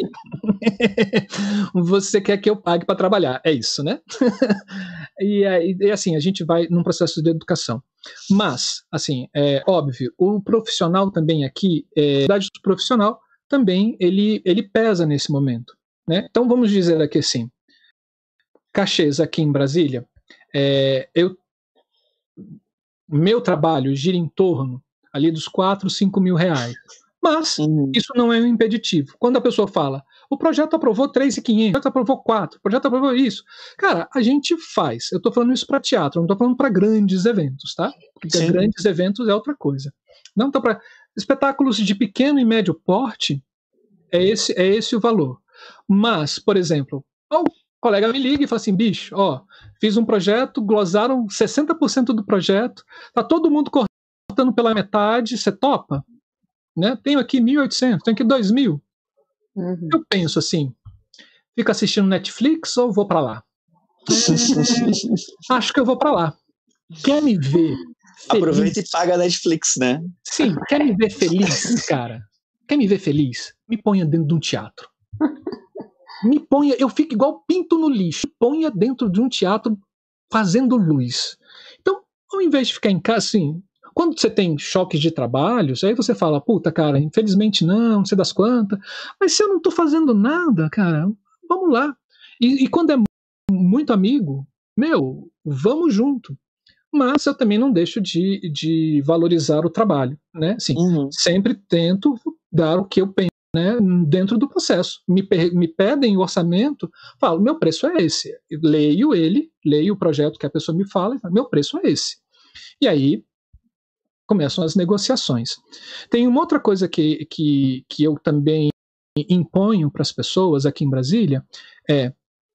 Você quer que eu pague para trabalhar, é isso, né? e, e assim, a gente vai num processo de educação. Mas, assim, é óbvio, o profissional também aqui, é, a idade do profissional também, ele, ele pesa nesse momento, né? Então vamos dizer aqui assim, cachês aqui em Brasília, é, eu, meu trabalho gira em torno ali dos quatro, cinco mil reais. Mas uhum. isso não é um impeditivo. Quando a pessoa fala, o projeto aprovou três mil e quinhentos, o projeto aprovou quatro, o projeto aprovou isso. Cara, a gente faz. Eu estou falando isso para teatro, não estou falando para grandes eventos, tá? Porque Sim. grandes eventos é outra coisa. Não tá para espetáculos de pequeno e médio porte, é esse, é esse o valor. Mas, por exemplo, o colega me liga e fala assim, bicho, ó, fiz um projeto, glosaram sessenta por cento do projeto, tá todo mundo cortando pela metade, você topa? Né? Tenho aqui mil e oitocentos, tenho aqui dois mil. Uhum. Eu penso assim, fico assistindo Netflix ou vou para lá? É, acho que eu vou para lá. Quer me ver feliz? Aproveita e paga a Netflix, né? Sim, quer me ver feliz, cara? Quer me ver feliz? Me ponha dentro de um teatro. Me ponha, eu fico igual pinto no lixo. Me ponha dentro de um teatro fazendo luz. Então, ao invés de ficar em casa assim, quando você tem choques de trabalho, aí você fala, puta, cara, infelizmente não, não sei das quantas, mas se eu não tô fazendo nada, cara, vamos lá. E, e quando é muito amigo, meu, vamos junto. Mas eu também não deixo de, de valorizar o trabalho, né? Assim, Uhum. sempre tento dar o que eu penso, né, dentro do processo. Me, pe- me pedem o orçamento, falo, meu preço é esse. Leio ele, leio o projeto que a pessoa me fala e falo, meu preço é esse. E aí começam as negociações. Tem uma outra coisa que, que, que eu também imponho para as pessoas aqui em Brasília, é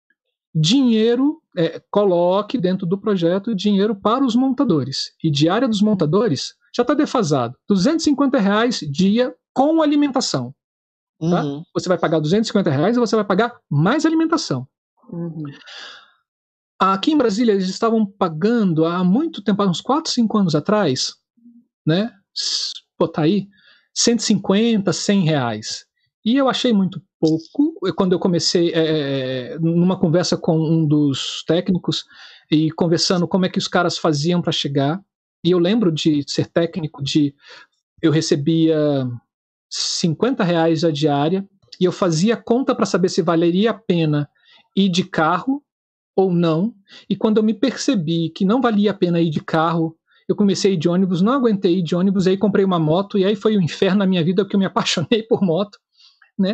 dinheiro, é, coloque dentro do projeto dinheiro para os montadores. E diária dos montadores já está defasado. duzentos e cinquenta reais dia com alimentação. Tá? Uhum. Você vai pagar duzentos e cinquenta reais e você vai pagar mais alimentação. Uhum. Aqui em Brasília eles estavam pagando há muito tempo, há uns quatro, cinco anos atrás, né? Pô, tá aí, cento e cinquenta, cem reais. E eu achei muito pouco. Quando eu comecei é, numa conversa com um dos técnicos e conversando como é que os caras faziam para chegar, e eu lembro de ser técnico, de eu recebia cinquenta reais a diária e eu fazia conta para saber se valeria a pena ir de carro ou não, e quando eu me percebi que não valia a pena ir de carro, eu comecei a ir de ônibus, não aguentei ir de ônibus, aí comprei uma moto, e aí foi o inferno na minha vida, porque eu me apaixonei por moto, né?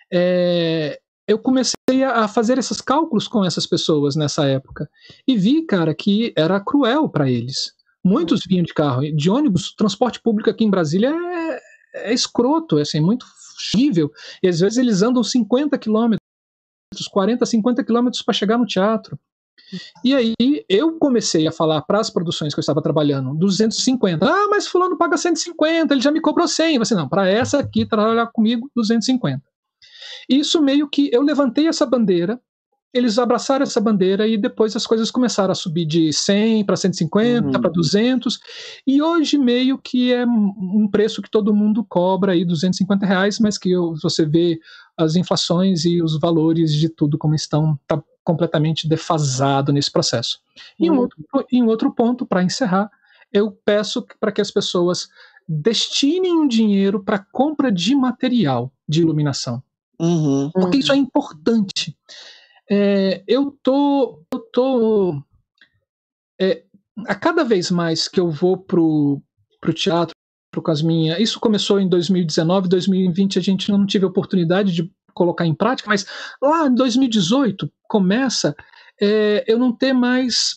É, eu comecei a fazer esses cálculos com essas pessoas nessa época, e vi, cara, que era cruel para eles. Muitos vinham de carro, de ônibus, transporte público aqui em Brasília é, é escroto, é assim, muito horrível, e às vezes eles andam cinquenta quilômetros, quarenta, cinquenta quilômetros para chegar no teatro. E aí eu comecei a falar para as produções que eu estava trabalhando duzentos e cinquenta. Ah, mas fulano paga cento e cinquenta, ele já me cobrou cem. Você não, para essa aqui trabalhar comigo duzentos e cinquenta. Isso meio que eu levantei essa bandeira, eles abraçaram essa bandeira e depois as coisas começaram a subir de cem para cento e cinquenta, uhum, para duzentos, e hoje meio que é um preço que todo mundo cobra aí, duzentos e cinquenta reais, mas que você vê as inflações e os valores de tudo como estão, tá completamente defasado nesse processo. Uhum. E um outro, em outro ponto, para encerrar, eu peço para que as pessoas destinem um dinheiro para compra de material de iluminação. Uhum. Porque isso é importante. É, eu tô, eu tô é, a cada vez mais que eu vou pro, pro teatro com as minhas, isso começou em dois mil e dezenove, dois mil e vinte a gente não tive a oportunidade de colocar em prática, mas lá em dois mil e dezoito começa é, eu não ter mais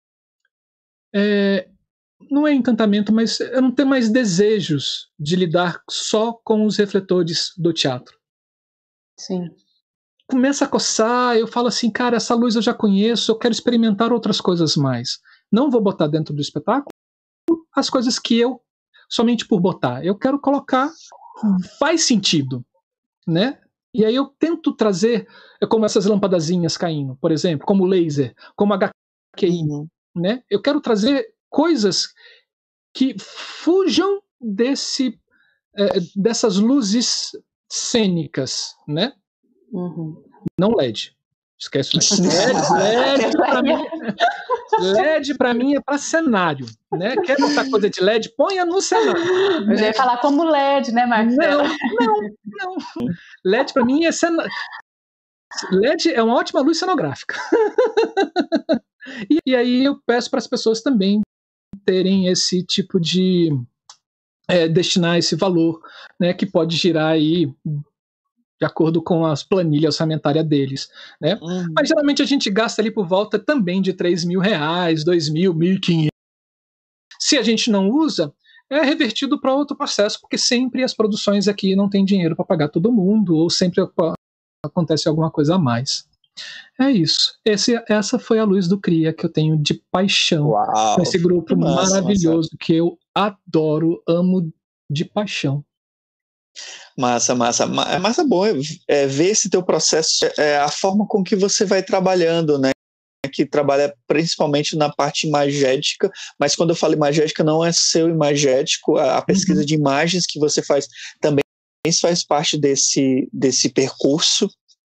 é, não é encantamento, mas eu não ter mais desejos de lidar só com os refletores do teatro. Sim. Começa a coçar, eu falo assim, cara, essa luz eu já conheço, eu quero experimentar outras coisas mais. Não vou botar dentro do espetáculo as coisas que eu, somente por botar, eu quero colocar, faz sentido, né? E aí eu tento trazer, como essas lampadazinhas caindo, por exemplo, como laser, como H Q I, uhum, né? Eu quero trazer coisas que fujam desse, é, dessas luzes cênicas, né? Uhum. Não L E D. Esquece o L E D. L E D pra mim, L E D pra mim é para cenário, né? Quer botar coisa de L E D? Ponha no cenário. Eu já ia falar como L E D, né, Marcelo? Não, não, não. L E D pra mim é cenário. L E D é uma ótima luz cenográfica. e, e aí eu peço para as pessoas também terem esse tipo de é, destinar esse valor, né? Que pode girar aí de acordo com as planilhas orçamentárias deles, né? Uhum. Mas geralmente a gente gasta ali por volta também de três mil reais, dois mil, mil e quinhentos. Se a gente não usa, é revertido para outro processo, porque sempre as produções aqui não tem dinheiro para pagar todo mundo, ou sempre acontece alguma coisa a mais. É isso. Esse, essa foi a Luz do Cria que eu tenho de paixão. Uau, com esse grupo massa, maravilhoso massa. que eu adoro, amo de paixão. Massa, massa. É massa bom é, ver esse teu processo, é, a forma com que você vai trabalhando, né? Que trabalha principalmente na parte imagética, mas quando eu falo imagética não é seu imagético, a, a pesquisa uhum. de imagens que você faz também faz parte desse, desse percurso,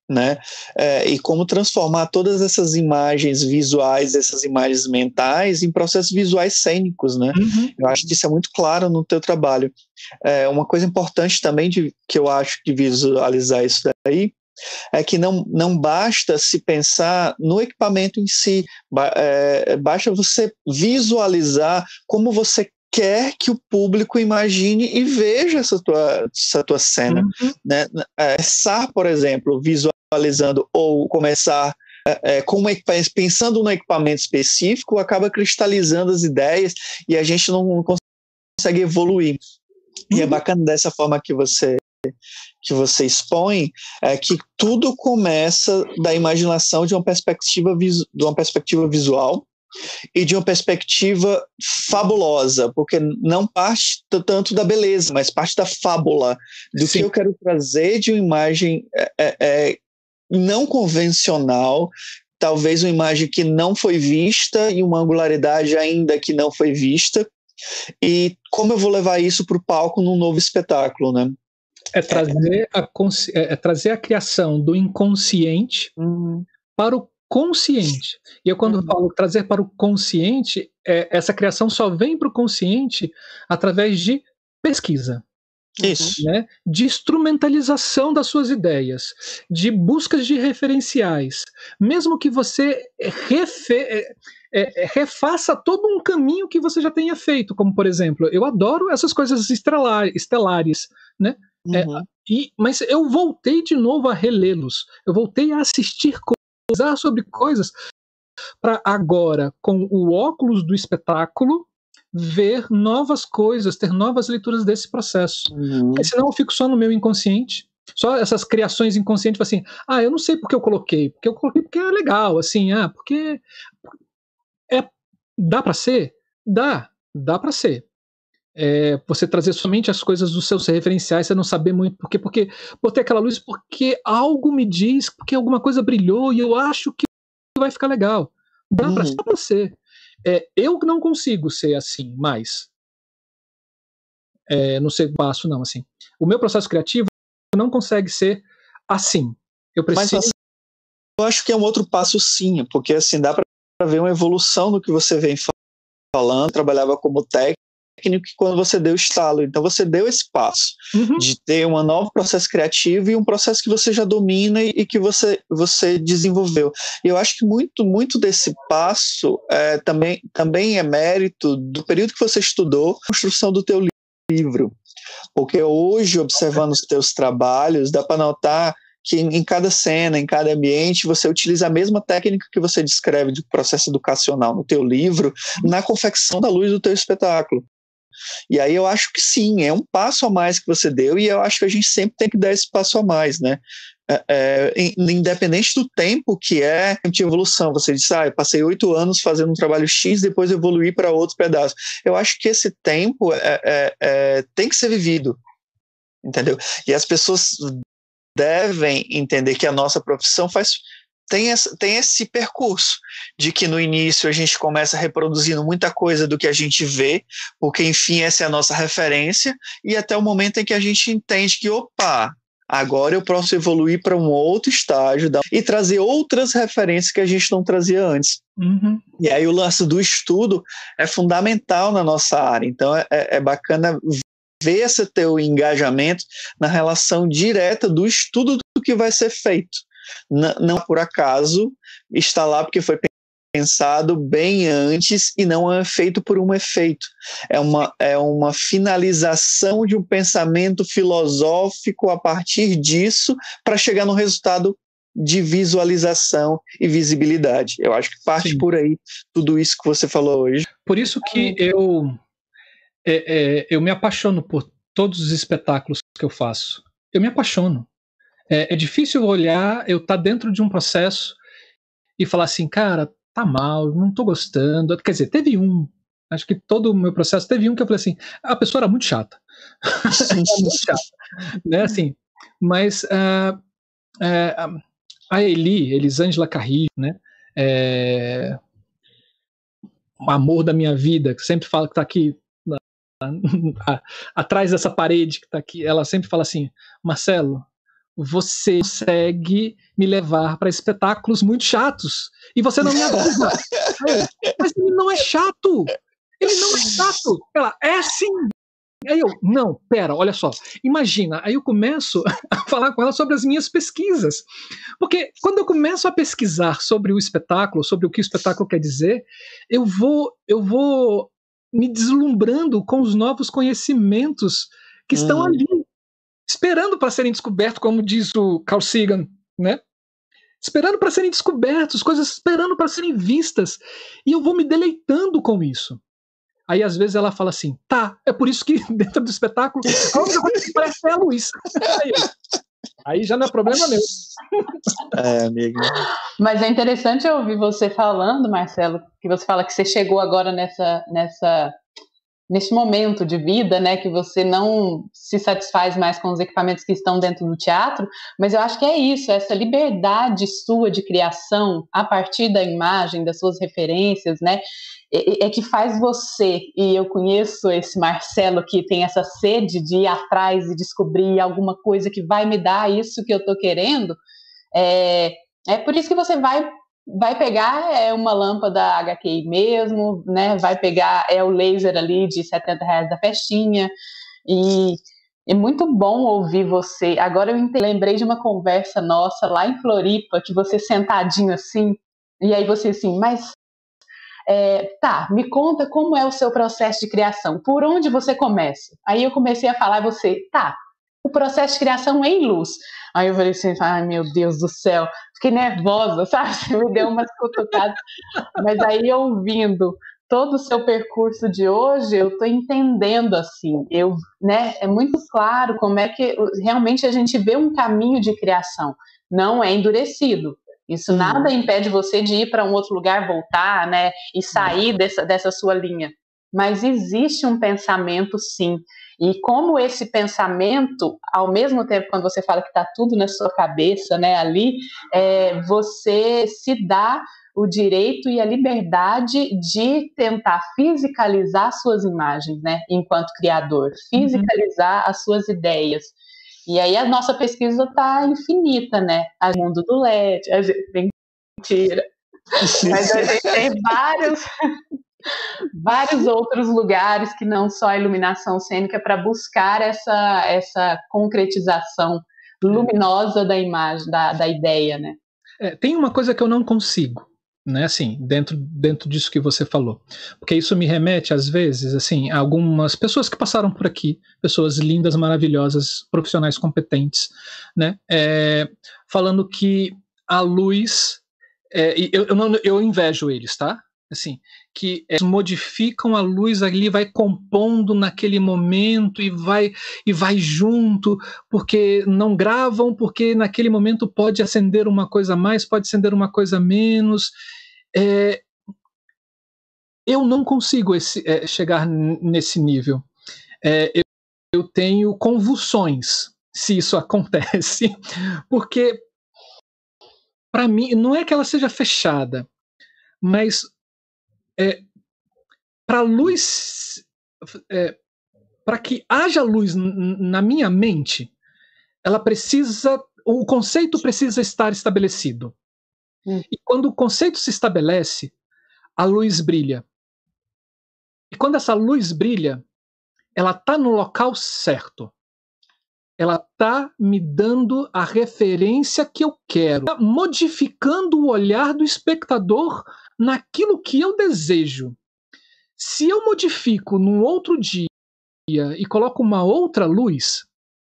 né? É, e como transformar todas essas imagens visuais, essas imagens mentais, em processos visuais cênicos, né? Uhum. Eu acho que isso é muito claro no teu trabalho. É, uma coisa importante também de, que eu acho que visualizar isso daí é que não, não basta se pensar no equipamento em si, ba, é, basta você visualizar como você quer que o público imagine e veja essa tua, essa tua cena. Uhum. Né? É, Começar, por exemplo, visualizando ou começar é, com um, pensando no equipamento específico, acaba cristalizando as ideias e a gente não consegue evoluir. Uhum. E é bacana dessa forma que você que você expõe, é que tudo começa da imaginação de uma perspectiva, visu, de uma perspectiva visual e de uma perspectiva fabulosa, porque não parte tanto da beleza, mas parte da fábula, do Sim. que eu quero trazer de uma imagem é, é, não convencional, talvez uma imagem que não foi vista e uma angularidade ainda que não foi vista, e como eu vou levar isso para o palco num novo espetáculo, né? É trazer, a consci... é trazer a criação do inconsciente uhum. para o consciente. E eu, quando uhum. falo trazer para o consciente, é, essa criação só vem para o consciente através de pesquisa. Isso. Né? De instrumentalização das suas ideias, de buscas de referenciais. Mesmo que você refe... é, é, refaça todo um caminho que você já tenha feito, como, por exemplo, eu adoro essas coisas estelar, estelares, né? Uhum. É, e, mas eu voltei de novo a relê-los, eu voltei a assistir coisas, sobre coisas, para agora, com o óculos do espetáculo, ver novas coisas, ter novas leituras desse processo. Uhum. Porque senão eu fico só no meu inconsciente, só essas criações inconscientes, assim, ah, eu não sei porque eu coloquei, porque eu coloquei porque é legal, assim, ah, porque é, dá para ser? Dá, dá para ser. É, você trazer somente as coisas dos seus referenciais, você não saber muito porque, porque botei aquela luz porque algo me diz, porque alguma coisa brilhou e eu acho que vai ficar legal. Dá uhum. para ser. É, eu não consigo ser assim mais. É, não sei passo não, assim. O meu processo criativo não consegue ser assim. Eu preciso. Mas, assim, eu acho que é um outro passo sim, porque assim dá para ver uma evolução no que você vem falando. Trabalhava como técnico que quando você deu o estalo, então você deu esse passo uhum. de ter um novo processo criativo e um processo que você já domina e, e que você, você desenvolveu. E eu acho que muito, muito desse passo é, também, também é mérito do período que você estudou, a construção do teu livro, porque hoje, observando os teus trabalhos, dá para notar que em, em cada cena, em cada ambiente, você utiliza a mesma técnica que você descreve do processo educacional no teu livro, na confecção da luz do teu espetáculo. E aí eu acho que sim, é um passo a mais que você deu e eu acho que a gente sempre tem que dar esse passo a mais, né? É, é, independente do tempo que é de evolução. Você disse, ah, eu passei oito anos fazendo um trabalho X, depois evoluí para outro pedaço. Eu acho que esse tempo é, é, é, tem que ser vivido, entendeu? E as pessoas devem entender que a nossa profissão faz... Tem, essa, tem esse percurso de que no início a gente começa reproduzindo muita coisa do que a gente vê, porque enfim essa é a nossa referência, e até o momento em que a gente entende que opa, agora eu posso evoluir para um outro estágio e trazer outras referências que a gente não trazia antes. Uhum. E aí o lance do estudo é fundamental na nossa área, então é, é bacana ver esse teu engajamento na relação direta do estudo do que vai ser feito. Não, não por acaso está lá porque foi pensado bem antes e não é feito por um efeito. É uma, é uma finalização de um pensamento filosófico a partir disso para chegar no resultado de visualização e visibilidade. Eu acho que parte Sim. por aí tudo isso que você falou hoje. Por isso que eu, é, é, eu me apaixono por todos os espetáculos que eu faço. Eu me apaixono. É, é difícil olhar, eu estar tá dentro de um processo e falar assim, cara, tá mal, não tô gostando. Quer dizer, teve um, acho que todo o meu processo, teve um que eu falei assim, a pessoa era muito chata. muito chata. Né, assim, mas uh, uh, a Eli, Elisângela Carrillo, né, é, o amor da minha vida, que sempre fala que tá aqui na, na, atrás dessa parede que tá aqui, ela sempre fala assim, Marcelo, você consegue me levar para espetáculos muito chatos e você não me avisa. Mas ele não é chato. Ele não é chato. Ela, é sim. Aí eu, não, pera, olha só, imagina, aí eu começo a falar com ela sobre as minhas pesquisas, porque quando eu começo a pesquisar sobre o espetáculo, sobre o que o espetáculo quer dizer, eu vou, eu vou me deslumbrando com os novos conhecimentos que hum. estão ali, esperando para serem descobertos, como diz o Carl Sagan, né? Esperando para serem descobertos, coisas esperando para serem vistas, e eu vou me deleitando com isso. Aí, às vezes, ela fala assim, tá, é por isso que dentro do espetáculo, a única coisa que parece é a luz. Aí, aí já não é problema meu. É, amiga. Mas é interessante ouvir você falando, Marcelo, que você fala que você chegou agora nessa, nessa, nesse momento de vida, né, que você não se satisfaz mais com os equipamentos que estão dentro do teatro, mas eu acho que é isso, essa liberdade sua de criação a partir da imagem, das suas referências, né, é que faz você, e eu conheço esse Marcelo que tem essa sede de ir atrás e descobrir alguma coisa que vai me dar isso que eu tô querendo, é, é por isso que você vai, vai pegar é uma lâmpada H Q I mesmo, né, vai pegar é o laser ali de setenta reais da festinha, e é muito bom ouvir você. Agora eu lembrei de uma conversa nossa lá em Floripa, que você sentadinho assim, e aí você assim, mas É, tá, me conta como é o seu processo de criação, por onde você começa? Aí eu comecei a falar, você, tá, o processo de criação é em luz. Aí eu falei assim, ai meu Deus do céu, fiquei nervosa, sabe? Você me deu umas cutucadas. Mas aí ouvindo todo o seu percurso de hoje, eu tô entendendo assim, eu, né, é muito claro como é que realmente a gente vê um caminho de criação, não é endurecido. Isso uhum. nada impede você de ir para um outro lugar, voltar, né, e sair uhum. dessa, dessa sua linha. Mas existe um pensamento, sim. E como esse pensamento, ao mesmo tempo, quando você fala que está tudo na sua cabeça, né, ali, é, você se dá o direito e a liberdade de tentar fisicalizar suas imagens, né, enquanto criador, fisicalizar uhum. as suas ideias. E aí a nossa pesquisa está infinita, né? O mundo do L E D, a gente tem mentira, mas a gente tem vários, vários outros lugares que não só a iluminação cênica para buscar essa, essa concretização luminosa da imagem, da, da ideia, né? É, tem uma coisa que eu não consigo, né, assim, dentro, dentro disso que você falou, porque isso me remete às vezes, assim, a algumas pessoas que passaram por aqui, pessoas lindas, maravilhosas, profissionais competentes, né, é, falando que a luz, é, eu, eu, não, eu invejo eles, tá, assim, que é, modificam a luz ali, vai compondo naquele momento e vai, e vai junto, porque não gravam, porque naquele momento pode acender uma coisa a mais, pode acender uma coisa a menos. É, eu não consigo esse, é, chegar nesse nível. É, eu, eu tenho convulsões se isso acontece, porque para mim, não é que ela seja fechada, mas é, para luz, é, para que haja luz na minha mente, ela precisa, o conceito precisa estar estabelecido. Hum. E quando o conceito se estabelece, a luz brilha. E quando essa luz brilha, ela está no local certo. Ela está me dando a referência que eu quero, tá modificando o olhar do espectador naquilo que eu desejo. Se eu modifico num outro dia e coloco uma outra luz,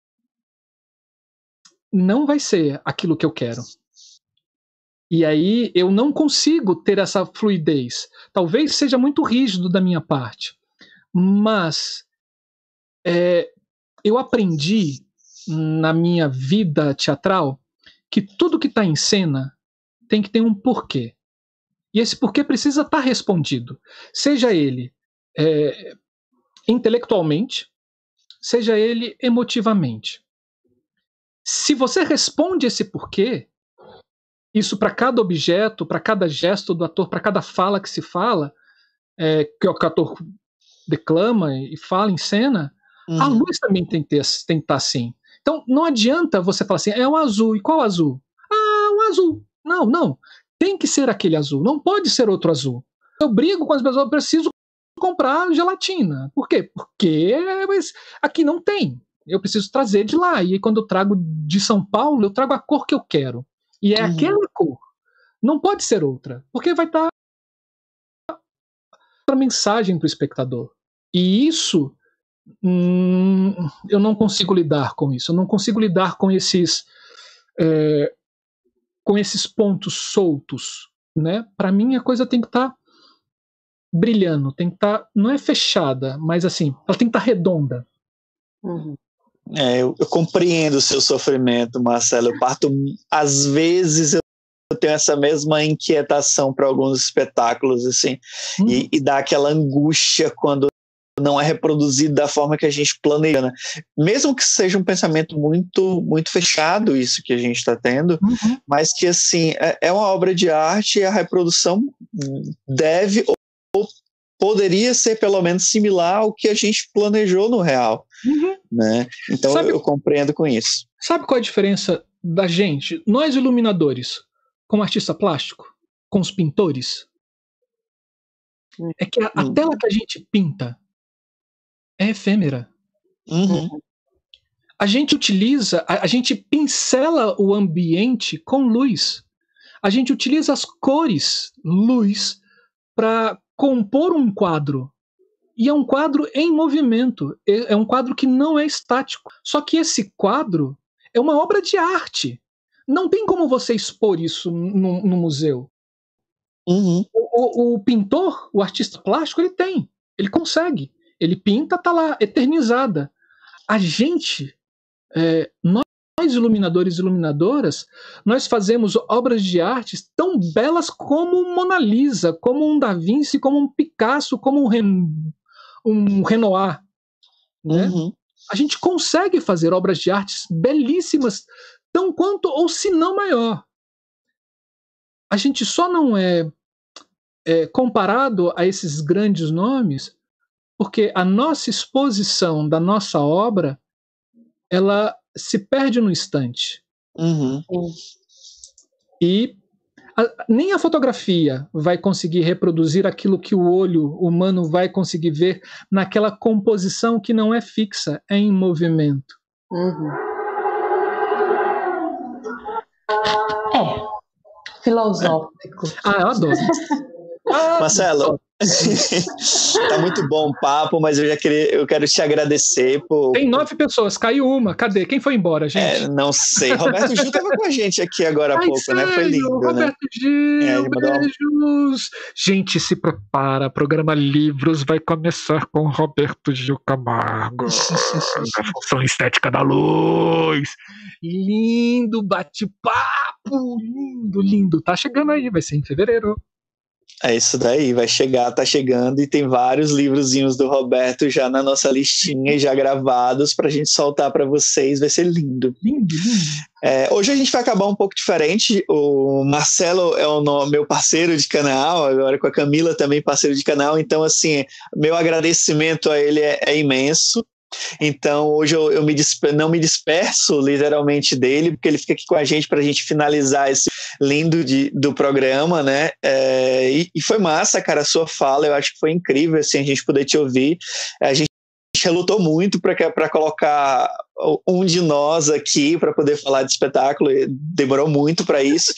não vai ser aquilo que eu quero. E aí eu não consigo ter essa fluidez. Talvez seja muito rígido da minha parte, mas é, eu aprendi na minha vida teatral que tudo que está em cena tem que ter um porquê. E esse porquê precisa estar respondido. Seja ele é, intelectualmente, seja ele emotivamente. Se você responde esse porquê, isso para cada objeto, para cada gesto do ator, para cada fala que se fala, é, que o ator declama e fala em cena, uhum. a luz também tem que, ter, tem que estar assim. Então, não adianta você falar assim, é um azul, e qual azul? Ah, um azul. Não, não. Tem que ser aquele azul, não pode ser outro azul. Eu brigo com as pessoas, eu preciso comprar gelatina. Por quê? Porque mas aqui não tem. Eu preciso trazer de lá. E aí, quando eu trago de São Paulo, eu trago a cor que eu quero. E é uhum. aquela cor. Não pode ser outra. Porque vai dar outra mensagem para o espectador. E isso, hum, eu não consigo lidar com isso. Eu não consigo lidar com esses, é, com esses pontos soltos. Né? Para mim, a coisa tem que estar tá brilhando. Tem que estar, tá, não é fechada, mas assim, ela tem que estar tá redonda. Uhum. É, eu, eu compreendo o seu sofrimento, Marcelo. Eu parto, às vezes eu tenho essa mesma inquietação para alguns espetáculos, assim, hum. e, e dá aquela angústia quando não é reproduzido da forma que a gente planeja, né? Mesmo que seja um pensamento muito, muito fechado, isso que a gente está tendo, uhum. mas que, assim, é, é uma obra de arte e a reprodução deve ou poderia ser pelo menos similar ao que a gente planejou no real. Uhum. Né? Então sabe, eu, eu compreendo com isso. Sabe qual é a diferença da gente, nós iluminadores, com o artista plástico, com os pintores? Uhum. É que a, a tela que a gente pinta é efêmera. Uhum. A gente utiliza, a, a gente pincela o ambiente com luz. A gente utiliza as cores, luz, para compor um quadro. E é um quadro em movimento, é um quadro que não é estático. Só que esse quadro é uma obra de arte. Não tem como você expor isso no, no museu. Uhum. O, o, o pintor, o artista plástico, ele tem, ele consegue. Ele pinta, tá lá, eternizada. A gente, é, nós iluminadores e iluminadoras, nós fazemos obras de arte tão belas como Mona Lisa, como um Da Vinci, como um Picasso, como um Ren... um Renoir, né? Uhum. A gente consegue fazer obras de artes belíssimas, tão quanto ou se não maior. A gente só não é, é comparado a esses grandes nomes porque a nossa exposição da nossa obra ela se perde no instante. Uhum. E A, nem a fotografia vai conseguir reproduzir aquilo que o olho humano vai conseguir ver naquela composição que não é fixa, é em movimento. Uhum. É, filosófico. Ah, eu adoro. Ah, Marcelo, tá muito bom o papo, mas eu já queria, eu quero te agradecer por... Tem nove pessoas, caiu uma. Cadê? Quem foi embora, gente? É, não sei. Roberto Gil estava com a gente aqui agora há Ai, pouco, sério? né? Foi lindo, Roberto né? Gil, é, beijos! Uma... Gente, se prepara, programa Livros vai começar com Roberto Gil Camargo. A função estética da luz. Lindo bate-papo, lindo, lindo. Tá chegando aí, vai ser em fevereiro. É isso daí, vai chegar, tá chegando e tem vários livrozinhos do Roberto já na nossa listinha, já gravados pra gente soltar pra vocês, vai ser lindo. Lindo, lindo. É, hoje a gente vai acabar um pouco diferente, o Marcelo é o no, meu parceiro de canal, agora com a Camila também parceiro de canal, então assim, meu agradecimento a ele é, é imenso. Então hoje eu, eu me disper, não me disperso literalmente dele, porque ele fica aqui com a gente para a gente finalizar esse lindo de, do programa, né? É, e, e foi massa, cara, a sua fala, eu acho que foi incrível assim, a gente poder te ouvir. A gente relutou muito para colocar um de nós aqui para poder falar de espetáculo, demorou muito para isso.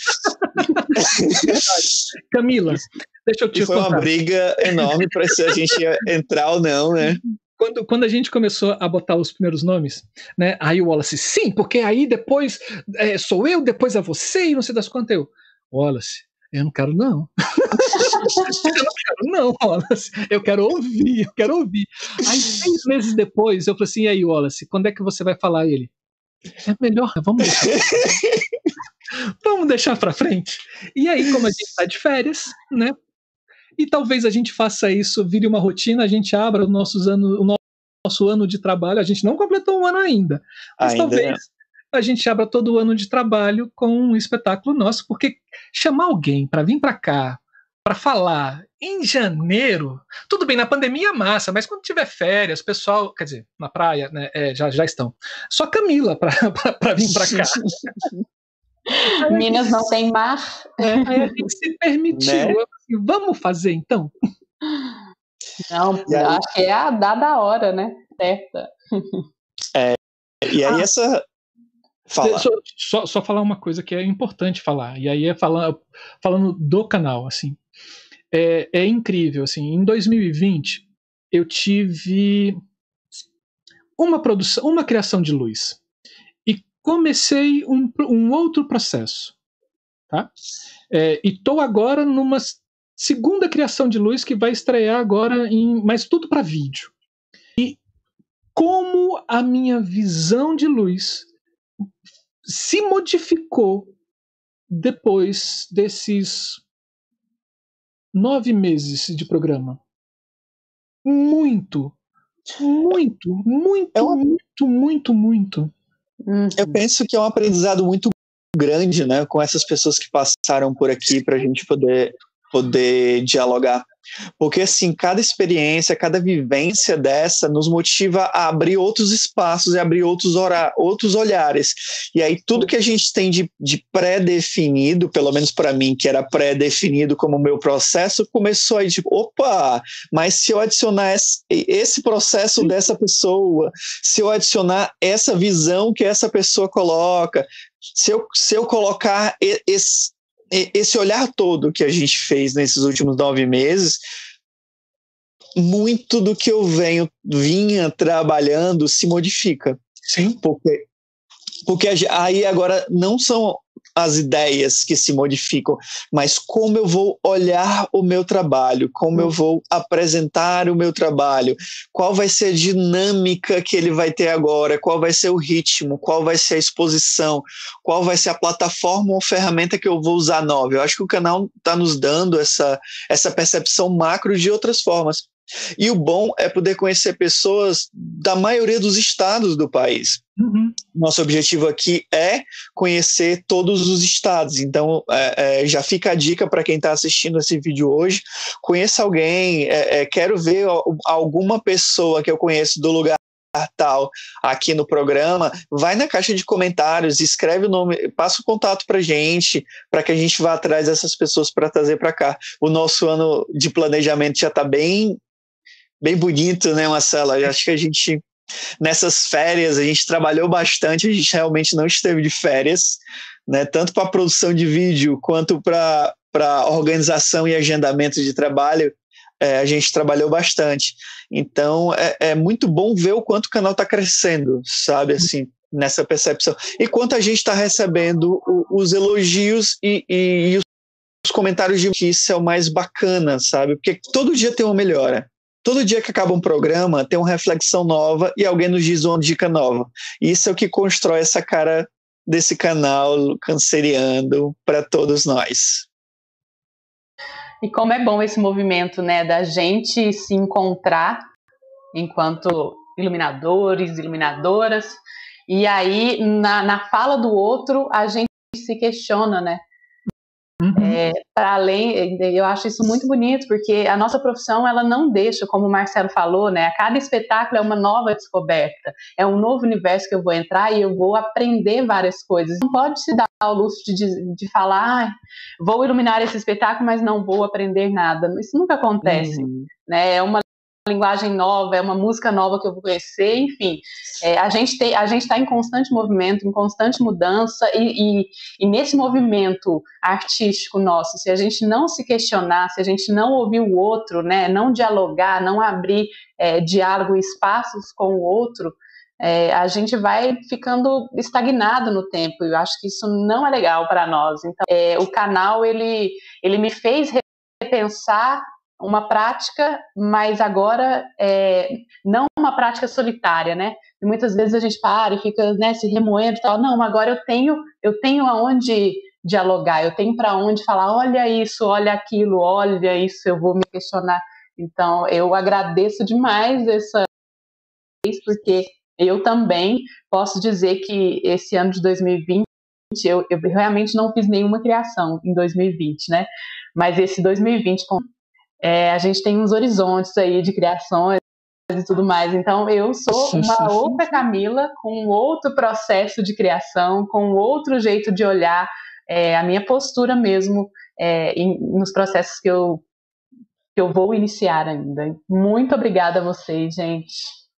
Camila, deixa eu te e foi contar. Uma briga enorme para se a gente ia entrar ou não, né? Quando, quando a gente começou a botar os primeiros nomes, né, aí o Wallace, sim, porque aí depois é, sou eu, depois é você, e não sei das quantas eu. Wallace, eu não quero não. eu não quero não, Wallace. Eu quero ouvir, eu quero ouvir. Aí, seis meses depois, eu falei assim, e aí, Wallace, quando é que você vai falar ele? É melhor, vamos deixar. vamos deixar pra frente. E aí, como a gente tá de férias, né, e talvez a gente faça isso, vire uma rotina, a gente abra os nossos anos, o nosso ano de trabalho, a gente não completou um ano ainda, mas ainda talvez é. a gente abra todo o ano de trabalho com um espetáculo nosso, porque chamar alguém para vir para cá, para falar em janeiro, tudo bem, na pandemia é massa, mas quando tiver férias, o pessoal, quer dizer, na praia, né, é, já, já estão. Só Camila para vir para cá. Minas não tem mar. É, aí a gente se permitiu. Né? Assim, vamos fazer então? Não, acho que é a dada hora, né? Certa. É, e aí ah, essa. Fala. Só, só, só falar uma coisa que é importante falar, e aí é falar, falando do canal, assim. É, é incrível, assim. Em dois mil e vinte, eu tive uma produção, uma criação de luz. Comecei um, um outro processo, tá? É, e estou agora numa segunda criação de luz que vai estrear agora, em, mas tudo para vídeo. E como a minha visão de luz se modificou depois desses nove meses de programa. Muito, muito, muito, é uma... muito, muito, muito. Eu penso que é um aprendizado muito grande, né, com essas pessoas que passaram por aqui para a gente poder, poder dialogar. Porque, assim, cada experiência, cada vivência dessa nos motiva a abrir outros espaços e abrir outros, ora- outros olhares. E aí tudo que a gente tem de, de pré-definido, pelo menos para mim, que era pré-definido como meu processo, começou aí, tipo, opa, mas se eu adicionar esse, esse processo dessa pessoa, se eu adicionar essa visão que essa pessoa coloca, se eu, se eu colocar esse esse olhar todo que a gente fez nesses últimos nove meses, muito do que eu venho, vinha trabalhando se modifica. Sim. Porque, porque aí agora não são as ideias que se modificam, mas como eu vou olhar o meu trabalho, como eu vou apresentar o meu trabalho, qual vai ser a dinâmica que ele vai ter agora, qual vai ser o ritmo, qual vai ser a exposição, qual vai ser a plataforma ou ferramenta que eu vou usar nova. Eu acho que o canal está nos dando essa, essa percepção macro de outras formas. E o bom é poder conhecer pessoas da maioria dos estados do país. Uhum. Nosso objetivo aqui é conhecer todos os estados. Então, é, é, já fica a dica para quem está assistindo esse vídeo hoje. Conheça alguém, é, é, quero ver alguma pessoa que eu conheço do lugar tal aqui no programa, vai na caixa de comentários, escreve o nome, passa o contato para gente, para que a gente vá atrás dessas pessoas para trazer para cá. O nosso ano de planejamento já está bem bem bonito, né, Marcela? Eu acho que a gente, nessas férias, a gente trabalhou bastante, a gente realmente não esteve de férias, né, tanto para a produção de vídeo, quanto para para organização e agendamento de trabalho, é, a gente trabalhou bastante. Então, é, é muito bom ver o quanto o canal está crescendo, sabe, assim, nessa percepção. E quanto a gente está recebendo o, os elogios e, e, e os comentários de que isso é o mais bacana, sabe? Porque todo dia tem uma melhora. Todo dia que acaba um programa, tem uma reflexão nova e alguém nos diz uma dica nova. Isso é o que constrói essa cara desse canal canceriano para todos nós. E como é bom esse movimento, né, da gente se encontrar enquanto iluminadores, iluminadoras, e aí na, na fala do outro a gente se questiona, né? Uhum. É, para além, eu acho isso muito bonito, porque a nossa profissão, ela não deixa, como o Marcelo falou, né, a cada espetáculo é uma nova descoberta, é um novo universo que eu vou entrar e eu vou aprender várias coisas. Não pode se dar ao luxo de, de, de falar, ah, vou iluminar esse espetáculo, mas não vou aprender nada. Isso nunca acontece, uhum. né? É uma linguagem nova, é uma música nova que eu vou conhecer, enfim, é, a gente tem, a gente está em constante movimento, em constante mudança, e, e, e nesse movimento artístico nosso, se a gente não se questionar, se a gente não ouvir o outro, né, não dialogar, não abrir é, diálogo e espaços com o outro, é, a gente vai ficando estagnado no tempo, e eu acho que isso não é legal para nós. Então, é, o canal, ele, ele me fez repensar uma prática, mas agora é, não uma prática solitária, né? E muitas vezes a gente para e fica, né, se remoendo e tal. Não, agora eu tenho, eu tenho aonde dialogar, eu tenho para onde falar, olha isso, olha aquilo, olha isso, eu vou me questionar. Então, eu agradeço demais essa vez, porque eu também posso dizer que esse ano de dois mil e vinte, eu, eu realmente não fiz nenhuma criação em dois mil e vinte, né? mas esse dois mil e vinte, é, a gente tem uns horizontes aí de criações e tudo mais, então eu sou uma outra Camila, com outro processo de criação, com outro jeito de olhar, é, a minha postura mesmo, é, em, nos processos que eu, que eu vou iniciar ainda. Muito obrigada a vocês, gente.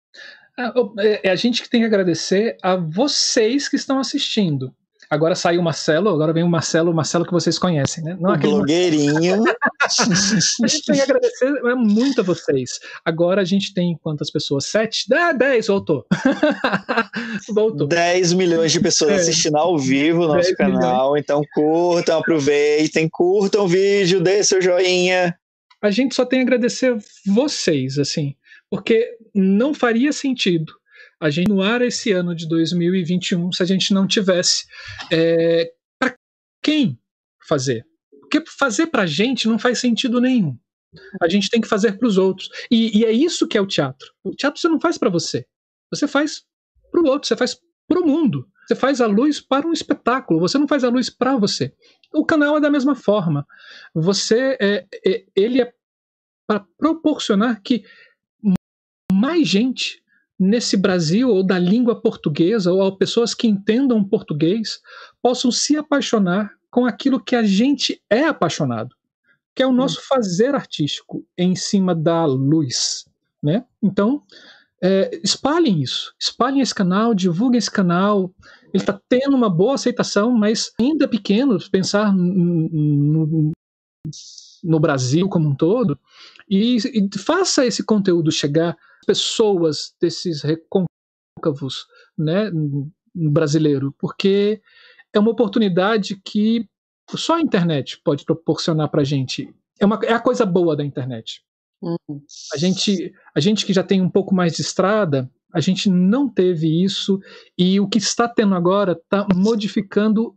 É a gente que tem que agradecer a vocês que estão assistindo. Agora saiu o Marcelo, agora vem o Marcelo, o Marcelo que vocês conhecem, né? Não o blogueirinho. A gente tem que agradecer muito a vocês. Agora a gente tem quantas pessoas? Sete? Ah, dez, voltou. voltou. Dez milhões de pessoas é. assistindo ao vivo o nosso canal, milhões. Então curtam, aproveitem, curtam o vídeo, dê seu joinha. A gente só tem a agradecer vocês, assim, porque não faria sentido a gente continuar esse ano de dois mil e vinte e um se a gente não tivesse é, para quem fazer. Porque fazer pra gente não faz sentido nenhum. A gente tem que fazer para os outros. E, e é isso que é o teatro. O teatro você não faz para você. Você faz para o outro, você faz para o mundo. Você faz a luz para um espetáculo, você não faz a luz para você. O canal é da mesma forma. Você é, é, ele é para proporcionar que mais gente nesse Brasil, ou da língua portuguesa, ou pessoas que entendam português, possam se apaixonar com aquilo que a gente é apaixonado, que é o nosso fazer artístico em cima da luz, né? Então, é, espalhem isso, espalhem esse canal, divulguem esse canal. Ele está tendo uma boa aceitação, mas ainda pequeno, pensar no, no, no Brasil como um todo, e, e faça esse conteúdo chegar pessoas desses recôncavos, né, brasileiro, porque é uma oportunidade que só a internet pode proporcionar para a gente. É, uma, é a coisa boa da internet. Uhum. A gente, a gente que já tem um pouco mais de estrada, a gente não teve isso, e o que está tendo agora está modificando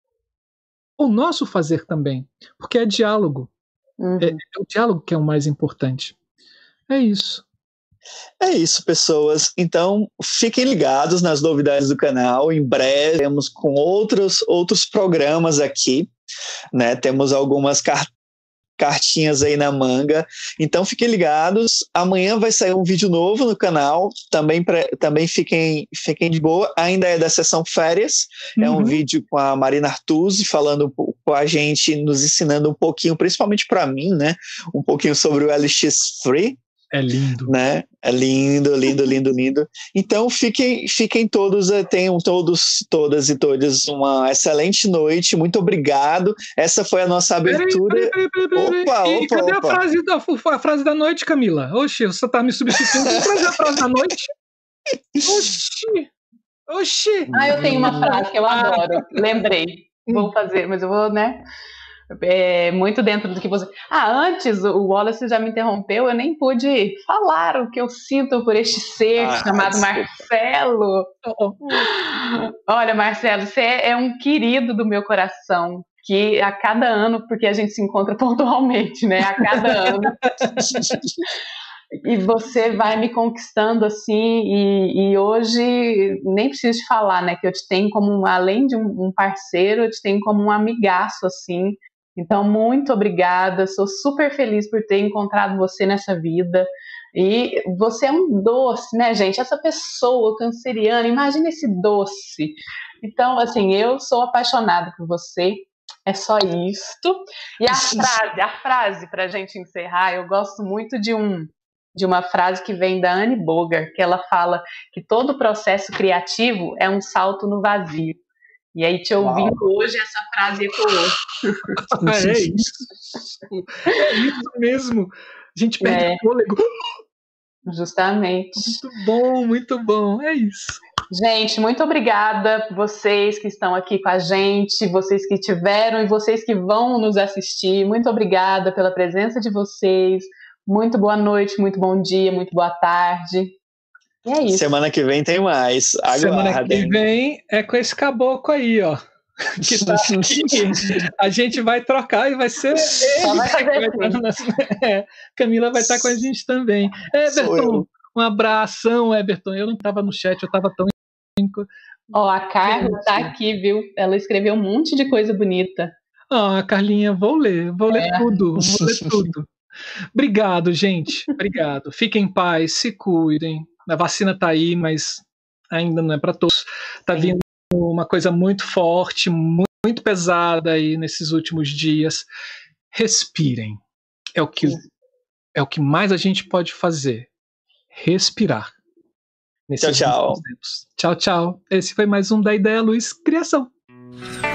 o nosso fazer também, porque é diálogo. Uhum. É, é o diálogo que é o mais importante. É isso. É isso, pessoas. Então, fiquem ligados nas novidades do canal. Em breve, temos com outros, outros programas aqui, né? Temos algumas cartas cartinhas aí na manga, então fiquem ligados, amanhã vai sair um vídeo novo no canal, também, pra, também fiquem, fiquem de boa, ainda é da sessão férias, uhum. É um vídeo com a Marina Artuzzi falando com a gente, nos ensinando um pouquinho, principalmente para mim, né, um pouquinho sobre o L X Free. É lindo. Né? É lindo, lindo, lindo, lindo. Então fiquem, fiquem todos, tenham todos, todas e todas uma excelente noite. Muito obrigado. Essa foi a nossa abertura. Peraí, peraí, peraí, peraí. Opa, e, opa, cadê opa. A, frase da, a frase da noite, Camila? Oxi, você tá me substituindo. Vamos trazer a frase da noite? Oxi! Oxi! Ah, eu tenho uma frase que eu adoro. Lembrei. Vou fazer, mas eu vou, né? É, muito dentro do que você... Ah, antes o Wallace já me interrompeu, eu nem pude falar o que eu sinto por este ser ah, chamado desculpa. Marcelo. Oh. Olha, Marcelo, você é um querido do meu coração, que a cada ano, porque a gente se encontra pontualmente, né? A cada ano. E você vai me conquistando assim, e, e hoje nem preciso te falar, né? Que eu te tenho como, além de um, um parceiro, eu te tenho como um amigaço, assim. Então, muito obrigada, sou super feliz por ter encontrado você nessa vida, e você é um doce, né, gente? Essa pessoa canceriana, imagina esse doce. Então, assim, eu sou apaixonada por você, é só isto. E a frase, a frase pra gente encerrar, eu gosto muito de um de uma frase que vem da Anne Bogart, que ela fala que todo processo criativo é um salto no vazio. E aí, te ouvindo Uau. Hoje, essa frase ecoou. É isso. É isso mesmo. A gente perde é. o fôlego. Justamente. Muito bom, muito bom. É isso. Gente, muito obrigada vocês que estão aqui com a gente, vocês que tiveram e vocês que vão nos assistir. Muito obrigada pela presença de vocês. Muito boa noite, muito bom dia, muito boa tarde. E é isso. Semana que vem tem mais. Aguardem. Semana que vem é com esse caboclo aí, ó. Que tá aqui. A gente vai trocar e vai ser ele. Vai fazer é, Camila vai estar com a gente também. Everton, um abração, Everton. Eu não estava no chat, eu estava tão... Ó, a Carla tá aqui, viu? Ela escreveu um monte de coisa bonita. Ah, Carlinha, vou ler, vou ler É. tudo, vou ler tudo. Obrigado, gente, obrigado. Fiquem em paz, se cuidem. A vacina tá aí, mas ainda não é para todos. Tá vindo uma coisa muito forte, muito, muito pesada aí nesses últimos dias. Respirem. É o que, é o que mais a gente pode fazer. Respirar. Tchau, tchau. Tchau, tchau. Esse foi mais um da Ideia Luz Criação.